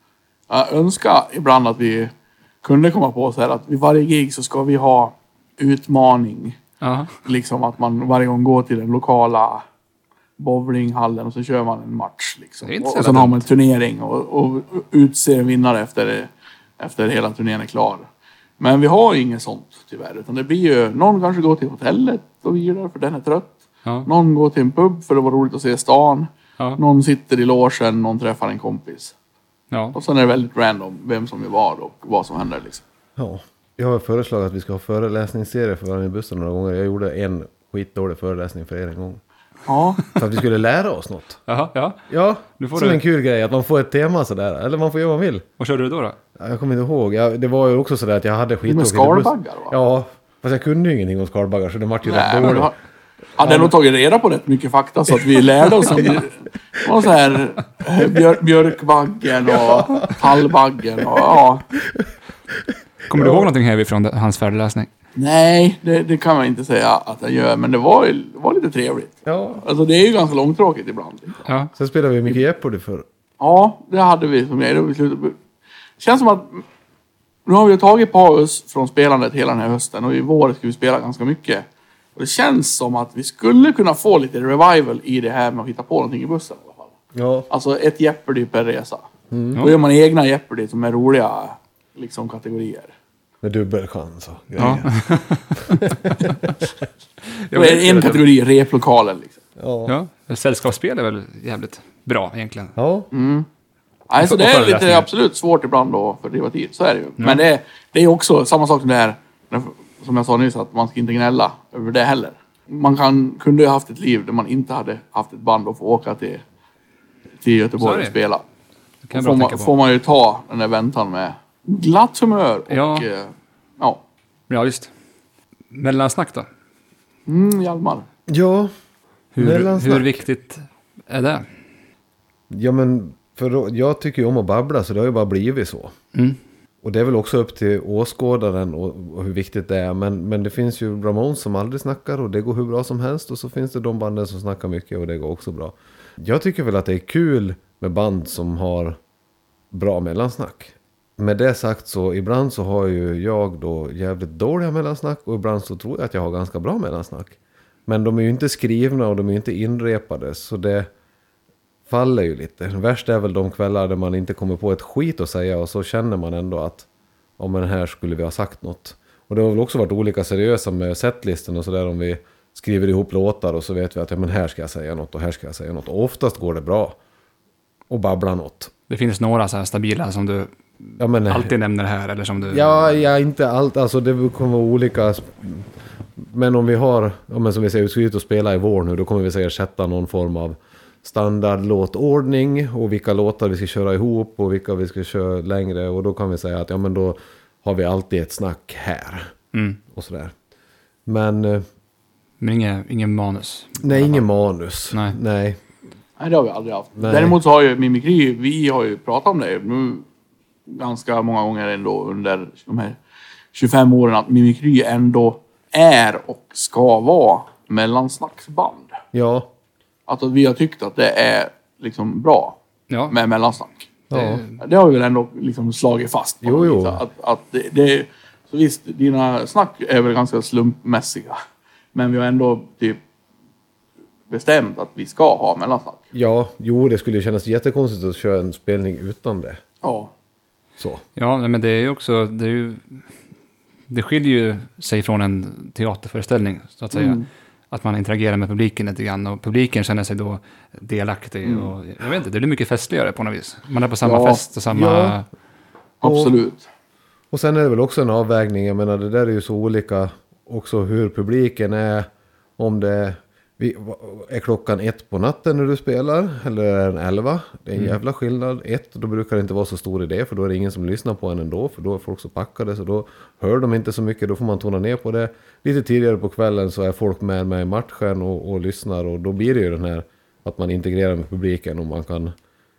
Jag önskar ibland att vi kunde komma på så här att vid varje gig så ska vi ha utmaning.
Ja.
Liksom att man varje gång går till den lokala bowlinghallen och så kör man en match. Liksom.
Det är inte så
Och, och
jävla
sen har man
dumt.
en turnering och, och utser en vinnare efter, efter hela turnén är klar. Men vi har inget sånt tyvärr. Utan det blir ju, någon kanske går till hotellet och vilar för den är trött.
Ja.
Någon går till en pub för det var roligt att se stan.
Ja.
Någon sitter i logen, någon träffar en kompis.
Ja.
Och sen är det väldigt random vem som är vad och vad som händer liksom.
Ja. Jag har föreslagit att vi ska ha föreläsningsserie för varandra i bussen några gånger. Jag gjorde en skitdålig föreläsning för er en gång.
Ja,
Så att vi skulle lära oss något.
Jaha, ja.
Ja,
Nu får
som
du-
en kul grej. Att man får ett tema sådär. Eller man får göra vad man vill.
Vad körde du då? då?
Ja, jag kommer inte ihåg. Jag, det var ju också sådär att jag hade
med
skittråkigt i
skalbaggar
bussen.
va?
Ja, fast jag kunde ju ingenting om skalbaggar så det vart ju
Nej,
rätt
men
dåligt.
du har, hade nog tagit reda på rätt mycket fakta så att vi lärde oss om det var så här eh, björ, björkbaggen och tallbaggen och ja.
Kommer du ihåg någonting här från hans föreläsning?
Nej, det, det kan man inte säga att jag gör, men det var, ju- det var lite trevligt.
Ja,
Alltså det är ju ganska långtråkigt ibland.
Ja.
sen spelade vi mycket Jeopardy för.
Ja, det hade vi som grej. Då vi slutade. Känns som att nu har vi tagit paus från spelandet hela den här hösten och i vår ska vi spela ganska mycket. Och det känns som att vi skulle kunna få lite revival i det här med att hitta på någonting i bussen i alla fall.
Ja,
Alltså ett Jeopardy per resa.
Mm.
Då gör man egna Jeopardy som är roliga liksom, kategorier.
med dubbelchans och
Ja.
grejer.
Då är det en kategori replokalen. Liksom.
Ja.
Ja. Sällskapsspel är väl jävligt bra egentligen.
Ja.
Nej, så
Och
det är lite
föreläsningar.
absolut svårt ibland då för att driva tid. Så är det ju. Men det, är- det är också samma sak som det här. När som jag sa nyss, att man ska inte gnälla över det heller. Man kan, kunde ju haft ett liv där man inte hade haft ett band och få åka till, till Göteborg och spela.
Kan
får, man, får man ju ta den där väntan med glatt humör och
Ja.
eh, ja.
Ja, visst. Mellansnack då?
Mm, Hjalmar.
Ja,
Hur,
Mellansnack.
hur viktigt är det?
Ja, men för då, jag tycker ju om att babbla, så det har ju bara blivit så.
Mm.
Och det är väl också upp till åskådaren och, och hur viktigt det är. Men, men det finns ju Ramones som aldrig snackar och det går hur bra som helst. Och så finns det de banden som snackar mycket och det går också bra. Jag tycker väl att det är kul med band som har bra mellansnack. Med det sagt så ibland så har ju jag då jävligt dåliga mellansnack och ibland så tror jag att jag har ganska bra mellansnack. Men de är ju inte skrivna och de är ju inte inrepade, så det faller ju lite. Värst är väl de kvällar där man inte kommer på ett skit att säga och så känner man ändå att ja, men här skulle vi ha sagt något. Och det har väl också varit olika seriösa med setlisten och sådär, om vi skriver ihop låtar och så vet vi att ja, men här ska jag säga något och här ska jag säga något. Och oftast går det bra och babbla något.
Det finns några så här stabila som du
Ja, men,
alltid nämner här, eller som du...
Ja, ja, inte allt. Alltså det kommer vara olika. Men om vi har, ja, men som vi säger, vi ska ut och spela i vår nu, då kommer vi säkert sätta någon form av standardlåtordning och vilka låtar vi ska köra ihop och vilka vi ska köra längre. Och då kan vi säga att ja, men då har vi alltid ett snack här.
Mm.
Och sådär. Men... eh,
Men ingen, ingen manus.
Nej, ingen manus.
Nej.
Nej.
Nej, det har vi aldrig haft.
Nej.
Däremot så har ju Mimikry, vi har ju pratat om det nu ganska många gånger ändå under de här tjugofem åren, att Mimikry ändå är och ska vara mellansnacksband.
Ja.
Att vi har tyckt att det är liksom bra
Ja.
med mellansnack.
Ja.
Det har vi väl ändå liksom slagit fast på.
Jo, jo.
något vis. Att, att det, det, så visst, dina snack är väl ganska slumpmässiga. Men vi har ändå typ bestämt att vi ska ha mellansnack.
Ja, jo, det skulle ju kännas jättekonstigt att köra en spelning utan det.
Ja.
Så.
Ja, nej, men det är ju också... Det, är ju, det skiljer ju sig från en teaterföreställning, så att säga.
Mm.
Att man interagerar med publiken lite grann. Och publiken känner sig då delaktig.
Mm.
Och, jag vet inte, det blir mycket festligare på något vis. Man är på samma
Ja.
fest och samma...
Ja.
Absolut.
Och sen är det väl också en avvägning. Jag menar, det där är ju så olika också hur publiken är. Om det vi, är klockan ett på natten när du spelar eller är den elva. Det är en
Mm.
jävla skillnad. Ett, då brukar det inte vara så stor idé, för då är det ingen som lyssnar på en ändå. För då är folk så packade, så då hör de inte så mycket. Då får man tona ner på det. Lite tidigare på kvällen så är folk med, med i matchen och, och lyssnar. Och då blir det ju den här att man integrerar med publiken och man kan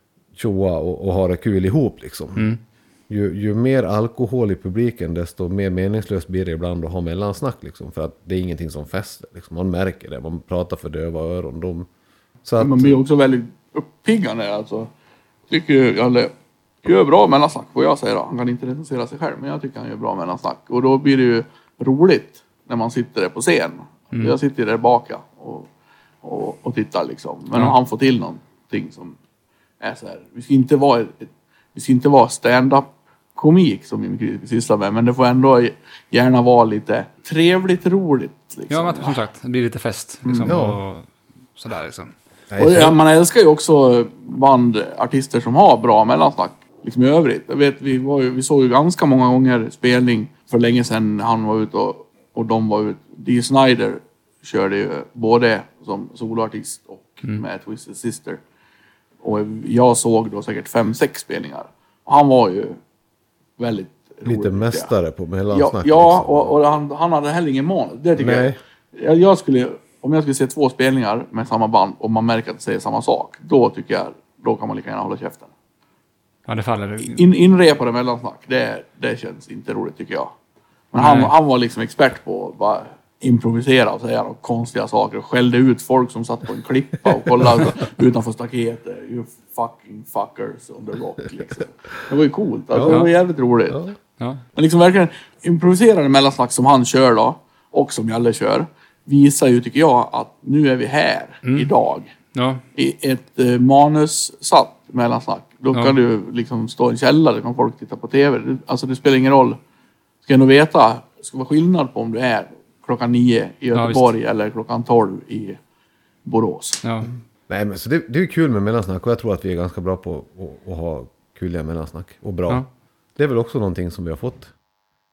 tjoa och, och ha det kul ihop liksom.
Mm.
Ju, ju mer alkohol i publiken, desto mer meningslöst blir det ibland att ha mellansnack liksom, för att det är ingenting som fäster liksom. Man märker det, man pratar för döva öron. De, så att,
Man blir också väldigt uppiggande. Alltså. Tycker ju, eller, gör bra mellansnack, vad jag säger då. Han kan inte recensera sig själv, men jag tycker han gör bra mellansnack. Och då blir det ju roligt när man sitter där på scen.
Mm.
Jag sitter där baka och, och, och tittar liksom. Men
Ja.
om han får till någonting som är så här. Vi ska inte vara, ett, vi ska inte vara stand-up komik som vi sysslar med, men det får ändå gärna vara lite trevligt roligt. Liksom.
Ja, men att, som sagt, det blir lite fest. Liksom,
Mm. Ja.
och sådär liksom.
nej,
Och
så-
ja, man älskar ju också band, artister som har bra mellansnack liksom i övrigt. Jag vet, vi, var ju, vi såg ju ganska många gånger spelning för länge sedan han var ute och, och de var ute. Dee Snider körde ju både som soloartist och
Mm.
med Twisted Sister. Och jag såg då säkert fem, sex spelningar. Och han var ju väldigt rolig.
lite mästare på
Ja,
mellansnack.
ja
liksom.
och, och han, han hade heller ingen manus. Det tycker
Nej.
jag. jag. Jag skulle, om jag skulle se två spelningar med samma band och man märker att det säger samma sak, då tycker jag, då kan man lika gärna hålla käften.
Ja, det faller.
In, inrepade mellansnack, det, det känns inte roligt tycker jag. Men han,
Nej.
han var liksom expert på att bara improvisera och säga några konstiga saker och skällde ut folk som satt på en klippa och kollade utanför staketet. You fucking fuckers on the rock liksom. Det var ju coolt, alltså,
Ja.
det var jävligt roligt.
Ja.
Ja.
Men liksom verkligen improviserade mellansnack som han kör då, och som Jalle kör, visar ju tycker jag att nu är vi här idag.
Ja.
I ett eh, manussatt mellansnack. Då
Ja.
kan du liksom stå i en källare, kan folk titta på tv. Det- Alltså det spelar ingen roll. Ska nog veta, det ska vara skillnad på om du är klockan nio i Göteborg eller klockan tolv i Borås.
Ja.
Nej, men så det, det är ju kul med mellansnack och jag tror att vi är ganska bra på att, att ha kuliga mellansnack. Och bra.
Ja.
Det är väl också någonting som vi har fått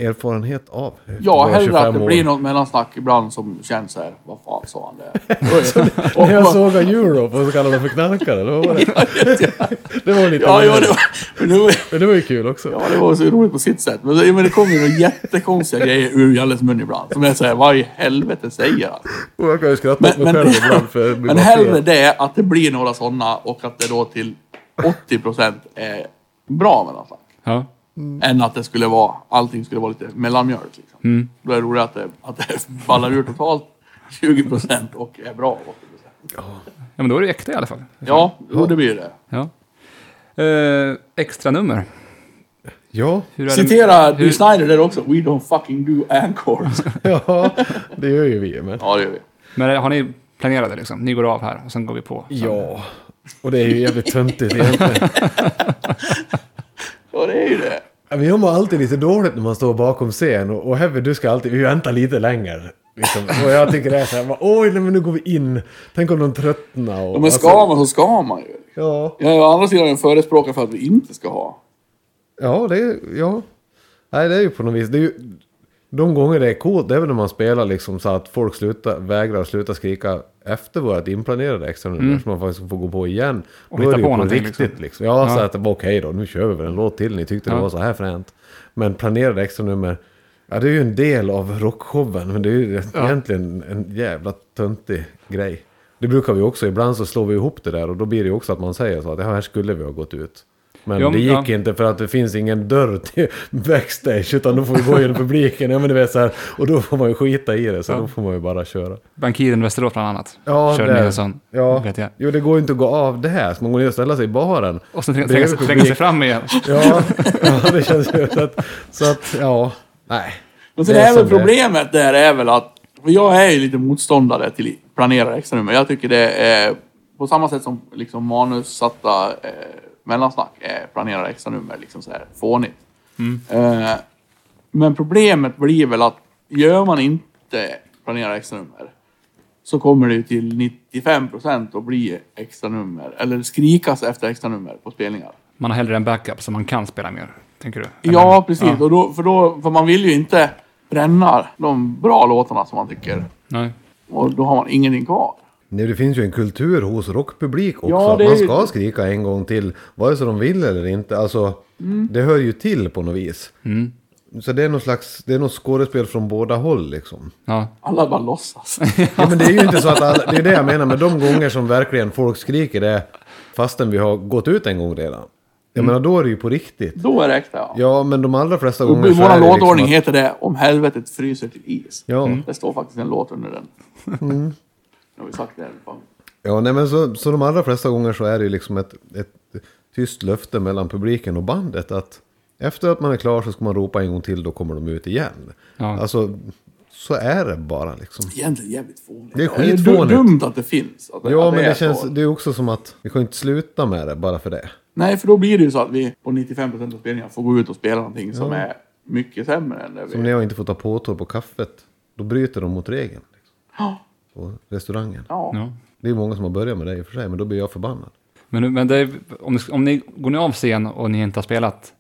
erfarenhet av.
Ja, hellre
tjugofem
att det
år.
blir något mellansnack ibland som känns så här. Vad fan sa han det?
När jag såg Europe och så kallade de för knarkare, eller vad var det? Det var lite
Ja, ja,
roligt.
det var, men det var,
Men det var ju kul också.
ja, det var så roligt på sitt sätt. Men, det- men det kommer ju några jättekonstiga grejer ur Jalles mun ibland. Som är så här, vad i helvete säger han?
Och jag kan ju skratta
Men,
åt mig
men,
själv ibland. För det blir
men
bara
hellre
fel.
det att det blir några sådana och att det då till åttio procent är bra mellansnack.
Ja.
Än att det skulle vara, allting skulle vara lite mellanmjölk. Liksom.
Mm.
Då är det roligt att det, att det ballar ur totalt tjugo procent och är bra åttio procent.
ja, men då är det äkta i alla fall.
Ja, jo, det blir det.
Ja. Eh, extra nummer.
Ja,
Hur är det-
Citera
hur-
Dee Snider där också. We don't fucking do encores.
ja, det gör ju vi. Men.
Ja, det gör vi.
Men har ni planerat det liksom? Ni går av här och sen går vi på. Så.
Ja, och det är ju jävligt töntigt egentligen.
Ja, det är ju det.
Ja, vi har alltid lite dåligt när man står bakom scen. Och, och Heavy, du ska alltid, vi väntar lite längre. Liksom. Och jag tycker det är så här, oj, nej, men nu går vi in. Tänk om de tröttnar. Och,
Ja, men ska man så ska man ju.
Ja,
Jag är å andra sidan en förespråkare för att vi inte ska ha.
ja, det är, ja. Nej, det är ju på något vis. Det är ju, de gånger det är coolt, det är väl när man spelar liksom så att folk slutar, vägrar sluta skrika efter vårt inplanerade extra nummer. Så man faktiskt får gå på igen.
Och
Då
hitta
är det ju
på
på
någonting,
riktigt
liksom.
liksom. Ja, så
Ja.
att det var okej då, nu kör vi väl en låt till. Ni tyckte
Ja.
det var så här fränt. Men planerade extra nummer, ja, det är ju en del av rockshowen. Men det är ju
Ja.
egentligen en jävla töntig grej. Det brukar vi också, ibland så slår vi ihop det där. Och då blir det ju också att man säger så att det här skulle vi ha gått ut. Men
Ja,
det
men-
gick
ja.
inte för att det finns ingen dörr till backstage. Utan då får vi gå genom publiken. Ja, men du vet så här, och då får man ju skita i det. Så
Ja.
då får man ju bara köra.
Bankiren Västerås bland annat.
Ja,
Körde
det-
ner en sån.
Ja,
Vet jag.
jo, det går ju inte att gå av det här. Så man går ner och ställer sig i baren.
Och sen tränga,
Bredvid
tränga, tränga
publik.
sig fram igen.
Ja, ja, det känns ju så att, så att ja, nej.
Men sen
Det är
är väl
som det är.
problemet där är väl att, för jag är ju lite motståndare till planerade extra nummer. Jag tycker det är på samma sätt som liksom manussatta eh, mellansnack är planerade extra nummer liksom så här fånigt. Eh, men problemet blir väl att gör man inte planerade extra nummer så kommer det ju till nittiofem procent att bli extra nummer eller skrikas efter extra nummer på spelningar.
Man har hellre en backup så man kan spela mer, tänker du? Eller-
Ja, precis.
Ja.
Och då, för, då, för man vill ju inte bränna de bra låtarna som man tycker.
Nej.
Och då har man ingenting kvar.
Nej, det finns ju en kultur hos rockpublik också.
Ja,
att
det är
man
ju-
ska skrika en gång till. Vare sig de vill eller inte. Alltså, det hör ju till på något vis.
Mm.
Så det är något slags, det är något skådespel från båda håll liksom.
Ja.
Alla bara låtsas.
Ja, men det är ju inte så att alla, det är det jag menar med de gånger som verkligen folk skriker det. Fastän vi har gått ut en gång redan. Jag menar, då är det ju på riktigt.
Då är det äkta, ja.
Ja, men de allra flesta
Och
gånger
I
så är
vår
det
låtordning
liksom att,
heter det Om helvetet fryser till is.
ja,
Det står faktiskt en låt under den. Nu har vi sagt det. Fan.
ja, nej men så, så de allra flesta gånger så är det ju liksom ett, ett tyst löfte mellan publiken och bandet att efter att man är klar så ska man ropa en gång till, då kommer de ut igen.
Ja.
Alltså, så är det bara liksom.
Egentligen jävligt fånigt.
Det är
du-
skitfånigt.
dumt att det finns. Att
Ja,
att
men
är
det känns,
så.
det är också som att vi kan inte sluta med det bara för det.
Nej, för då blir det ju så att vi på nittiofem procent av spelningarna får gå ut och spela någonting som är mycket sämre än det vi...
Som när jag inte får ta påtår på kaffet, då bryter de mot regeln. Liksom,
Ja.
på restaurangen.
Ja.
Ja.
Det är många som har börjat med det i och för sig, men då blir jag förbannad.
Men, men det är, om, ni- om ni går ni av scen och ni inte har spelat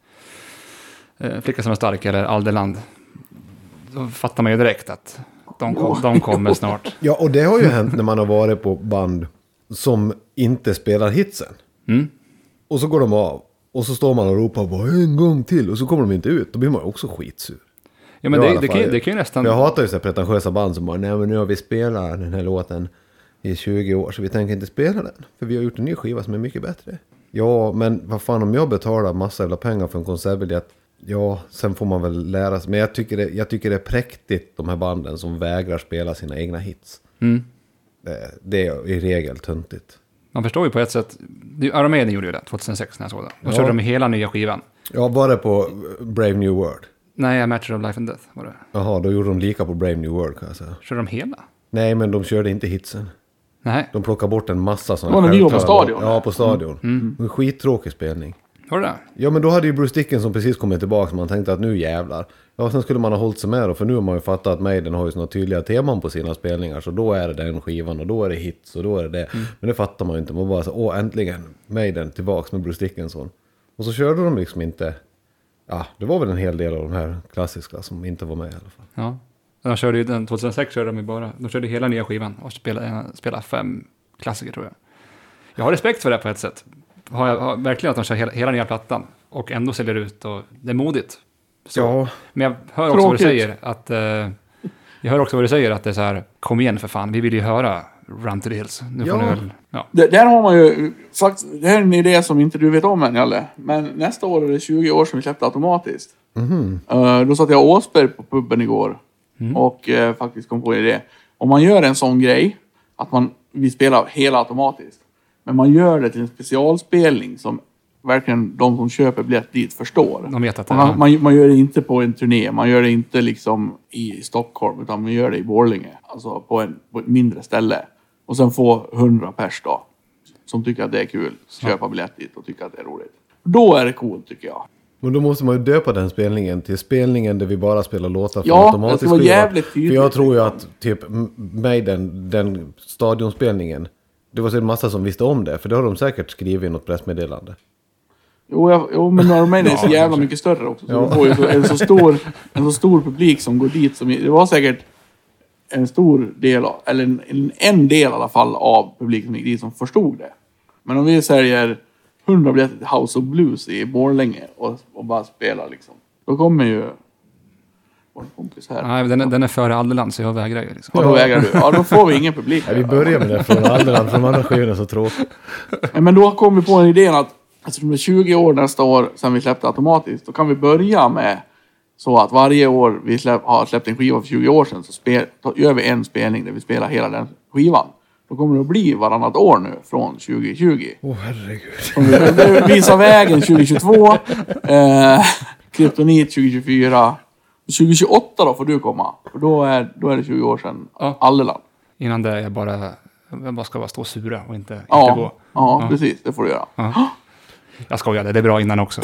eh, Flicka som är stark eller Aldeland, då fattar man ju direkt att de, kom, de kommer snart.
Ja, och det har ju hänt när man har varit på band som inte spelar hitsen.
Mm.
Och så går de av. Och så står man och ropar bara en gång till. Och så kommer de inte ut. Då blir man ju också skitsur.
Ja, men
Ja, i
det,
alla
det, kan, ju-
fall.
det kan ju nästan...
Jag hatar ju så här pretentiösa band som bara, nej men nu har vi spelat den här låten i tjugo år så vi tänker inte spela den. För vi har gjort en ny skiva som är mycket bättre. Ja, men vad fan om jag betalar massa jävla pengar för en konsertbiljett. Ja, sen får man väl lära sig. Men jag tycker det, jag tycker det är präktigt de här banden som vägrar spela sina egna hits.
Mm.
Det, det är i regel töntigt.
Man förstår ju på ett sätt. det- Iron Maiden gjorde ju det tjugohundrasex när jag såg det. Då
Ja.
körde de hela nya skivan.
Ja, var det på Brave New World?
Nej, A Matter of Life and Death var det.
Jaha, då gjorde de lika på Brave New World kan jag säga.
Körde de hela?
Nej, men de körde inte hitsen.
Nej,
De plockar bort en massa sådana.
Det var när vi var på
självklara-
stadion.
Ja, på stadion.
Mm.
En skittråkig spelning.
var det det?
Ja, men då hade ju Bruce Dickinson precis kommit tillbaka så man tänkte att nu jävlar. Ja, sen skulle man ha hållit sig med då, för nu har man ju fattat att Maiden har ju såna tydliga teman på sina spelningar. Så då är det den skivan och då är det hits och då är det det.
Mm.
Men det fattar man ju inte. Man bara så, åh äntligen, Maiden tillbaks med Bruce Dickinson. Och så körde de liksom inte. Ja, det var väl en hel del av de här klassiska som inte var med i alla fall.
Ja. De körde ju den tjugohundrasex körde de ju bara. De körde hela nya skivan och spelade, spelade fem klassiker tror jag. Jag har respekt för det på ett sätt. Har jag har verkligen att de kör hela, hela nya plattan och ändå säljer ut och det är modigt. Så.
Ja.
Men jag hör också
Tråkigt.
vad du säger att eh, jag hör också vad du säger att det är så här, kom igen för fan, vi vill ju höra Run to the Hills. Nu
Ja.
får ni väl, ja.
Det, där har man ju sagt, det här är en idé som inte du vet om än, Jalle. Men nästa år är det tjugo år som vi släppte automatiskt.
Mhm.
Uh, då satt jag och Åsberg på puben igår. Och uh, faktiskt kom på en idé. Om man gör en sån grej, att man, vi spelar hela automatiskt. Men man gör det till en specialspelning som verkligen de som köper biljett dit förstår.
De vet att det
man, man, man gör det inte på en turné, man gör det inte liksom i Stockholm, utan man gör det i Borlänge. Alltså på, en, på ett mindre ställe. Och sen få hundra pers då, som tycker att det är kul, köpa biljett dit och tycker att det är roligt. Då är det coolt tycker jag.
Men då måste man ju döpa den spelningen till spelningen där vi bara spelar låtar från
Ja,
automatisk
det ska vara
skiva.
jävligt tydligt.
För jag tror ju att typ mig den, den stadionspelningen, det var så en massa som visste om det. För det har de säkert skrivit i något pressmeddelande.
Jo, jag, jo men Norrmän är så jävla mycket större också. Så
Ja.
du får ju så, en, så stor, en så stor publik som går dit. Som, det var säkert en stor del, av, eller en, en, en del i alla fall av publiken som gick dit som förstod det. Men om vi säljer hundra biljetter till House of Blues i Borlänge och, och bara spelar liksom. Då kommer ju vår kompis här.
Nej, den, är, den är före Aldeland så jag vägrar ju liksom.
Ja, då vägrar du. Ja, då får vi ingen publik.
Ja, vi börjar med det från Alderland, för de andra skivorna är så tråkigt.
Men då kom vi på en idé att alltså, det är tjugo år nästa år sedan vi släppte automatiskt. Då kan vi börja med så att varje år vi släpp, har släppt en skiva för tjugo år sedan så spel, då gör vi en spelning där vi spelar hela den skivan. Då kommer det att bli varannat år nu från tjugo tjugo.
Åh oh, herregud.
Som vi visar vägen tjugo tjugotvå, eh, Kryptonit tjugo tjugofyra. tjugo tjugoåtta då får du komma. För då är, då är det tjugo år sedan
Ja.
Alleland.
Innan det är jag bara, jag bara ska bara stå sura och inte, inte
Ja,
gå.
ja,
Ja.
precis. Det får du göra.
Ja. Jag skojade, det är bra innan också.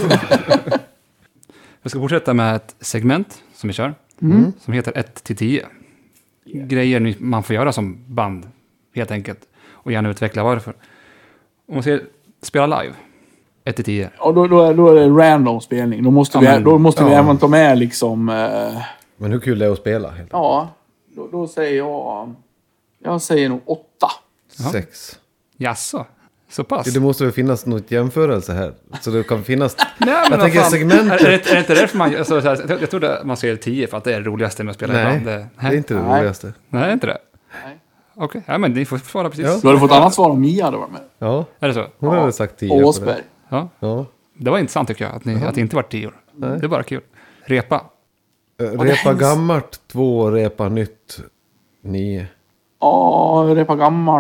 Jag ska fortsätta med ett segment som vi kör.
Mm.
Som heter ett till tio. Grejer ni- man får göra som band, helt enkelt. Och gärna utveckla varför. Om man säger spela live. ett till tio.
Och då, då, är, då är det random spelning. Då måste
Ja,
vi,
men-
då måste vi
ja.
även ta med liksom... Eh,
Men hur kul det är att spela? Helt
ja, då, då säger jag... Jag säger nog åtta.
Ja.
Sex.
Jaså? Så pass?
Det måste väl finnas något jämförelse här. Så det kan finnas...
Nej,
jag
vad
tänker
fan.
segmentet.
Är, är, det, är det inte därför man... Alltså, så här, jag, jag trodde man säger tio för att det är det roligaste med att spela i
Nej,
band. Det,
det är inte det
Nej.
roligaste.
Nej, det är inte det.
Nej.
Okej, ja, men ni får svara precis.
Ja.
Du hade fått annat svar om Mia hade varit med.
Ja,
Är det så?
hon
Ja.
hade sagt tio
Och
på det.
Åsberg.
Ja.
Ja.
Det var intressant tycker jag, att, ni, att det inte var tio år. Det är bara kul. Repa.
Eh,
det
Repa
händs-
gammalt, två, repa nytt, nio.
Ja, repa gammalt.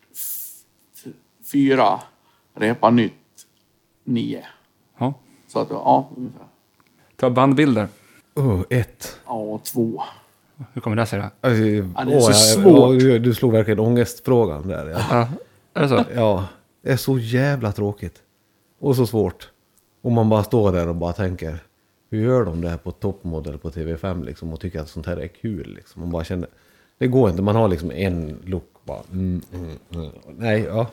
f- Fyra. Repa nytt. Nio.
Ja.
Så att, ja, ungefär.
Ta bandbilder.
Oh, ett.
Ja, två.
Hur kommer det sig då?
Alltså,
det är
åh,
så
jag-
svårt.
åh, du, du slog verkligen ångestfrågan där. Ja.
Ja, är det så?
ja, det är så jävla tråkigt. Och så svårt. Och man bara står där och bara tänker, hur gör de det här på toppmodell på T V fem liksom, och tycker att sånt här är kul liksom. Man bara känner, det går inte, man har liksom en look bara, mm, mm, mm. Nej, ja.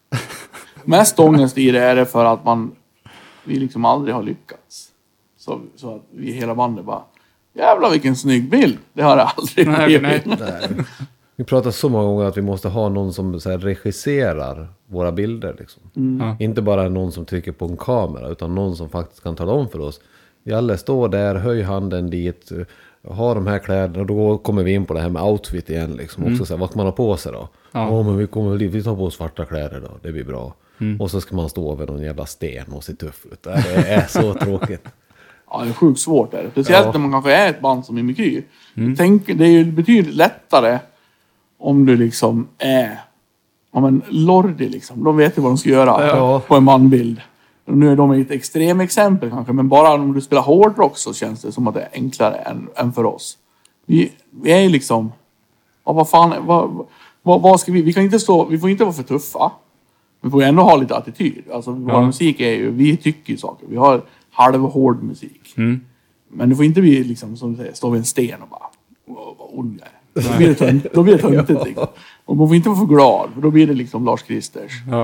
Mest ångest i det är det för att man... Vi liksom aldrig har lyckats. Så, så att vi hela bandet bara... Jävlar vilken snygg bild. Det har det aldrig
Nej,
blivit.
nej.
Nej. Vi pratar så många gånger att vi måste ha någon som så här, regisserar våra bilder liksom.
Ja.
Inte bara någon som trycker på en kamera, utan någon som faktiskt kan tala om för oss. Jalle, stå där, höj handen dit, ha de här kläderna. Och då kommer vi in på det här med outfit igen liksom. Också så här, vad ska man ha på sig då? Ja,
Ja.
men vi kommer dit, vi tar på oss svarta kläder då, det blir bra. Och så ska man stå över någon jävla sten och se tuff ut. Det är så tråkigt.
Ja, det är sjukt svårt där. Speciellt
Ja.
när man kanske är ett band som Mimikry. Tänk, det är ju betydligt lättare om du liksom är... Om en Lordi liksom. De vet ju vad de ska göra
Ja.
på en manbild. Och nu är de ett extremexempel kanske. Men bara om du spelar hårdrock så känns det som att det är enklare än, än för oss. Vi, vi är ju liksom... Ja, vad fan... Vad, vad, vad ska vi... Vi kan inte stå... Vi får inte vara för tuffa. Vi får ju ändå ha lite attityd. Alltså vår
Ja.
musik är ju... Vi tycker ju saker. Vi har halvhård musik.
Mm.
Men det får inte bli liksom, som du säger, stå vid en sten och bara, "Åh, vad ond jag är." Då blir det tönt, då blir det töntigt liksom. Och man får inte vara för glad, för då blir det liksom Lars Kristers.
Ja.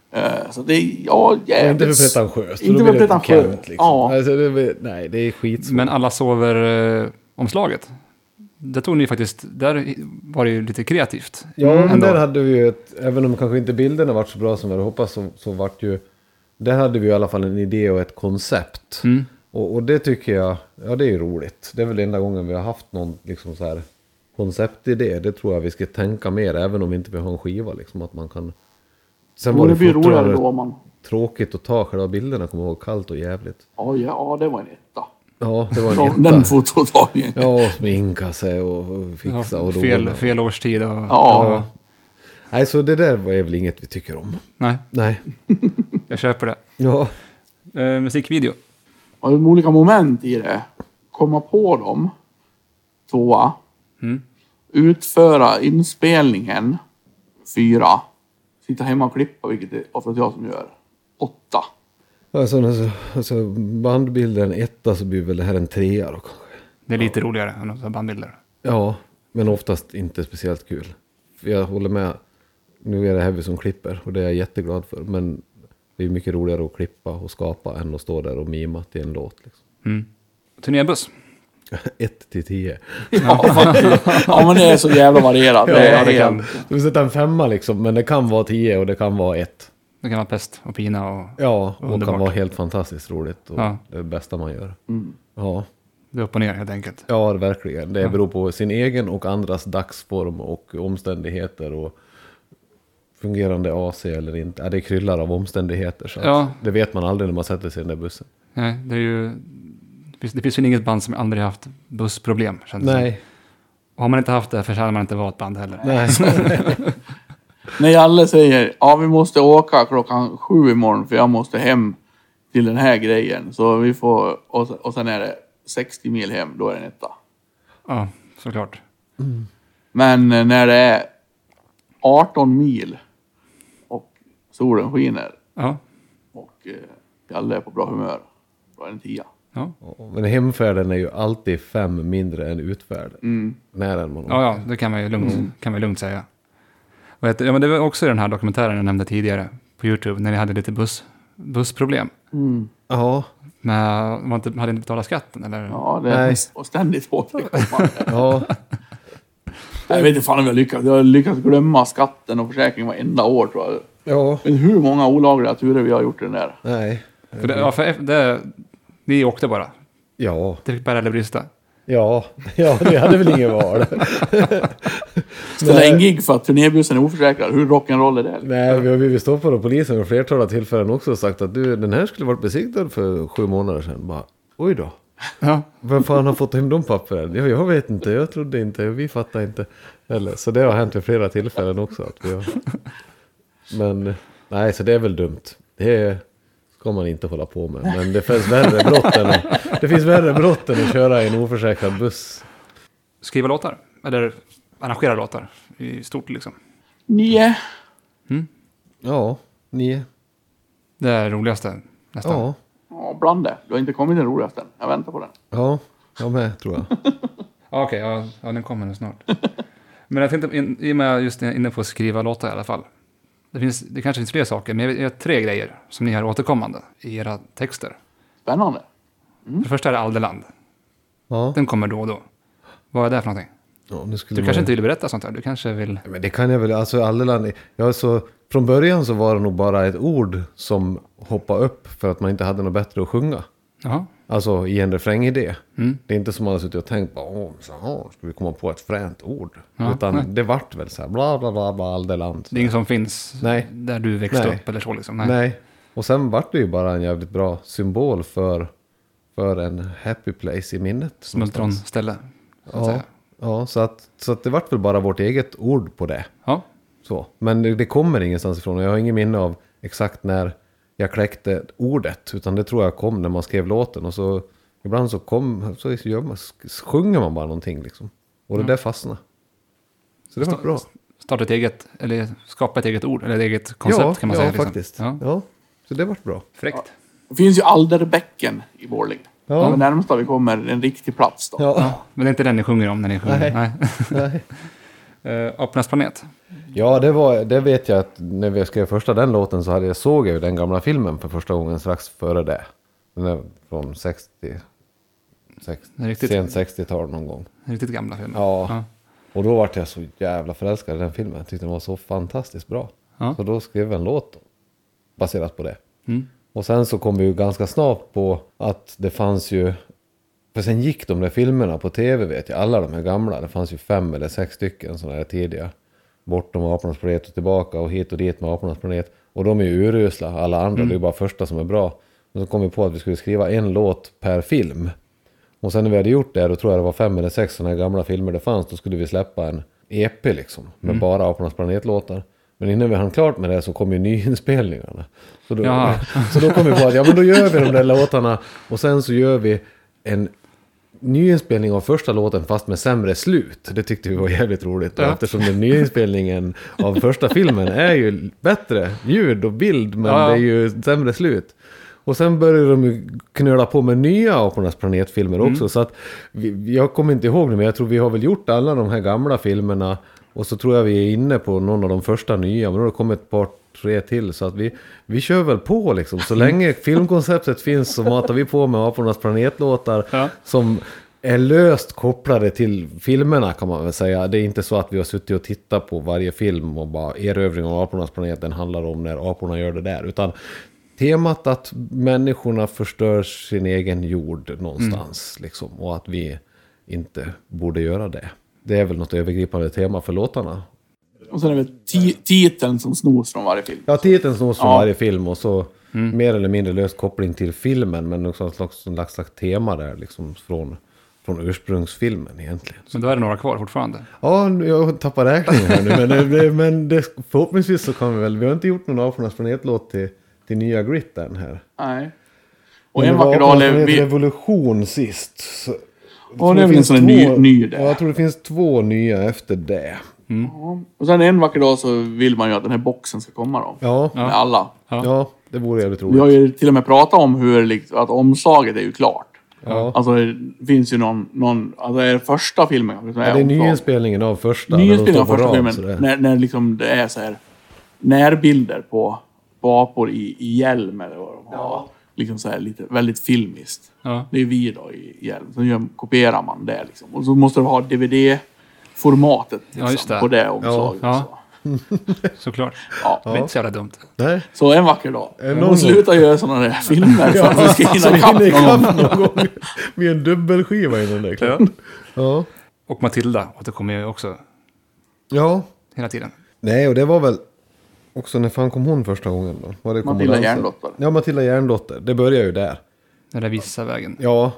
Uh, så det är, ja, jävligt...
Inte för pretentiöst.
Inte för pretentiöst.
Liksom.
Ja.
Alltså, det, nej, det är skitsvårt.
Men alla sover eh, omslaget. Det tog ni faktiskt, där var det ju lite kreativt.
Ja, men
ändå.
där hade vi ju ett, även om kanske inte bilderna varit så bra som vi hade hoppats, så, så vart ju, där hade vi i alla fall en idé och ett koncept.
Mm.
Och, och det tycker jag, ja det är ju roligt. Det är väl enda gången vi har haft någon liksom så här konceptidé. Det tror jag vi ska tänka mer, även om inte vi har en skiva liksom, att man kan. Sen
Jo,
var det,
det blir roligare
fortfarande
då man...
tråkigt att ta själva bilderna, kommer ihåg, kallt och jävligt.
Ja, ja, det var en etta.
Ja, det var en
Ja,
etta.
den fototagningen.
Ja, sminka sig och, och fixa
Ja,
och
fel,
dona.
fel årstid. Och,
Ja.
Nej, så det där var väl inget vi tycker om.
Nej,
Nej.
jag köper det.
Ja.
Eh, musikvideo.
Och de olika moment i det. Komma på dem. Tvåa.
Mm.
Utföra inspelningen. Fyra. Sitta hemma och klippa, vilket är oftast jag som gör. Åtta.
Alltså, alltså, alltså bandbilden etta, så blir väl det här en trea då kanske.
Det är lite roligare än att ta bandbilder.
Ja, men oftast inte speciellt kul. För jag håller med. Nu är det Heavy som klipper och det är jag jätteglad för. Men det är mycket roligare att klippa och skapa än att stå där och mima till en låt. Liksom.
Mm. Turnébuss.
Ett till tio.
Ja, faktiskt. Ja, men det är så jävla varierat. Det är
Ja, det kan.
helt...
Du vill sätta en femma liksom, men det kan vara tio och det kan vara ett.
Det kan vara pest och pina och
Ja, och
Underbart.
kan vara helt fantastiskt roligt. Och
Ja.
det är det bästa man gör.
Mm.
Ja.
det är upp och ner helt enkelt.
Ja, verkligen. Det
Ja.
beror på sin egen och andras dagsform och omständigheter och fungerande A C eller inte. Ja, det kryllar av omständigheter. Så
Ja.
att det vet man aldrig när man sätter sig i den där bussen.
Nej, det är ju... Det finns, det finns ju inget band som aldrig haft bussproblem. Känns det som.
Nej.
Och har man inte haft det förtjänar man inte vara ett band heller.
Nej.
När Jalle säger ja, vi måste åka klockan sju imorgon för jag måste hem till den här grejen. Så vi får, och, och sen är det sextio mil hem, då är det en etta.
Ja, såklart.
Men eh, när det är arton mil och solen skiner
Ja,
och eh, Jalle är på bra humör, då är det en tia.
ja.
Men hemfärden är ju alltid fem mindre än utfärden.
Mm.
När än man
Ja, ja, det kan man ju lugnt, kan man ju lugnt säga. Och ett, ja, men det var också i den här dokumentären jag nämnde tidigare på YouTube, när ni hade lite buss, bussproblem.
Mm.
Ja.
Men man inte, hade inte betalat skatten, eller?
Ja, det är
Nej.
och ständigt återkommande.
Ja.
Jag vet inte fan om jag lyckats. Jag har lyckats glömma skatten och försäkringen varenda år, tror jag.
Ja.
Men hur många olagliga turer vi har gjort i den där?
Nej.
För det, ja, för det, ni åkte bara.
Ja.
Det fick bära eller brista.
Ja. Ja, det hade väl ingen val.
Ställa en gig för att turnébussen är oförsäkrad. Hur rock'n'roll är det?
Nej, vi har blivit stoppade av polisen vid flertal tillfällen också och sagt att du, den här skulle varit besiktad för sju månader sedan. Bara, oj då.
Ja,
Vem fan har fått hem de pappren? Ja, jag vet inte, jag trodde inte, vi fattar inte. Eller, så det har hänt vid flera tillfällen också. Att vi har... Men nej, så det är väl dumt. Det är, ska man inte hålla på med. Men det finns värre brott än att, det finns värre brott än att köra i en oförsäkrad buss.
skriva låtar. Eller arrangera låtar i stort liksom.
Nio.
Ja, nio.
Det är det roligaste nästan.
Ja,
Ja, bland det. Du har inte kommit den roligaste än. Jag väntar på den.
ja, jag med tror jag.
Ja, okej, ja, ja, den kommer nu snart. Men jag tänkte, in, i och med just inne på att skriva låtar i alla fall. Det, finns, det kanske finns fler saker, men jag vet tre grejer som ni har återkommande i era texter.
Spännande.
För det första är det Aldeland.
Ja,
Den kommer då och då. Vad är det för någonting?
ja nu skulle
Du
man...
kanske inte vill berätta sånt här? Du kanske vill...
Men det kan jag väl, alltså Alleland, ja, så från början så var det nog bara ett ord som hoppade upp för att man inte hade något bättre att sjunga.
Jaha.
Alltså i en refrängidé.
Mm.
Det är inte som man har suttit och tänkt på, åh, så här, ska vi komma på ett fränt ord?
Ja,
Utan
nej.
det vart väl så här, bla bla bla, bla Aldeland.
Det är inget som finns
Nej.
där du växte
Nej.
upp eller så liksom?
Nej. Nej. Och sen vart det ju bara en jävligt bra symbol för, för en happy place i minnet.
Smultronställe. så att
Ja,
säga.
ja så, att, så att det vart väl bara vårt eget ord på det.
Ja.
Så. Men det, det kommer ingenstans ifrån. Och jag har ingen minne av exakt när jag kläckte ordet. Utan det tror jag kom när man skrev låten. Och så ibland så, kom, så gör man, sjunger man bara någonting liksom. Och det
Ja.
där fastnar. Så det var bra.
Starta ett eget, eller skapa ett eget ord, eller ett eget koncept
Ja,
kan man
ja
säga.
faktiskt.
Ja.
Ja. Så det var bra.
Fräckt.
Det finns ju Alderbäcken i Borlänge.
Ja.
Ja. Det närmsta vi kommer en riktig plats då.
Ja.
Ja, men det är inte den ni sjunger om när ni sjunger?
Nej.
Nej.
Nej.
Uh, Apornas planet.
Ja, det, var, det vet jag att när vi skrev första den låten så hade jag, såg jag ju den gamla filmen för första gången strax före det. Den är från sextio, sextio
Riktigt.
sent sextiotal någon gång.
Riktigt gamla filmer.
Ja.
Ja.
Och då var jag så jävla förälskad i den filmen. Jag tyckte den var så fantastiskt bra.
Ja.
Så då skrev jag en låt baserat på det.
Mm.
Och sen så kom vi ju ganska snart på att det fanns ju... För sen gick de där filmerna på tv vet jag. Alla de här gamla. Det fanns ju fem eller sex stycken sådana här tidiga. Bortom Apornas planet och tillbaka och hit och dit med Apornas planet. Och de är ju urusla. Alla andra, mm. det är ju bara första som är bra. Och så kom vi på att vi skulle skriva en låt per film. Och sen när vi hade gjort det, då tror jag det var fem eller sex sådana här gamla filmer det fanns. Då skulle vi släppa en E P liksom. Med mm. bara Apornas planetlåtar. Men innan vi hann klart med det så kom ju nyinspelningarna. Så då, så då kom vi på att ja men då gör vi de där låtarna. Och sen så gör vi en nyinspelning av första låten fast med sämre slut. Det tyckte vi var jävligt roligt. Ja. Eftersom den nyinspelningen av första filmen är ju bättre ljud och bild. Men ja. Det är ju sämre slut. Och sen började de ju knöla på med nya Apornas planetfilmer också. Mm. Så att vi, jag kommer inte ihåg nu, men jag tror vi har väl gjort alla de här gamla filmerna. Och så tror jag vi är inne på någon av de första nya. Men då har det kommit ett par, tre till. Så att vi, vi kör väl på liksom. Så länge filmkonceptet finns så matar vi på med Apornas planetlåtar. Ja. Som är löst kopplade till filmerna kan man väl säga. Det är inte så att vi har suttit och tittat på varje film. Och bara erövring av Apornas planet den handlar om när aporna gör det där. Utan temat att människorna förstör sin egen jord någonstans. Mm. Liksom, och att vi inte borde göra det. Det är väl något övergripande tema för låtarna.
Och sen är det t- titeln som snos från varje film.
Ja, titeln snos från ja. varje film. Och så mm. mer eller mindre löst koppling till filmen. Men också en slags, en slags, slags tema där liksom från, från ursprungsfilmen egentligen.
Men då är det några kvar fortfarande?
Ja, jag tappar räkningen här nu. Men, det, men det, förhoppningsvis så kan vi väl... Vi har inte gjort någon Apornas planetlåt till, till nya Grit än här.
Nej. Och en vacker dag...
Det var vi... revolution sist. Så,
och det är väl en sån ny, ny där.
Ja, jag tror det finns två nya efter det.
Mm. Ja. Och sen en vacker dag så vill man ju att den här boxen ska komma då.
Ja.
Med alla.
Ja. ja, det vore jävligt roligt.
Vi har ju till och med pratat om hur liksom, att omslaget är ju klart.
Ja.
Alltså det finns ju någon, någon alltså det är första filmen.
Ja, det är nyinspelningen av första.
Nyinspelningen av första filmen. När, när liksom det är så här närbilder på, på apor i, i hjälm eller vad de har. Ja. Liksom så här lite, väldigt filmiskt. Ja. Det är vi då i hjälm. Så gör, kopierar man det liksom. Och så måste du ha D V D-formatet liksom, ja, det. På det omslaget. Ja. Ja.
Såklart.
Ja.
Det är inte så jävla dumt.
Nej.
Så en vacker dag. Man slutar göra sådana där filmer för att vi ska hinna ikapp någon,
någon gång. Med en dubbelskiva innan det. Ja.
Ja. Och Matilda återkommer ju också.
Ja.
Hela tiden.
Nej, och det var väl också när fan kom hon första gången då? Var det
Matilda Järndotter.
Ja, Matilda Järndotter. Det börjar ju där.
Den där vissa vägen.
Ja.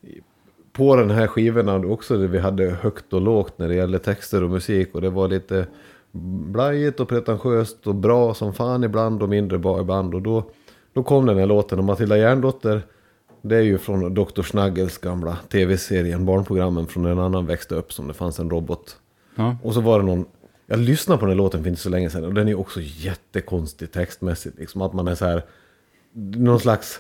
På den här skivorna också där vi hade högt och lågt när det gäller texter och musik. Och det var lite blajigt och pretentiöst och bra som fan ibland och mindre bra ibland. Och då, då kom den här låten. Och Matilda Järndotter, det är ju från doktor Snuggles gamla tv-serien, barnprogrammen från en annan växte upp som det fanns en robot. Ja. Och så var det någon, jag lyssnade på den här låten för inte så länge sedan och den är också jättekonstig textmässigt. Liksom att man är så här, någon slags...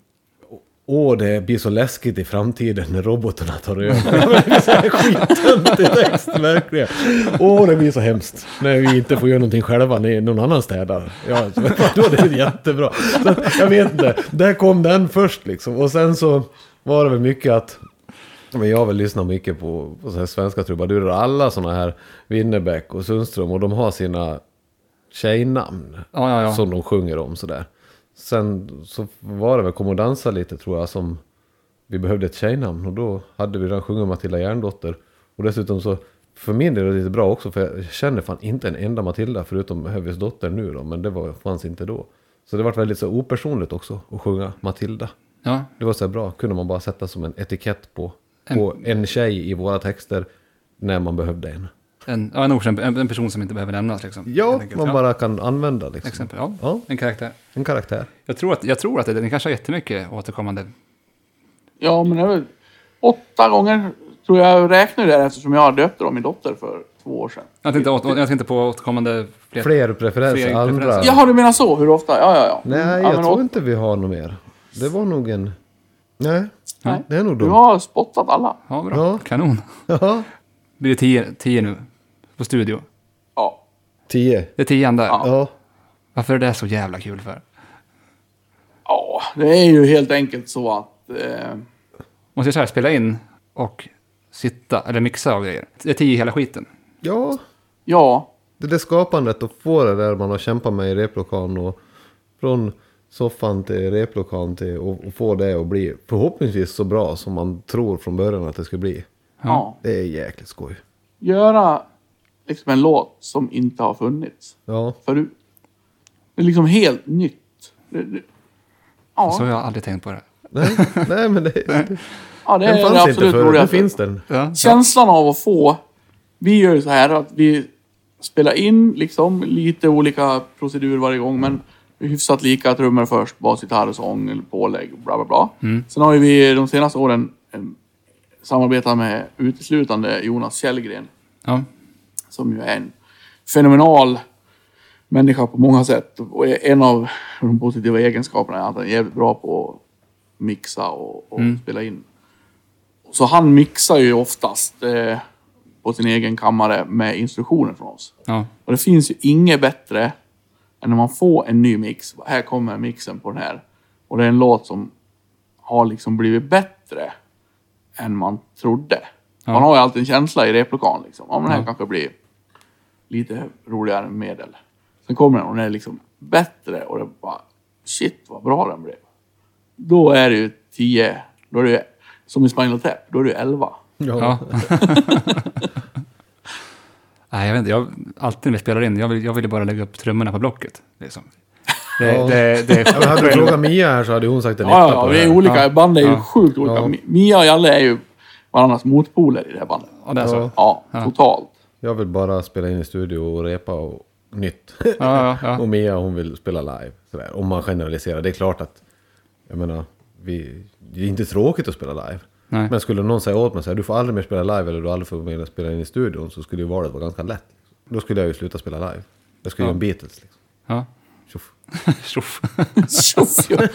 Åh, det blir så läskigt i framtiden när robotarna tar över. Det är så här skitöntig text, verkligen. Åh, det blir så hemskt. När vi inte får göra någonting själva när någon annan städar. Ja, så, då är det jättebra. Så att, jag vet inte, där kom den först liksom. Och sen så var det väl mycket att... Men jag har väl lyssnat mycket på, på så här svenska trubadurer. Alla såna här Winnerbäck och Sundström. Och de har sina tjejnamn.
Ja, ja, ja.
Som de sjunger om sådär. Sen så var det väl Kom och dansa lite tror jag som vi behövde ett tjejnamn och då hade vi redan sjungit Matilda Järndotter och dessutom så för min del är det lite bra också för jag känner fan inte en enda Matilda förutom Hövis dotter nu då men det var, fanns inte då. Så det var väldigt så opersonligt också att sjunga Matilda.
Ja. Det
var så bra, kunde man bara sätta som en etikett på, på en, en tjej i våra texter när man behövde en.
En, ja, en, okänd, en, en person som inte behöver nämnas liksom.
Ja, man ja. bara kan använda liksom.
Exempel, ja.
ja.
En karaktär.
En karaktär.
Jag tror att, jag tror att det, den kanske har jättemycket återkommande.
Ja, men det är väl åtta gånger tror jag räknar det eftersom jag döpte dem min dotter för två år sedan.
Jag tänkte, jag tänkte på återkommande
fler, fler preferenser. Fler andra. Preferenser.
Jaha, du menar så? Hur ofta? Ja, ja, ja.
Nej,
ja,
jag tror
åt...
inte vi har något mer. Det var nog en... Nej,
Nej.
det är nog dumt.
Du har spottat alla.
Ja, bra.
Ja.
Kanon.
Ja.
Blir det tio, tio nu på studio?
Ja.
Tio.
Det är tian där.
Ja.
Ja.
Varför är det så jävla kul för?
Ja, det är ju helt enkelt så att... Eh,
Måste jag så här spela in och sitta eller mixa och grejer. Det är tio hela skiten.
Ja,
ja,
det där skapandet och få det där man har kämpat med i replokalen och från soffan till replokalen till och, och få det att bli förhoppningsvis så bra som man tror från början att det ska bli.
ja.
Det är jäkligt skoj.
Göra liksom en låt som inte har funnits
Ja,
förut. Det är liksom helt nytt. Det, det, ja,
Så har jag aldrig tänkt på det.
nej, nej men det, det,
ja, det
den
är
fanns
det
inte
absolut
förut, nu
roligaste.
finns den.
Ja.
Känslan av att få... Vi gör ju så här att vi spelar in liksom lite olika procedur varje gång, men hyfsat lika trummor först, bas, gitarr, sång, pålägg, bla bla bla.
Mm.
Sen har ju vi de senaste åren eh, samarbetat med uteslutande Jonas Källgren,
Ja.
som ju är en fenomenal människa på många sätt. Och en av de positiva egenskaperna är att han är jävligt bra på att mixa och, och
Mm.
spela in. Så han mixar ju oftast eh, på sin egen kammare med instruktioner från oss.
Ja.
Och det finns ju inget bättre än när man får en ny mix. Här kommer mixen på den här. Och det är en låt som har liksom blivit bättre än man trodde.
Ja.
Man har ju alltid en känsla i replokalen liksom. Ja, men den här
Ja.
kanske blir lite roligare än medel. Sen kommer den och den är liksom bättre och det är bara shit vad bra den blev. Då är det ju tio, då är det ju, som i Spinal Tap, då är det ju elva.
Ja.
Ja. Nej, jag vet inte. Jag alltid när vi spelar in, jag vill, jag vill ju bara lägga upp trummorna på blocket. Liksom. Det,
Ja.
det, det,
Ja, men hade du frågat Mia här så hade hon sagt en
Ja,
etta
ja,
på
vi
det
är
här.
olika.
Ja.
Band är ju
Ja.
sjukt olika.
Ja.
Mia och Jalle är ju varandras motpoler i det här bandet.
ja, det är så.
Ja.
Ja,
Ja.
totalt.
Jag vill bara spela in i studio och repa och nytt.
Ja, ja, ja.
Och Mia hon vill spela live. Sådär. Om man generaliserar. Det är klart att jag menar, vi, det är inte tråkigt att spela live.
Nej.
Men skulle någon säga åt mig så här, du får aldrig mer spela live eller du aldrig får mer spela in i studion, så skulle ju valet vara ganska lätt. Då skulle jag ju sluta spela live. Jag skulle
Ja.
göra en Beatles liksom.
Ja.
Tjoff.
Tjoff.
Tjoff, ja.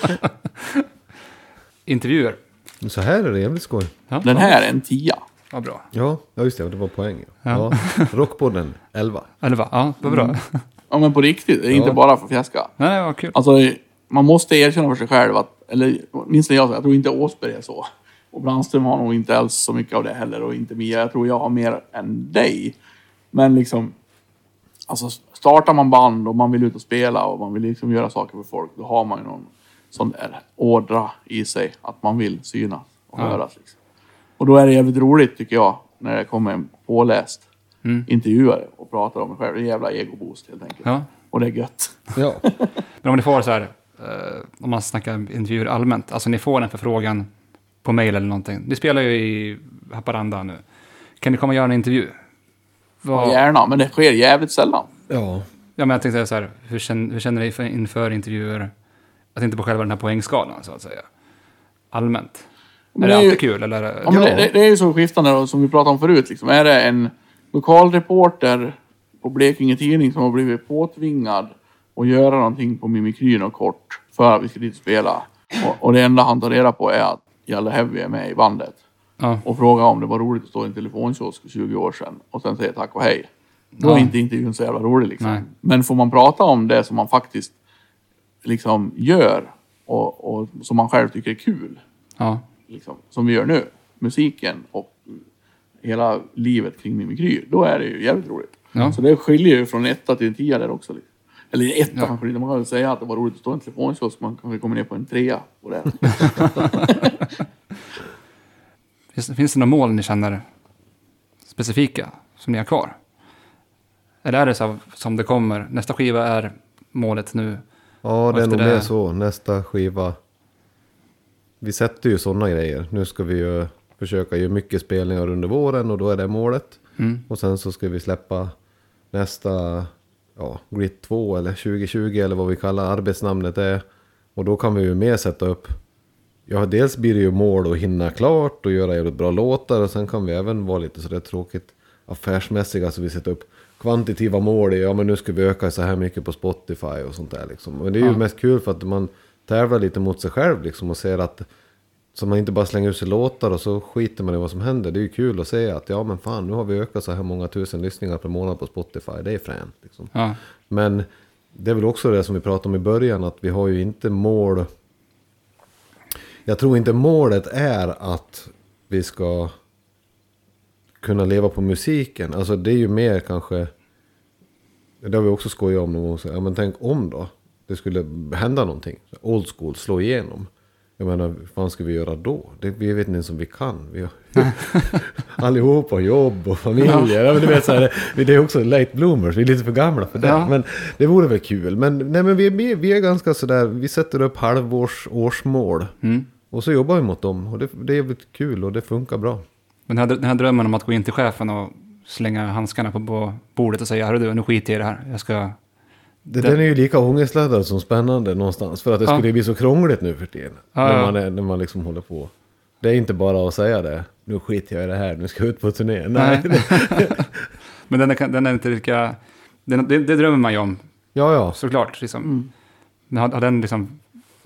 Intervjuer.
Men så här är det jävligt skoj.
Ja.
Den här är en tia.
Vad bra.
Ja, ja just det, det var poängen.
Ja.
Ja. Rockpodden elva.
Eller va? Ja, vad bra.
Mm.
Ja, men på riktigt. Det är
Ja.
inte bara för fjäska.
Nej, vad kul.
Alltså, man måste erkänna för sig själv att, eller minst jag, jag tror inte Åsberg är så. Och Brandström har nog inte alls så mycket av det heller. Och inte Mia. Jag tror jag har mer än dig. Men liksom, alltså startar man band och man vill ut och spela och man vill liksom göra saker för folk, då har man ju någon sån där ådra i sig att man vill synas och
Ja.
höras. Liksom. Och då är det jävligt roligt tycker jag när det kommer en påläst
Mm.
intervjuare och pratar om mig själv. Det är en jävla egoboost helt enkelt.
Ja.
Och det är gött.
Ja.
Men om ni får så här, eh, om man snackar intervjuer allmänt, alltså ni får en förfrågan på mail eller någonting. Ni spelar ju i Haparanda nu. Kan ni komma och göra en intervju? Vad,
Ja. Gärna, men det sker jävligt sällan.
Ja.
Ja, men jag tänkte så här, hur känner, hur känner ni för, inför intervjuer? Jag tänkte på själva den här poängskalan så att säga. Allmänt.
Men
är det
det är ju-
alltid kul eller?
Ja, men det, det, det är ju så skiftande då, som vi pratade om förut. Liksom. Är det en lokalreporter på Blekinge Tidning som har blivit påtvingad att göra någonting på Mimikryn och kort för att vi ska dit och spela. Och, och det enda han tar reda på är att Jalle Heavy är med i bandet.
Ja.
Och frågar om det var roligt att stå i en telefonkiosk för tjugo år sedan. Och sen säger tack och hej. Då är
Ja.
inte intervjun så jävla rolig liksom.
Nej.
Men får man prata om det som man faktiskt liksom gör och, och som man själv tycker är kul.
Ja.
Liksom, som vi gör nu. Musiken och hela livet kring Mimikry. Då är det ju jävligt roligt.
Ja.
Så det skiljer ju från etta till en tia där också. Liksom. Eller etta
Ja.
kanske inte. Man kan väl säga att det var roligt att stå i en telefonkiosk. Man kanske kommer ner på en trea på det.
Finns, finns det några mål ni känner specifika som ni har kvar? Eller är det så som det kommer? Nästa skiva är målet nu.
Ja, det är
efter
nog
det-
mer så. Nästa skiva. Vi sätter ju sådana grejer. Nu ska vi ju försöka göra mycket spelningar under våren och då är det målet.
Mm.
Och sen så ska vi släppa nästa, ja, Grit två eller tjugo tjugo eller vad vi kallar arbetsnamnet är. Och då kan vi ju mer sätta upp, ja, dels blir det ju mål att hinna klart och göra jävligt bra låtar. Och sen kan vi även vara lite sådär tråkigt affärsmässiga, så vi sätter upp kvantitativa mål i, ja men nu ska vi öka så här mycket på Spotify och sånt där liksom. Och det är ju
Ja.
mest kul för att man tävlar lite mot sig själv liksom och ser att Så man inte bara slänger ut sig låtar och så skiter man i vad som händer. Det är ju kul att se att ja men fan, nu har vi ökat så här många tusen lyssningar per månad på Spotify. Det är fränt liksom.
Ja.
Men det är väl också det som vi pratade om i början, att vi har ju inte mål. Jag tror inte målet är att vi ska kunna leva på musiken. Alltså det är ju mer kanske, det har vi också skojat om någon gång. Ja men tänk om då, det skulle hända någonting. Old school, slå igenom. Jag menar, vad fan ska vi göra då? Det, vi vet inte som vi kan. Vi har allihopa jobb och familjer. Ja, men du vet, så här, det, det är också late bloomers. Vi är lite för gamla för det.
Ja.
Men det vore väl kul. Men, nej, men vi, vi, vi är ganska sådär, vi sätter upp halvårs årsmål.
Mm.
Och så jobbar vi mot dem. Och det, det är väl kul och det funkar bra.
Men den här, den här drömmen om att gå in till chefen och slänga handskarna på, på bordet och säga, hörru du, nu skiter jag i det här. Jag ska...
Det,
Det-
den är ju lika ångestladdad som spännande någonstans. För att det
Ja.
skulle bli så krångligt nu för tiden.
Ja,
när,
ja.
man är, när man liksom håller på. Det är inte bara att säga det. Nu skiter jag i det här, nu ska jag ut på turné. Nej.
Men den är, den är inte lika... Den, det, det drömmer man ju om,
ja, ja.
såklart. Liksom.
Mm.
Men har, har den liksom...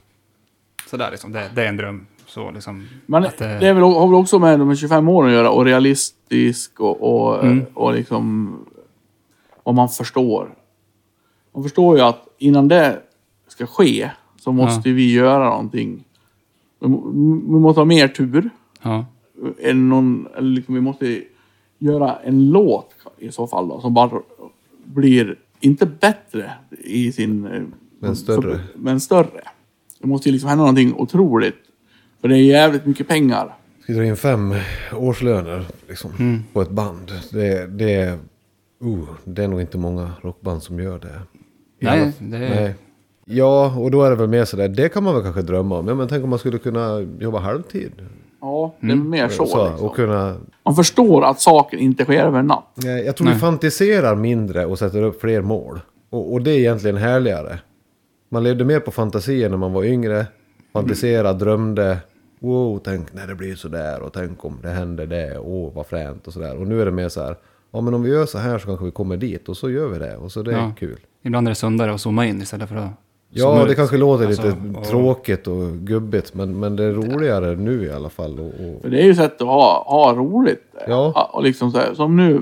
Sådär liksom, det, det är en dröm. Så liksom...
Men
att, eh,
det är väl, har väl också med de här tjugofem åren att göra och realistisk och, och,
Mm.
och liksom vad man förstår. Man förstår ju att innan det ska ske så måste vi göra någonting. Vi, må- vi måste ha mer tur.
Ja.
Än någon, eller liksom vi måste göra en låt i så fall då, som bara blir inte bättre i sin... eh,
Men större.
Men större. Det måste ju liksom hända någonting otroligt. För det är jävligt mycket pengar.
Ska dra in fem årslöner liksom,
Mm.
på ett band. Det, det, är, uh, det är nog inte många rockband som gör det. I
Nej,
alla-
det är...
nej. Ja, och då är det väl mer sådär. Det kan man väl kanske drömma om. Ja, men tänk om man skulle kunna jobba halvtid.
Ja, det är mer så.
Så,
liksom.
och kunna...
Man förstår att saker inte sker över en natt.
Nej, jag tror
Nej.
vi fantiserar mindre och sätter upp fler mål. Och, och det är egentligen härligare. Man levde mer på fantasier när man var yngre. Fantiserade, drömde. Wow, tänk när det blir sådär. Och tänk om det händer det. Åh, vad fränt och sådär. Och nu är det mer så här. Ja, men om vi gör så här så kanske vi kommer dit. Och så gör vi det. Och så det är
Ja.
kul.
Ibland är det sundare att zooma in istället för att...
Ja,
zooma
det
ut.
kanske låter
Alltså,
lite
och-
tråkigt och gubbigt. Men, men det är roligare nu i alla fall. Och, och...
För det är ju sätt att ha, ha roligt.
Ja.
Och liksom så här, som nu.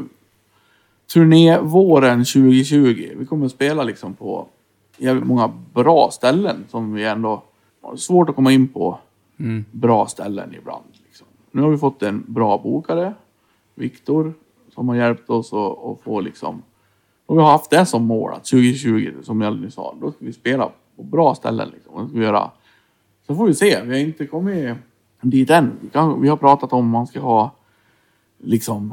Turné våren tjugo tjugo. Vi kommer att spela liksom på jävligt många bra ställen. Som vi ändå har svårt att komma in på.
Mm.
Bra ställen ibland. Liksom. Nu har vi fått en bra bokare. Viktor. Som har hjälpt oss att, att få liksom. Och vi har haft det som mål. Att tjugo tjugo, som jag nyss sa. Då ska vi spela på bra ställen. Liksom. Och det ska vi göra. Så får vi se. Vi har inte kommit dit än. Vi, kan, vi har pratat om man ska ha liksom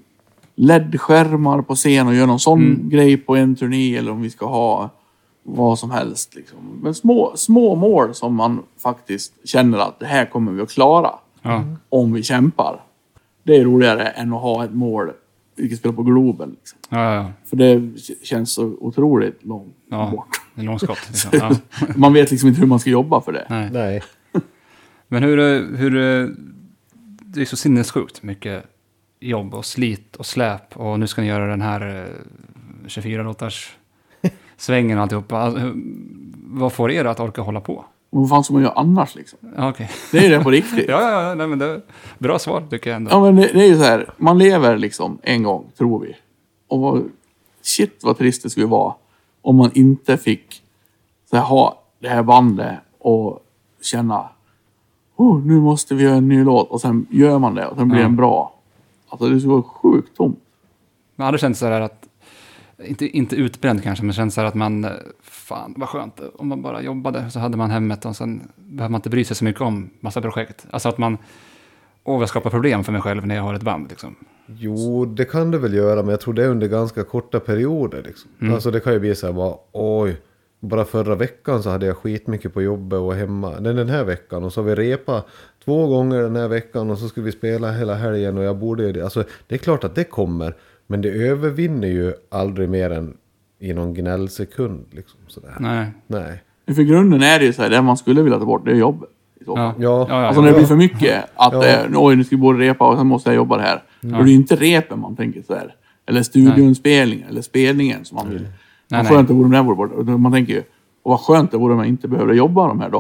L E D-skärmar på scen och göra någon sån
Mm.
grej på en turné. Eller om vi ska ha vad som helst. Liksom. Men små, små mål som man faktiskt känner att det här kommer vi att klara.
Ja.
Om vi kämpar. Det är roligare än att ha ett mål. Vi kan spela på Globen. Liksom.
Ja, ja,
För det känns så otroligt långt
ja.
bort.
Det är långskott. Liksom. Ja.
Man vet liksom inte hur man ska jobba för det.
Nej.
Nej. Men
Men hur, eh, hur... eh, Det är så sinnessjukt mycket jobb och slit och släp. Och nu ska ni göra den här eh, tjugofyra-låtars svängen och alltihopa. Alltså, hur- vad får er att orka hålla på?
Och vad fan ska man göra annars liksom?
Ja, okej.
Det är ju det på riktigt.
Ja, ja, ja, nej, men det är bra svar tycker jag ändå.
Ja, men det, det är ju så här. Man lever liksom en gång, tror vi. Och vad, shit vad trist det skulle vara om man inte fick så här, ha det här bandet och känna oh, nu måste vi göra en ny låt och sen gör man det och sen blir
Ja.
den bra. Alltså det skulle vara sjukt tomt.
Man hade känt så här att, inte, inte utbränd kanske, men känt så här att man, eh, fan vad skönt, om man bara jobbade så hade man hemmet och sen behöver man inte bry sig så mycket om massa projekt. Alltså att man, åh jag skapar problem för mig själv när jag har ett band liksom.
Jo, det kan det väl göra, men jag tror det är under ganska korta perioder. Liksom.
Mm.
Alltså det kan ju bli så här, bara, oj, bara förra veckan så hade jag skitmycket på jobbet och hemma. Den, den här veckan, och så har vi repat två gånger den här veckan och så ska vi spela hela helgen och jag borde ju... Alltså det är klart att det kommer, men det övervinner ju aldrig mer än i någon gnällsekund. Liksom, sådär.
Nej.
Nej.
För grunden är det ju så här, det man skulle vilja ta bort, det är jobbet. I så fall.
Ja.
Ja.
Ja, ja,
Alltså
ja.
när det blir för mycket att
Ja.
eh, oj nu ska vi både repa och sen måste jag jobba det här. Då är det ju inte repen man tänker så här. Eller studionspelningen eller spelningen som man vill.
Nej,
Vad skönt det vore om det vore bort. Och Man tänker ju, och vad skönt det vore om jag inte behövde jobba de här dagarna.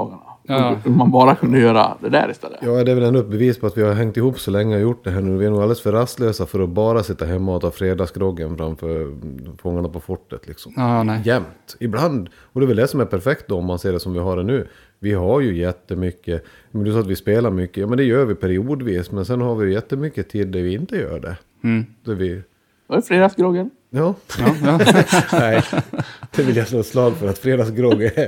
Ja.
Om man bara kunde göra det där istället.
Ja, det är väl en bevis på att vi har hängt ihop så länge och gjort det här nu. Vi är nog alldeles för rastlösa för att bara sitta hemma och ta fredagsgroggen framför Fångarna på fortet liksom.
Ja, nej.
Jämt. Ibland. Och det är väl det som är perfekt då, om man ser det som vi har det nu. Vi har ju jättemycket. Men du sa att vi spelar mycket. Ja, men det gör vi periodvis. Men sen har vi jättemycket tid där vi inte gör det.
Mm.
Där vi...
Vad är fredagsgroggen?
Ja.
Ja, ja.
Nej, det vill jag slå ett slag för att fredagsgrogg är...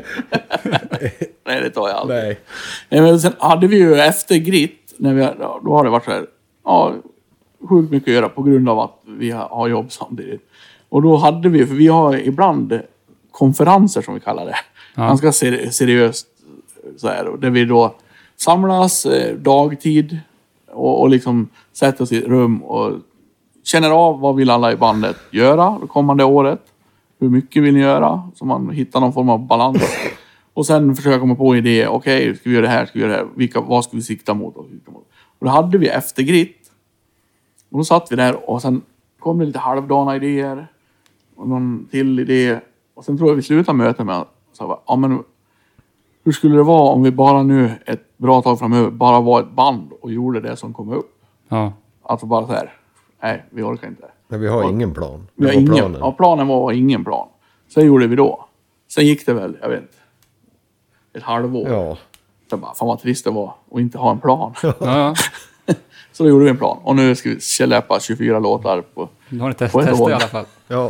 Nej, det tar jag aldrig.
Nej.
Nej, men sen hade vi ju efter Grit, när vi, då har det varit så här, ja, sjukt mycket att göra på grund av att vi har jobb samtidigt. Och då hade vi, för vi har ibland konferenser som vi kallar det.
Ja.
Ganska ser, seriöst så här, och där vi då samlas eh, dagtid och, och liksom sätter oss i ett rum och känner av vad vill alla i bandet göra det kommande året. Hur mycket vill ni göra? Så man hittar någon form av balans. Och sen försöka komma på idéer. Okej, okay, ska vi göra det här? Ska vi göra det här? Vilka, vad ska vi sikta mot? Och, sikta mot? Och då hade vi efter Grit. Och då satt vi där och sen kom det lite halvdana idéer. Och någon till idé. Och sen tror jag vi slutade mötet med att säga, ja, men hur skulle det vara om vi bara nu ett bra tag framöver bara var ett band och gjorde det som kom upp?
Ja.
Alltså bara så här. Nej, vi orkar inte.
Men vi har
och,
ingen plan.
Vi har
var
ingen,
planen.
ja, planen var ingen plan. Sen gjorde vi då. Sen gick det väl, jag vet inte, ett halvår.
Ja.
Så bara, fan vad trist det var att inte ha en plan.
Ja, ja.
Så då gjorde vi en plan. Och nu ska vi släppa tjugofyra låtar på,
Nu har ni test,
på ett
testat
år.
i alla fall.
Ja.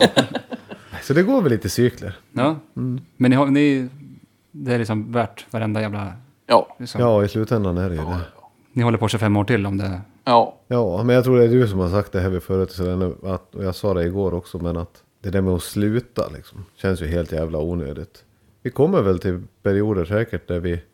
Så det går väl lite cykler.
Ja. Men ni har, ni, det är liksom värt varenda jävla...
Ja,
Liksom.
Ja, i slutändan är det ju det.
Ni håller på tjugofem år till om det...
ja.
Ja, men jag tror det är du som har sagt det här vid förut. Så det är att, och jag sa det igår också, men att det där med att sluta liksom, känns ju helt jävla onödigt. Vi kommer väl till perioder säkert där vi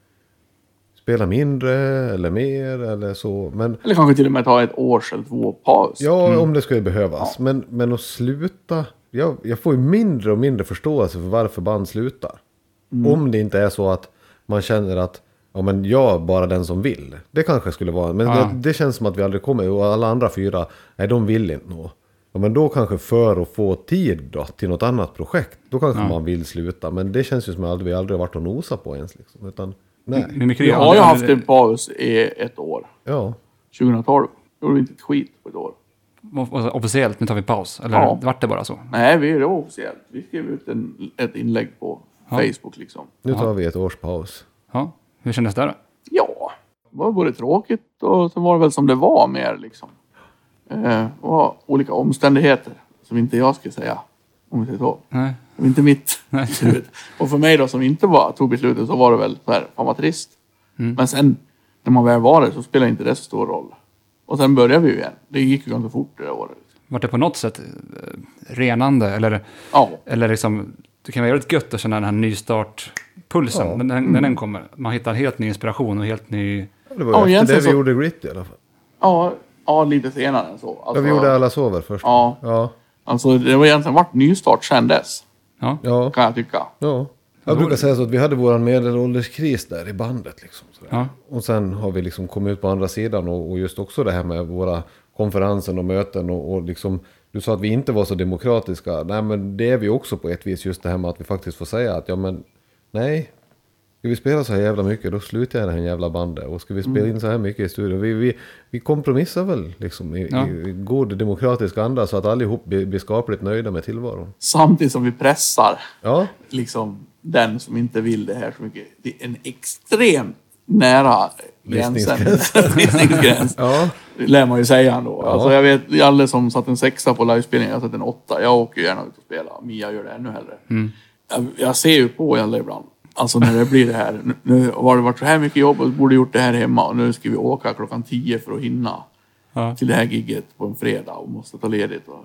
spelar mindre eller mer eller så. Men
Eller kanske till och med ta ett års eller två paus.
ja, om det skulle behövas. Men, men att sluta... Jag, jag får ju mindre och mindre förståelse för varför band slutar. Om det inte är så att man känner att ja, men jag är bara den som vill. Det kanske skulle vara. Men
Ja.
det, det känns som att vi aldrig kommer. Och alla andra fyra, nej, de vill inte nå. Ja, men då kanske för att få tid då, till något annat projekt. Då kanske
Ja.
man vill sluta. Men det känns ju som att vi aldrig har varit och nosa på ens. Liksom. Utan, nej.
Mimikry
Vi har ju haft en paus i ett år.
Ja.
tjugohundratolv. Då gjorde vi inte ett skit på ett år.
Officiellt, nu tar vi paus. Eller
Ja.
vart det bara så?
Nej, vi är det officiellt. Vi skrev ut en, ett inlägg på
Ja.
Facebook liksom.
Nu tar vi ett års paus.
Ja. Hur kändes det då?
Ja, det var både tråkigt och så var det väl som det var mer liksom. Eh, det var olika omständigheter som inte jag ska säga. Om vi säger så.
Nej.
Det var inte mitt
Nej.
beslut. Och för mig då som inte var, tog beslutet så var det väl så här, fan vad trist.
Mm.
Men sen när man väl var där så spelar inte det så stor roll. Och sen började vi ju igen. Det gick ju ganska fort det året.
Var det på något sätt eh, renande? Eller,
Ja,
eller liksom, det kan vara väldigt gött att känna den här nystartpulsen.
Ja.
När, när, när den kommer. Man hittar helt ny inspiration och helt ny...
Det var
Ja,
ju efter det
egentligen
vi
så-
gjorde Grit i alla fall.
ja, ja lite senare än så.
Ja,
Alltså,
vi gjorde Alla sover först.
Ja.
Ja.
Alltså det var egentligen varit nystart sen dess.
Ja.
Ja.
Kan jag tycka.
Ja. Jag brukar säga så att vi hade våran medelålderskris där i bandet. Liksom, sådär.
Ja.
Och sen har vi liksom kommit ut på andra sidan och, och just också det här med våra konferenser och möten. Och, och liksom, du sa att vi inte var så demokratiska. Nej, men det är vi också på ett vis. Just det här med att vi faktiskt får säga att ja, men nej. Ska vi spela så här jävla mycket, då slutar jag det här jävla bandet. Och ska vi spela in så här mycket i studion. Vi, vi, vi kompromissar väl liksom i,
Ja.
i god demokratisk anda så att allihop blir, blir skapligt nöjda med tillvaron.
Samtidigt som vi pressar
Ja,
liksom den som inte vill det här så mycket. Det är en extremt nära gränsen. Listningsgräns.
ja.
Det lär man ju säga ändå.
Ja.
Alltså jag vet, Jalle som satt en sexa på livespelningen, jag satt en åtta. Jag åker ju gärna ut och spelar. Mia gör det ännu hellre. Jag, jag ser ju på Jalle ibland. Alltså när det blir det här. Nu, nu har det varit så här mycket jobb och borde gjort det här hemma. Och nu ska vi åka klockan tio för att hinna
Ja.
till det här gigget på en fredag och måste ta ledigt. Och,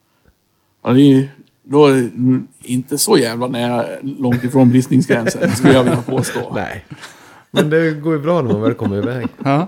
ja, det är, då är det inte så jävla nära, långt ifrån bristningsgränsen skulle jag vilja påstå.
Nej. Men det går ju bra när man väl kommer iväg.
Ja.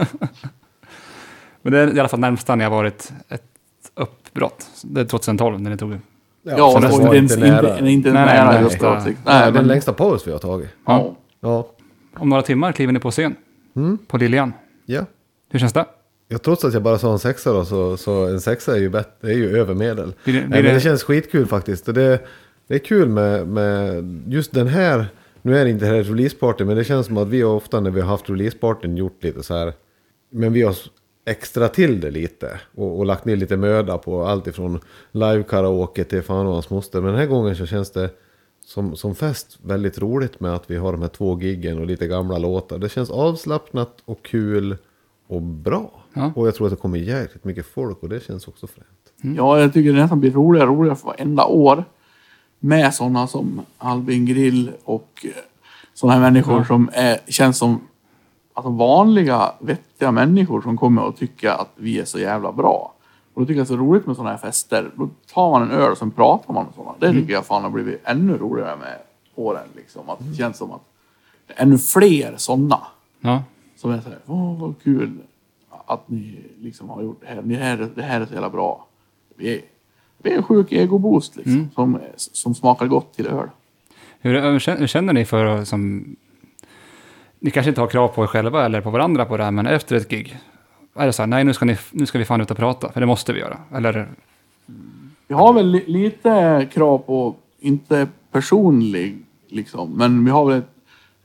Men det är i alla fall närmast när jag varit ett uppbrott. Det är tjugotolv när ni tog...
Ja,
så det
och
var
inte,
inte
inte,
nära.
inte, inte
Nej, nej,
nära
nej,
just
nej.
det.
Ja,
Nej,
den
men,
längsta paus vi har tagit.
ja.
Ja.
Om några timmar kliver ni på scen. På Lilian.
Ja.
Hur känns det?
Ja, trots att jag bara sa en sexa då, så, så en sexa är ju, bättre, är ju över medel.
Blir det- blir
Nej, men
det-
det känns skitkul faktiskt. Och det, det är kul med, med just den här... nu är det inte här ett releaseparty, men det känns som att vi har ofta när vi har haft releasepartyn gjort lite så här. Men vi har extra till det lite. Och, och lagt ner lite möda på allt ifrån live-karaoke till fan och hans moster. Men den här gången så känns det som, som fest väldigt roligt med att vi har de här två giggen och lite gamla låtar. Det känns avslappnat och kul och bra.
Ja.
Och jag tror att det kommer jäkligt mycket folk och det känns också fränt.
Mm. Ja, jag tycker det nästan blir roligare och roligare för varenda år. Med sådana som Albin Grill och sådana här människor ja. som är, känns som alltså vanliga, vettiga människor som kommer och tycker att vi är så jävla bra. Och då tycker jag det är så roligt med sådana här fester. Då tar man en öl och sen pratar man om sådana. Det tycker jag fan har blivit ännu roligare med åren. Liksom. Att det känns som att det är ännu fler sådana.
Ja.
Som är så här, åh vad kul att ni liksom har gjort det här. Det här, det här är så jävla bra. Vi är, vi är en sjuk egoboost liksom. Mm. Som, som smakar gott till öl.
Hur, hur känner ni för som... Ni kanske inte har krav på er själva eller på varandra på det här, men efter ett gig är det så här, nej nu ska, ni, nu ska vi fan ut och prata, för det måste vi göra. Eller...
Vi har väl li- lite krav på, inte personlig liksom, men vi har väl ett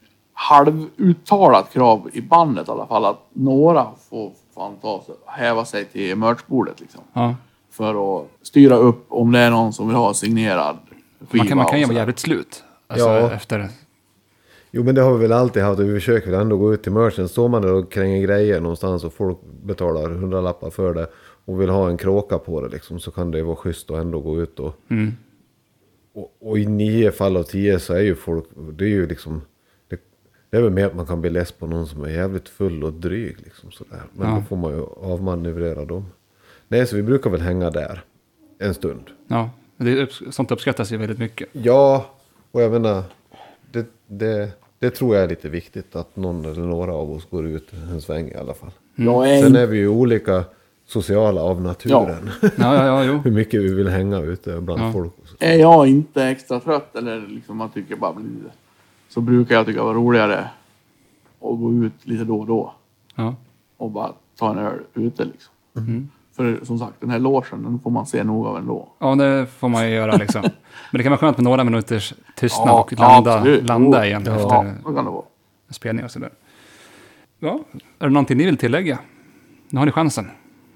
halvuttalat krav i bandet i alla fall, att några får fan ta sig, häva sig till merchbordet liksom.
Ja.
För att styra upp om det är någon som vill ha signerad skiva.
Man kan, man kan ju vara jävligt slut. Alltså
Ja.
efter...
Jo, men det har vi väl alltid haft och vi försöker väl ändå gå ut till merchen. Står man där och kränger grejer någonstans och folk betalar hundralappar för det och vill ha en kråka på det liksom, så kan det vara schysst att ändå gå ut och,
Mm.
och, och i nio fall av tio så är ju folk, det är ju liksom, det, det är väl mer att man kan bli less på någon som är jävligt full och dryg liksom sådär. Men
Ja.
då får man ju avmanövrera dem. Nej, så vi brukar väl hänga där en stund.
Ja, det, upp, sånt uppskattas ju väldigt mycket.
Ja, och jag menar, det, det, det tror jag är lite viktigt att någon eller några av oss går ut en sväng i alla fall.
Jag är
Sen är vi ju olika sociala av naturen.
Ja, ja, ja, jo.
Hur mycket vi vill hänga ute bland
Ja.
folk. Och så.
Är jag inte extra trött eller liksom man tycker bara blir det, så brukar jag tycka det var roligare att gå ut lite då och då
Ja.
och bara ta en öl ute liksom.
Mm.
För som sagt, den här logen, den får man se nog av ändå.
Ja, det får man ju göra liksom. Men det kan vara skönt med några minuters tystnad
Ja,
och
ja,
landa,
absolut.
landa
Jo.
igen
Ja,
efter
så kan det vara.
spelning och sådär. Ja, är det någonting ni vill tillägga? Nu har ni chansen.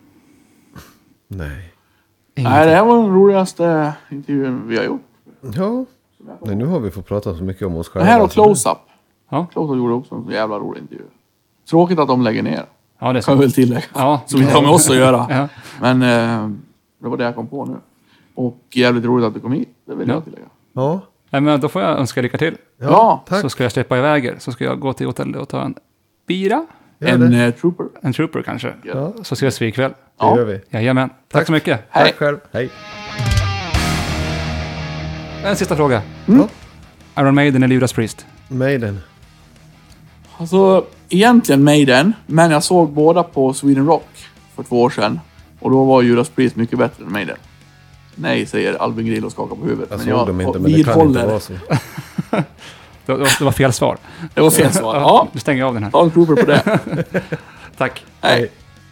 Nej.
Nej, det här var den roligaste intervjun vi har gjort.
Ja. Nej, nu har vi fått prata så mycket om oss
Det
själva.
här och Close-Up.
Ja,
Close-Up gjorde också en så jävla rolig intervju. Tråkigt att de lägger ner.
ja det är
Kan jag
så.
väl tillägga.
Ja,
Som inte har med oss att göra.
Ja.
Men eh, det var det jag kom på nu. Och jävligt roligt att du kom hit. Det vill
Ja.
jag tillägga.
Ja.
Nej, men då får jag önska lycka till.
Ja,
Ja,
tack.
Så ska jag släppa iväg er. Så ska jag gå till hotellet och ta en bira.
Gör
En
det.
eh, trooper.
En trooper kanske.
Ja,
Så ses vi ikväll.
det
Ja.
gör vi.
Jajamän. Tack så mycket.
Hej.
Tack själv. Hej.
En sista fråga.
Ja.
Iron Maiden eller Judas Priest?
Maiden.
Alltså, egentligen Maiden. Men jag såg båda på Sweden Rock för två år sedan. Och då var Judas Priest mycket bättre än Maiden. Nej, säger Albin Grill och skakar på huvudet.
Jag
men
såg
jag
dem inte, men det kan inte
vidhåller.
vara så.
Det var, det var fel svar.
Det var fel svar. Ja,
Nu stänger jag av den här.
ta en trooper på det.
Tack.
Hej.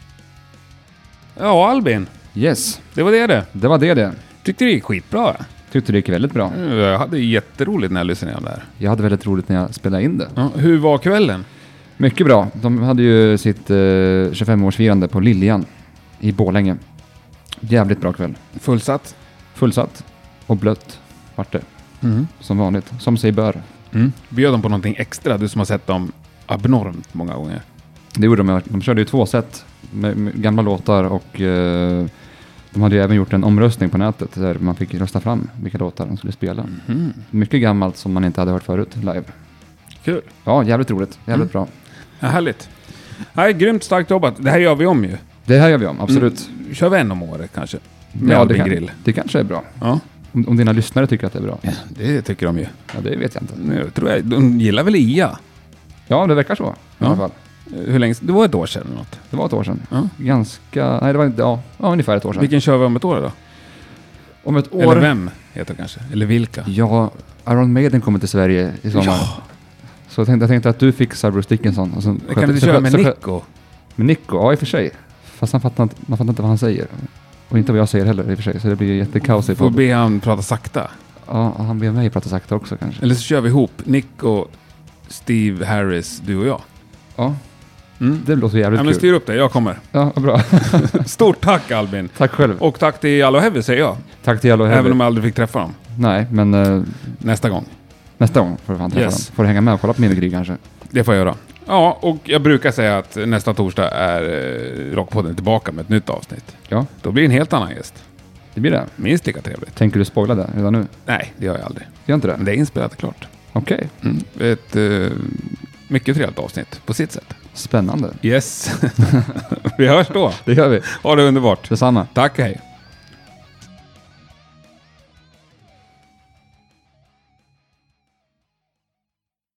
Ja, Albin.
Yes,
Det var det det.
det var det det.
Tyckte det gick skitbra.
Tyckte det gick väldigt bra.
Jag hade jätteroligt när jag lyssnade på det här.
Jag hade väldigt roligt när jag spelade in det.
Ja, hur var kvällen?
Mycket bra. De hade ju sitt eh, tjugofem-årsfirande på Liljan i Borlänge. Jävligt bra kväll.
Fullsatt?
Fullsatt och blött vart det.
Mm.
Som vanligt. Som sig bör.
Mm. Bjöd de på någonting extra? Du som har sett dem abnormt många gånger.
Det gjorde de. De körde ju två set med, med gamla låtar och eh, de hade ju även gjort en omröstning på nätet där man fick rösta fram vilka låtar de skulle spela.
Mm.
Mycket gammalt som man inte hade hört förut live.
Kul.
Ja, jävligt roligt. Jävligt bra.
Ja, härligt. Nej, grymt starkt jobbat. Det här gör vi om ju.
Det här gör vi om, absolut.
Mm. Kör vi en om året kanske? Med
Ja, det,
Albin
kan,
Grill.
det kanske är bra.
Ja.
Om, om dina lyssnare tycker att det är bra.
Ja, det tycker de ju.
Ja, det vet jag inte.
Nu tror jag. De gillar väl I A?
Ja, det verkar så. I
Ja.
alla fall.
Hur länge? Det var ett år sedan eller något.
Det var ett år sedan.
Ja.
Ganska... Nej, det var inte... Ja, ja ungefär ett år sedan.
Vilken kör vi om ett år då?
Om ett år...
Eller vem heter det kanske? Eller vilka?
Ja, Iron Maiden kommer till Sverige i sommar.
Ja.
Så jag tänkte, jag tänkte att du fixar Bruce Dickinson. Och sen
Jag kan inte köra med Nico.
Med Nico, ja i och för sig. Fast han fattar inte, man fattar inte vad han säger. Och inte vad jag säger heller i och för sig. Så det blir jättekaos i
Får
podden.
be han prata sakta.
Ja, han ber mig prata sakta också kanske.
Eller så kör vi ihop Nick och Steve Harris, du och jag.
Ja,
Mm.
det låter jävligt
Ja, men
kul.
styr upp det, jag kommer.
Ja, vad bra.
Stort tack Albin.
Tack själv.
Och tack till Yellow Heavy säger jag.
Tack till Yellow
Även
Heavy.
om jag aldrig fick träffa dem.
Nej, men uh,
Nästa gång.
nästa gång får du fan träffa
Yes.
dem. Får du hänga med och kolla på Mimikry kanske.
Det får jag göra. Ja, och jag brukar säga att nästa torsdag är eh, Rockpodden tillbaka med ett nytt avsnitt.
Ja,
Då blir det en helt annan gäst.
det blir det.
Minst lika trevligt.
Tänker du spoila det redan nu?
Nej, det gör jag aldrig.
Gör inte det?
Men det är inspelat och klart.
Okej.
Mm. Ett eh, mycket trevligt avsnitt på sitt sätt.
Spännande.
Yes. Vi hörs då.
Det gör vi.
Ha det underbart.
Detsamma.
Tack, hej.